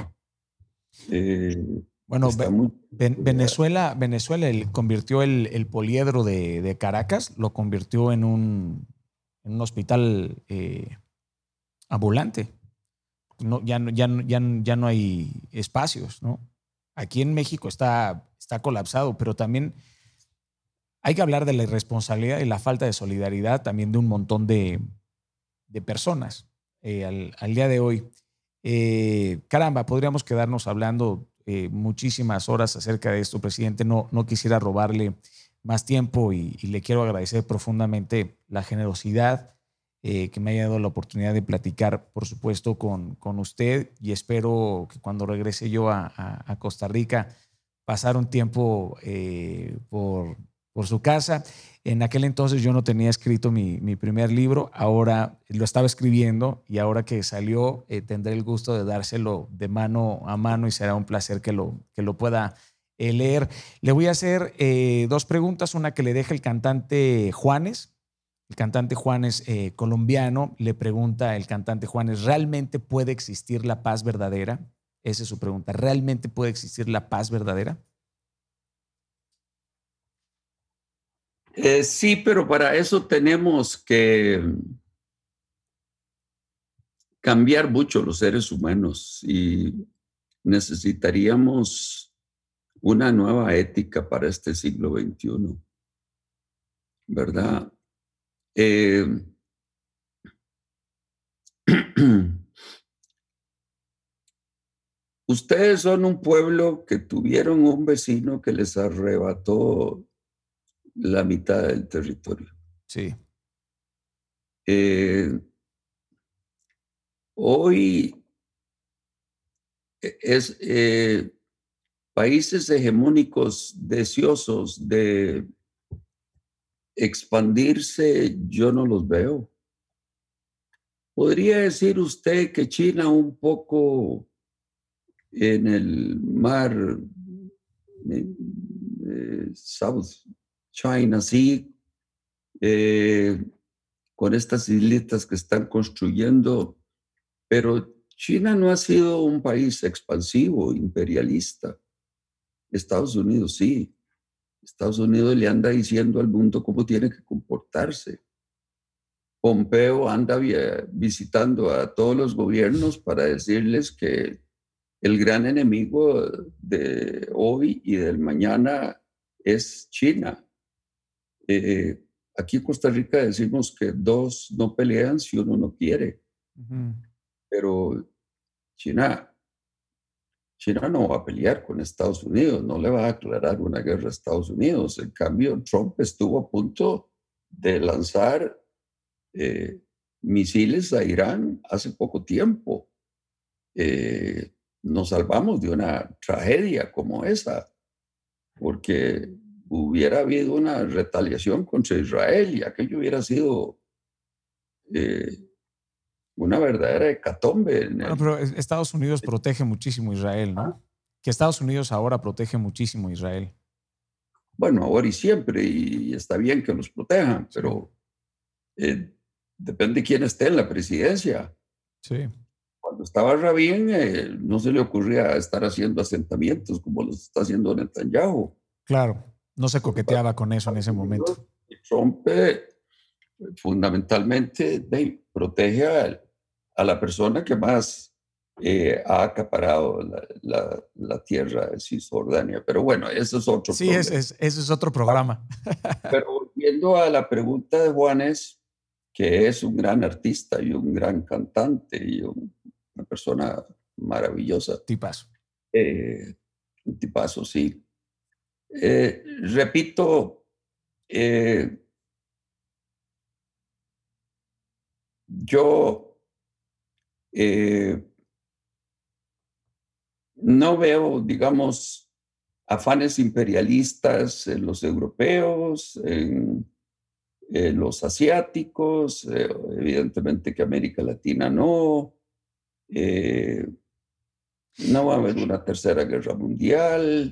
Bueno, Venezuela convirtió el poliedro de Caracas, lo convirtió en un hospital ambulante. Ya no hay espacios, ¿no? Aquí en México está colapsado, pero también hay que hablar de la irresponsabilidad y la falta de solidaridad también de un montón de personas al día de hoy. Caramba, podríamos quedarnos hablando muchísimas horas acerca de esto, presidente. No quisiera robarle más tiempo y le quiero agradecer profundamente la generosidad que me haya dado la oportunidad de platicar, por supuesto, con usted, y espero que cuando regrese yo a Costa Rica pasar un tiempo por su casa. En aquel entonces yo no tenía escrito mi primer libro, ahora lo estaba escribiendo y ahora que salió tendré el gusto de dárselo de mano a mano y será un placer que lo pueda leer. Le voy a hacer dos preguntas, una que le deja el cantante Juanes. El cantante Juanes colombiano, le pregunta el cantante Juanes, ¿realmente puede existir la paz verdadera? Esa es su pregunta. ¿Realmente puede existir la paz verdadera? Sí, pero para eso tenemos que cambiar mucho los seres humanos y necesitaríamos una nueva ética para este siglo XXI, ¿verdad? Ustedes son un pueblo que tuvieron un vecino que les arrebató la mitad del territorio. Sí. Hoy países hegemónicos deseosos de expandirse, yo no los veo. ¿Podría decir usted que China un poco en el mar South China Sea, con estas islitas que están construyendo, pero China no ha sido un país expansivo, imperialista. Estados Unidos sí. Estados Unidos le anda diciendo al mundo cómo tiene que comportarse. Pompeo anda visitando a todos los gobiernos para decirles que el gran enemigo de hoy y del mañana es China. Aquí en Costa Rica decimos que dos no pelean si uno no quiere. Uh-huh. Pero China no va a pelear con Estados Unidos, no le va a declarar una guerra a Estados Unidos. En cambio, Trump estuvo a punto de lanzar misiles a Irán hace poco tiempo. Nos salvamos de una tragedia como esa, porque hubiera habido una retaliación contra Israel y aquello hubiera sido una verdadera hecatombe. Bueno, pero Estados Unidos protege muchísimo a Israel, ¿no? que Estados Unidos ahora protege muchísimo a Israel. Bueno, ahora y siempre, y está bien que los protejan, pero depende de quién esté en la presidencia. Sí. Cuando estaba Rabin, no se le ocurría estar haciendo asentamientos como los está haciendo Netanyahu. Claro, no se coqueteaba con eso en ese momento. Trump fundamentalmente protege a la persona que más ha acaparado la tierra de Cisjordania. Pero bueno, eso es otro problema. Sí, ese es otro programa. Pero volviendo a la pregunta de Juanes, que es un gran artista y un gran cantante y una persona maravillosa. Tipazo. Un tipazo, sí. Repito, yo no veo, digamos, afanes imperialistas en los europeos, en los asiáticos, evidentemente que América Latina no. No va a haber una tercera guerra mundial.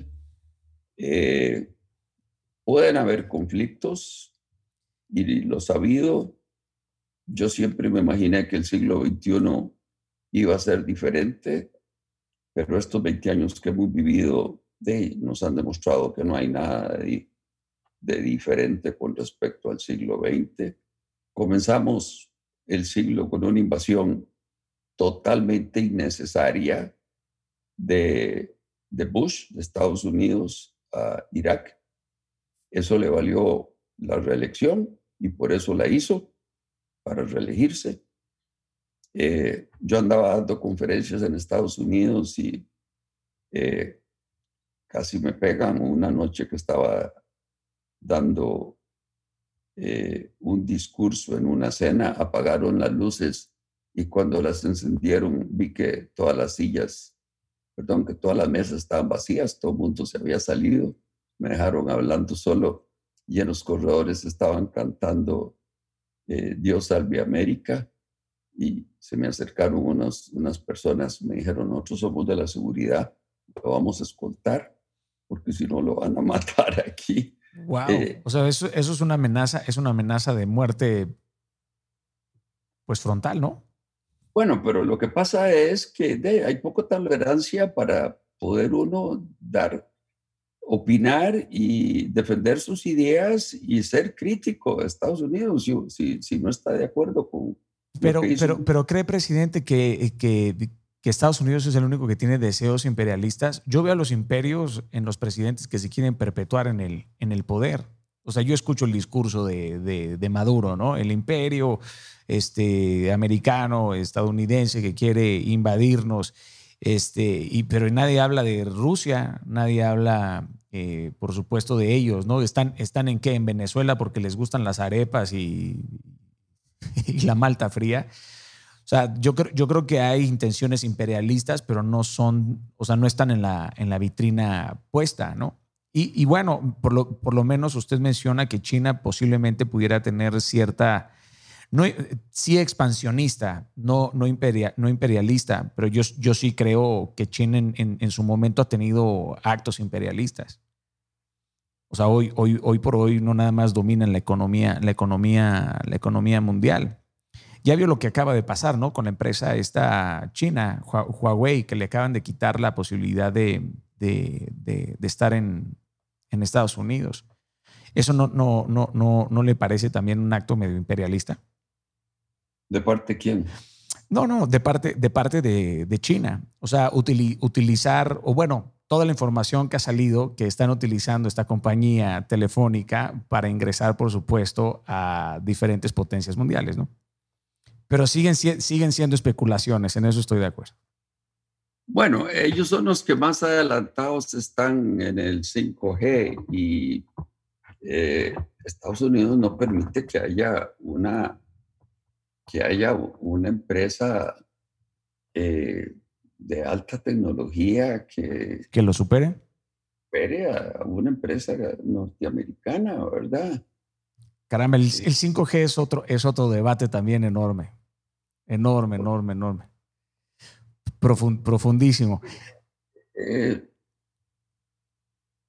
Pueden haber conflictos y los ha habido. Yo siempre me imaginé que el siglo XXI iba a ser diferente, pero estos 20 años que hemos vivido nos han demostrado que no hay nada de diferente con respecto al siglo XX. Comenzamos el siglo con una invasión totalmente innecesaria de Bush, de Estados Unidos, a Irak. Eso le valió la reelección y por eso la hizo, para reelegirse. Yo andaba dando conferencias en Estados Unidos y casi me pegan una noche que estaba dando un discurso en una cena, apagaron las luces y cuando las encendieron vi que todas las sillas, que todas las mesas estaban vacías, todo el mundo se había salido, me dejaron hablando solo y en los corredores estaban cantando Dios salve América y se me acercaron unas personas, me dijeron, nosotros somos de la seguridad, lo vamos a escoltar porque si no lo van a matar aquí. Wow. O sea, eso es una amenaza de muerte, pues frontal, ¿no? Bueno, pero lo que pasa es que hay poca tolerancia para poder uno opinar y defender sus ideas y ser crítico de Estados Unidos si no está de acuerdo con pero cree, presidente, que Estados Unidos es el único que tiene deseos imperialistas. Yo veo a los imperios en los presidentes que se quieren perpetuar en el poder. O sea, yo escucho el discurso de Maduro, ¿no? El imperio americano, estadounidense que quiere invadirnos, pero nadie habla de Rusia, nadie habla, por supuesto, de ellos, ¿no? ¿Están en qué? En Venezuela porque les gustan las arepas y la malta fría. O sea, yo creo que hay intenciones imperialistas, pero no son, o sea, no están en la vitrina puesta, ¿no? Y bueno, por lo menos usted menciona que China posiblemente pudiera tener cierta, sí expansionista, no imperialista, pero yo sí creo que China en su momento ha tenido actos imperialistas. O sea, hoy por hoy no nada más dominan la economía mundial. Ya vio lo que acaba de pasar, ¿no? Con la empresa esta china, Huawei, que le acaban de quitar la posibilidad de estar en Estados Unidos. ¿Eso no le parece también un acto medio imperialista? ¿De parte de quién? No, de parte de China. O sea, utilizar, o bueno, toda la información que ha salido que están utilizando esta compañía telefónica para ingresar, por supuesto, a diferentes potencias mundiales, ¿no? Pero siguen siendo especulaciones, en eso estoy de acuerdo. Bueno, ellos son los que más adelantados están en el 5G y Estados Unidos no permite que haya una empresa de alta tecnología que lo supere. Supere a una empresa norteamericana, ¿verdad? Caramba, el 5G es otro debate también enorme. Enorme. Profundísimo.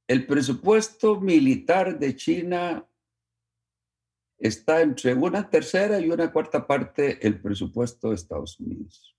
El presupuesto militar de China está entre una tercera y una cuarta parte del presupuesto de Estados Unidos.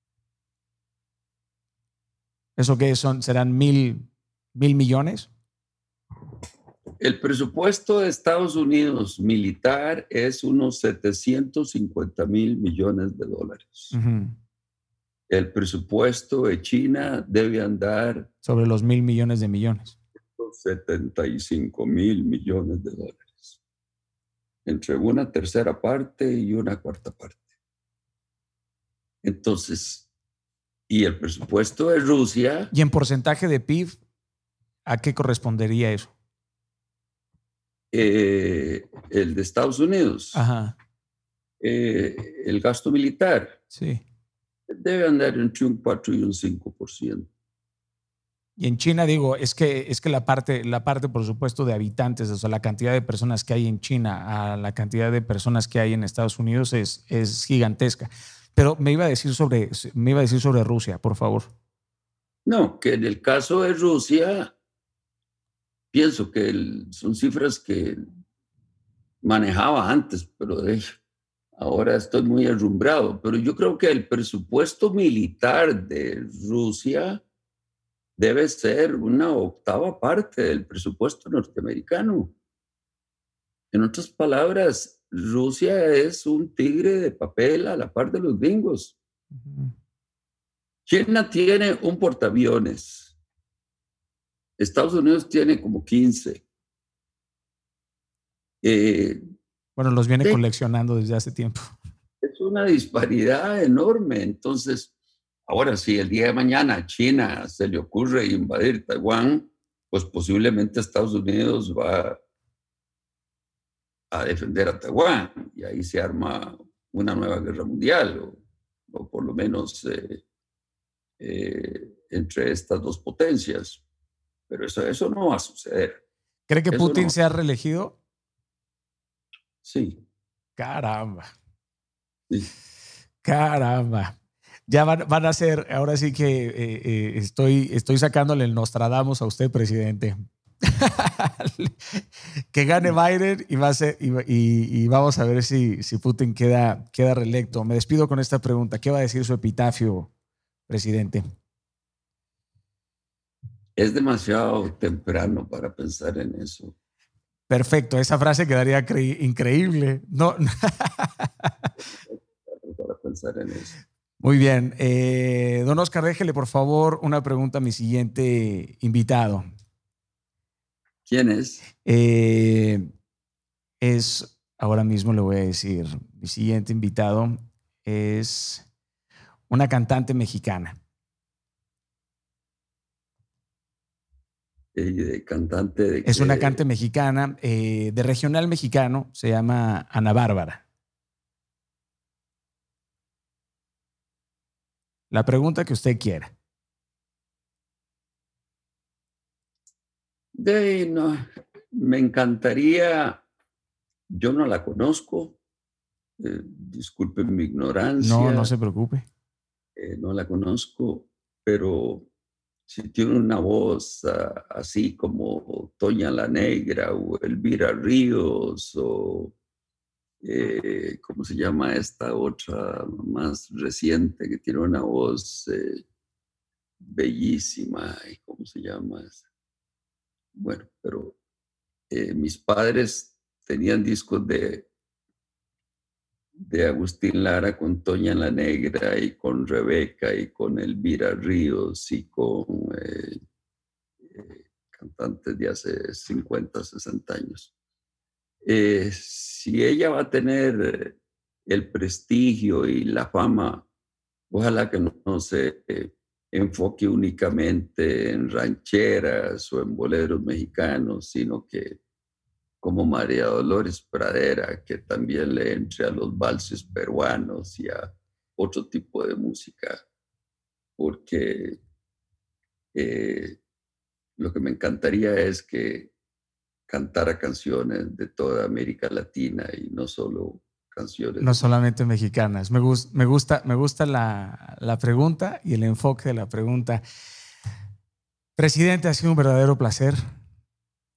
¿Eso qué son? ¿Serán mil millones? El presupuesto de Estados Unidos militar es unos 750 mil millones de dólares. Uh-huh. El presupuesto de China debe andar sobre los 1,000 millones de millones. 75 mil millones de dólares. Entre una tercera parte y una cuarta parte. Entonces, y el presupuesto de Rusia. ¿Y en porcentaje de PIB, a qué correspondería eso? El de Estados Unidos. Ajá. El gasto militar. Sí. Debe andar entre un 4 y un 5%. Y en China, digo, es que la parte, por supuesto, de habitantes, o sea, la cantidad de personas que hay en China a la cantidad de personas que hay en Estados Unidos es gigantesca. Pero me iba a decir sobre Rusia, por favor. No, que en el caso de Rusia, pienso que son cifras que manejaba antes, pero ahora estoy muy arrumbrado. Pero yo creo que el presupuesto militar de Rusia debe ser una octava parte del presupuesto norteamericano. En otras palabras, Rusia es un tigre de papel a la par de los gringos. Uh-huh. China tiene un portaaviones. Estados Unidos tiene como 15. Bueno, los viene coleccionando desde hace tiempo. Es una disparidad enorme. Entonces, ahora, si el día de mañana a China se le ocurre invadir Taiwán, pues posiblemente Estados Unidos va a defender a Taiwán y ahí se arma una nueva guerra mundial o por lo menos entre estas dos potencias. Pero eso no va a suceder. ¿Cree que Putin sea reelegido? Sí. Caramba. Sí. Caramba. Ya van a ser, ahora sí que estoy sacándole el Nostradamus a usted, presidente. Que gane Biden y vamos a ver si Putin queda reelecto. Me despido con esta pregunta. ¿Qué va a decir su epitafio, presidente? Es demasiado temprano para pensar en eso. Perfecto, esa frase quedaría increíble. No. Para pensar en eso. Muy bien. Don Oscar, déjele por favor una pregunta a mi siguiente invitado. ¿Quién es? Ahora mismo le voy a decir, mi siguiente invitado es una cantante mexicana. ¿Cantante de qué? Es una cantante mexicana de regional mexicano, se llama Ana Bárbara. La pregunta que usted quiera. No, me encantaría, yo no la conozco, disculpen mi ignorancia. No se preocupe. No la conozco, pero si tiene una voz así como Toña la Negra o Elvira Ríos o ¿cómo se llama esta otra más reciente que tiene una voz bellísima? ¿Cómo se llama? Bueno, pero mis padres tenían discos de Agustín Lara con Toña la Negra y con Rebeca y con Elvira Ríos y con cantantes de hace 50, 60 años. Si ella va a tener el prestigio y la fama, ojalá que no se enfoque únicamente en rancheras o en boleros mexicanos, sino que como María Dolores Pradera, que también le entre a los valses peruanos y a otro tipo de música, porque lo que me encantaría es que cantara canciones de toda América Latina y no solo canciones. No solamente mexicanas. Me gusta la pregunta y el enfoque de la pregunta. Presidente, ha sido un verdadero placer.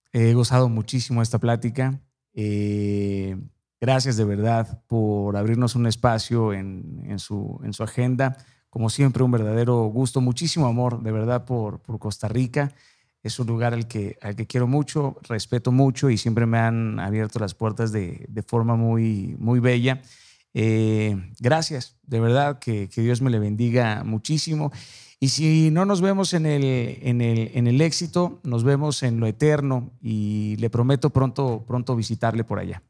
He gozado muchísimo esta plática. Gracias de verdad por abrirnos un espacio en su agenda. Como siempre, un verdadero gusto. Muchísimo amor, de verdad, por Costa Rica. Es un lugar al que quiero mucho, respeto mucho y siempre me han abierto las puertas de forma muy, muy bella. Gracias, de verdad, que Dios me le bendiga muchísimo. Y si no nos vemos en el éxito, nos vemos en lo eterno y le prometo pronto visitarle por allá.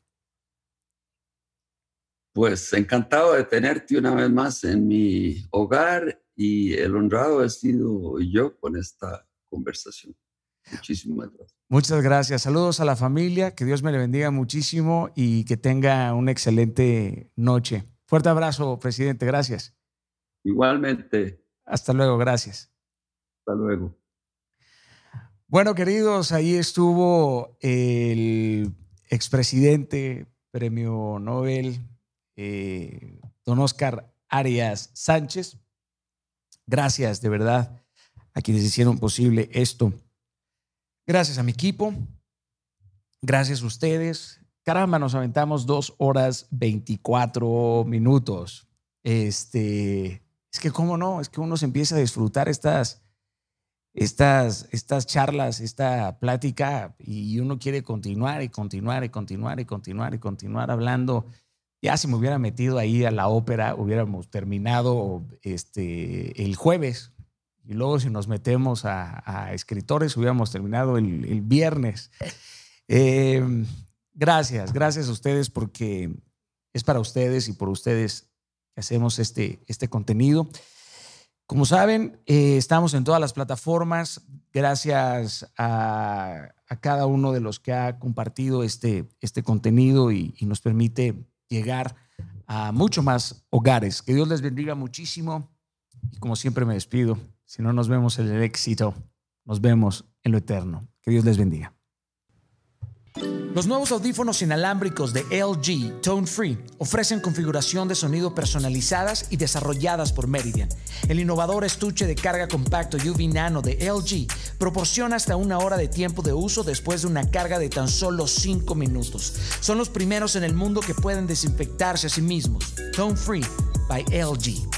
Pues encantado de tenerte una vez más en mi hogar y el honrado he sido yo con esta conversación. Muchísimas gracias. Muchas gracias. Saludos a la familia, que Dios me le bendiga muchísimo y que tenga una excelente noche. Fuerte abrazo, presidente. Gracias. Igualmente. Hasta luego. Gracias. Hasta luego. Bueno, queridos, ahí estuvo el expresidente, premio Nobel, don Óscar Arias Sánchez. Gracias, de verdad, a quienes hicieron posible esto. Gracias a mi equipo. Gracias a ustedes. Caramba, nos aventamos 2 horas 24 minutos. Es que cómo no, es que uno se empieza a disfrutar estas charlas, esta plática y uno quiere continuar hablando. Ya si me hubiera metido ahí a la ópera, hubiéramos terminado el jueves. Y luego si nos metemos a escritores, hubiéramos terminado el viernes. Gracias a ustedes porque es para ustedes y por ustedes que hacemos este contenido. Como saben, estamos en todas las plataformas. Gracias a cada uno de los que ha compartido este contenido y nos permite llegar a mucho más hogares. Que Dios les bendiga muchísimo y como siempre me despido. Si no nos vemos en el éxito, nos vemos en lo eterno. Que Dios les bendiga. Los nuevos audífonos inalámbricos de LG Tone Free ofrecen configuración de sonido personalizadas y desarrolladas por Meridian. El innovador estuche de carga compacto UV Nano de LG proporciona hasta 1 hora de tiempo de uso después de una carga de tan solo 5 minutos. Son los primeros en el mundo que pueden desinfectarse a sí mismos. Tone Free by LG.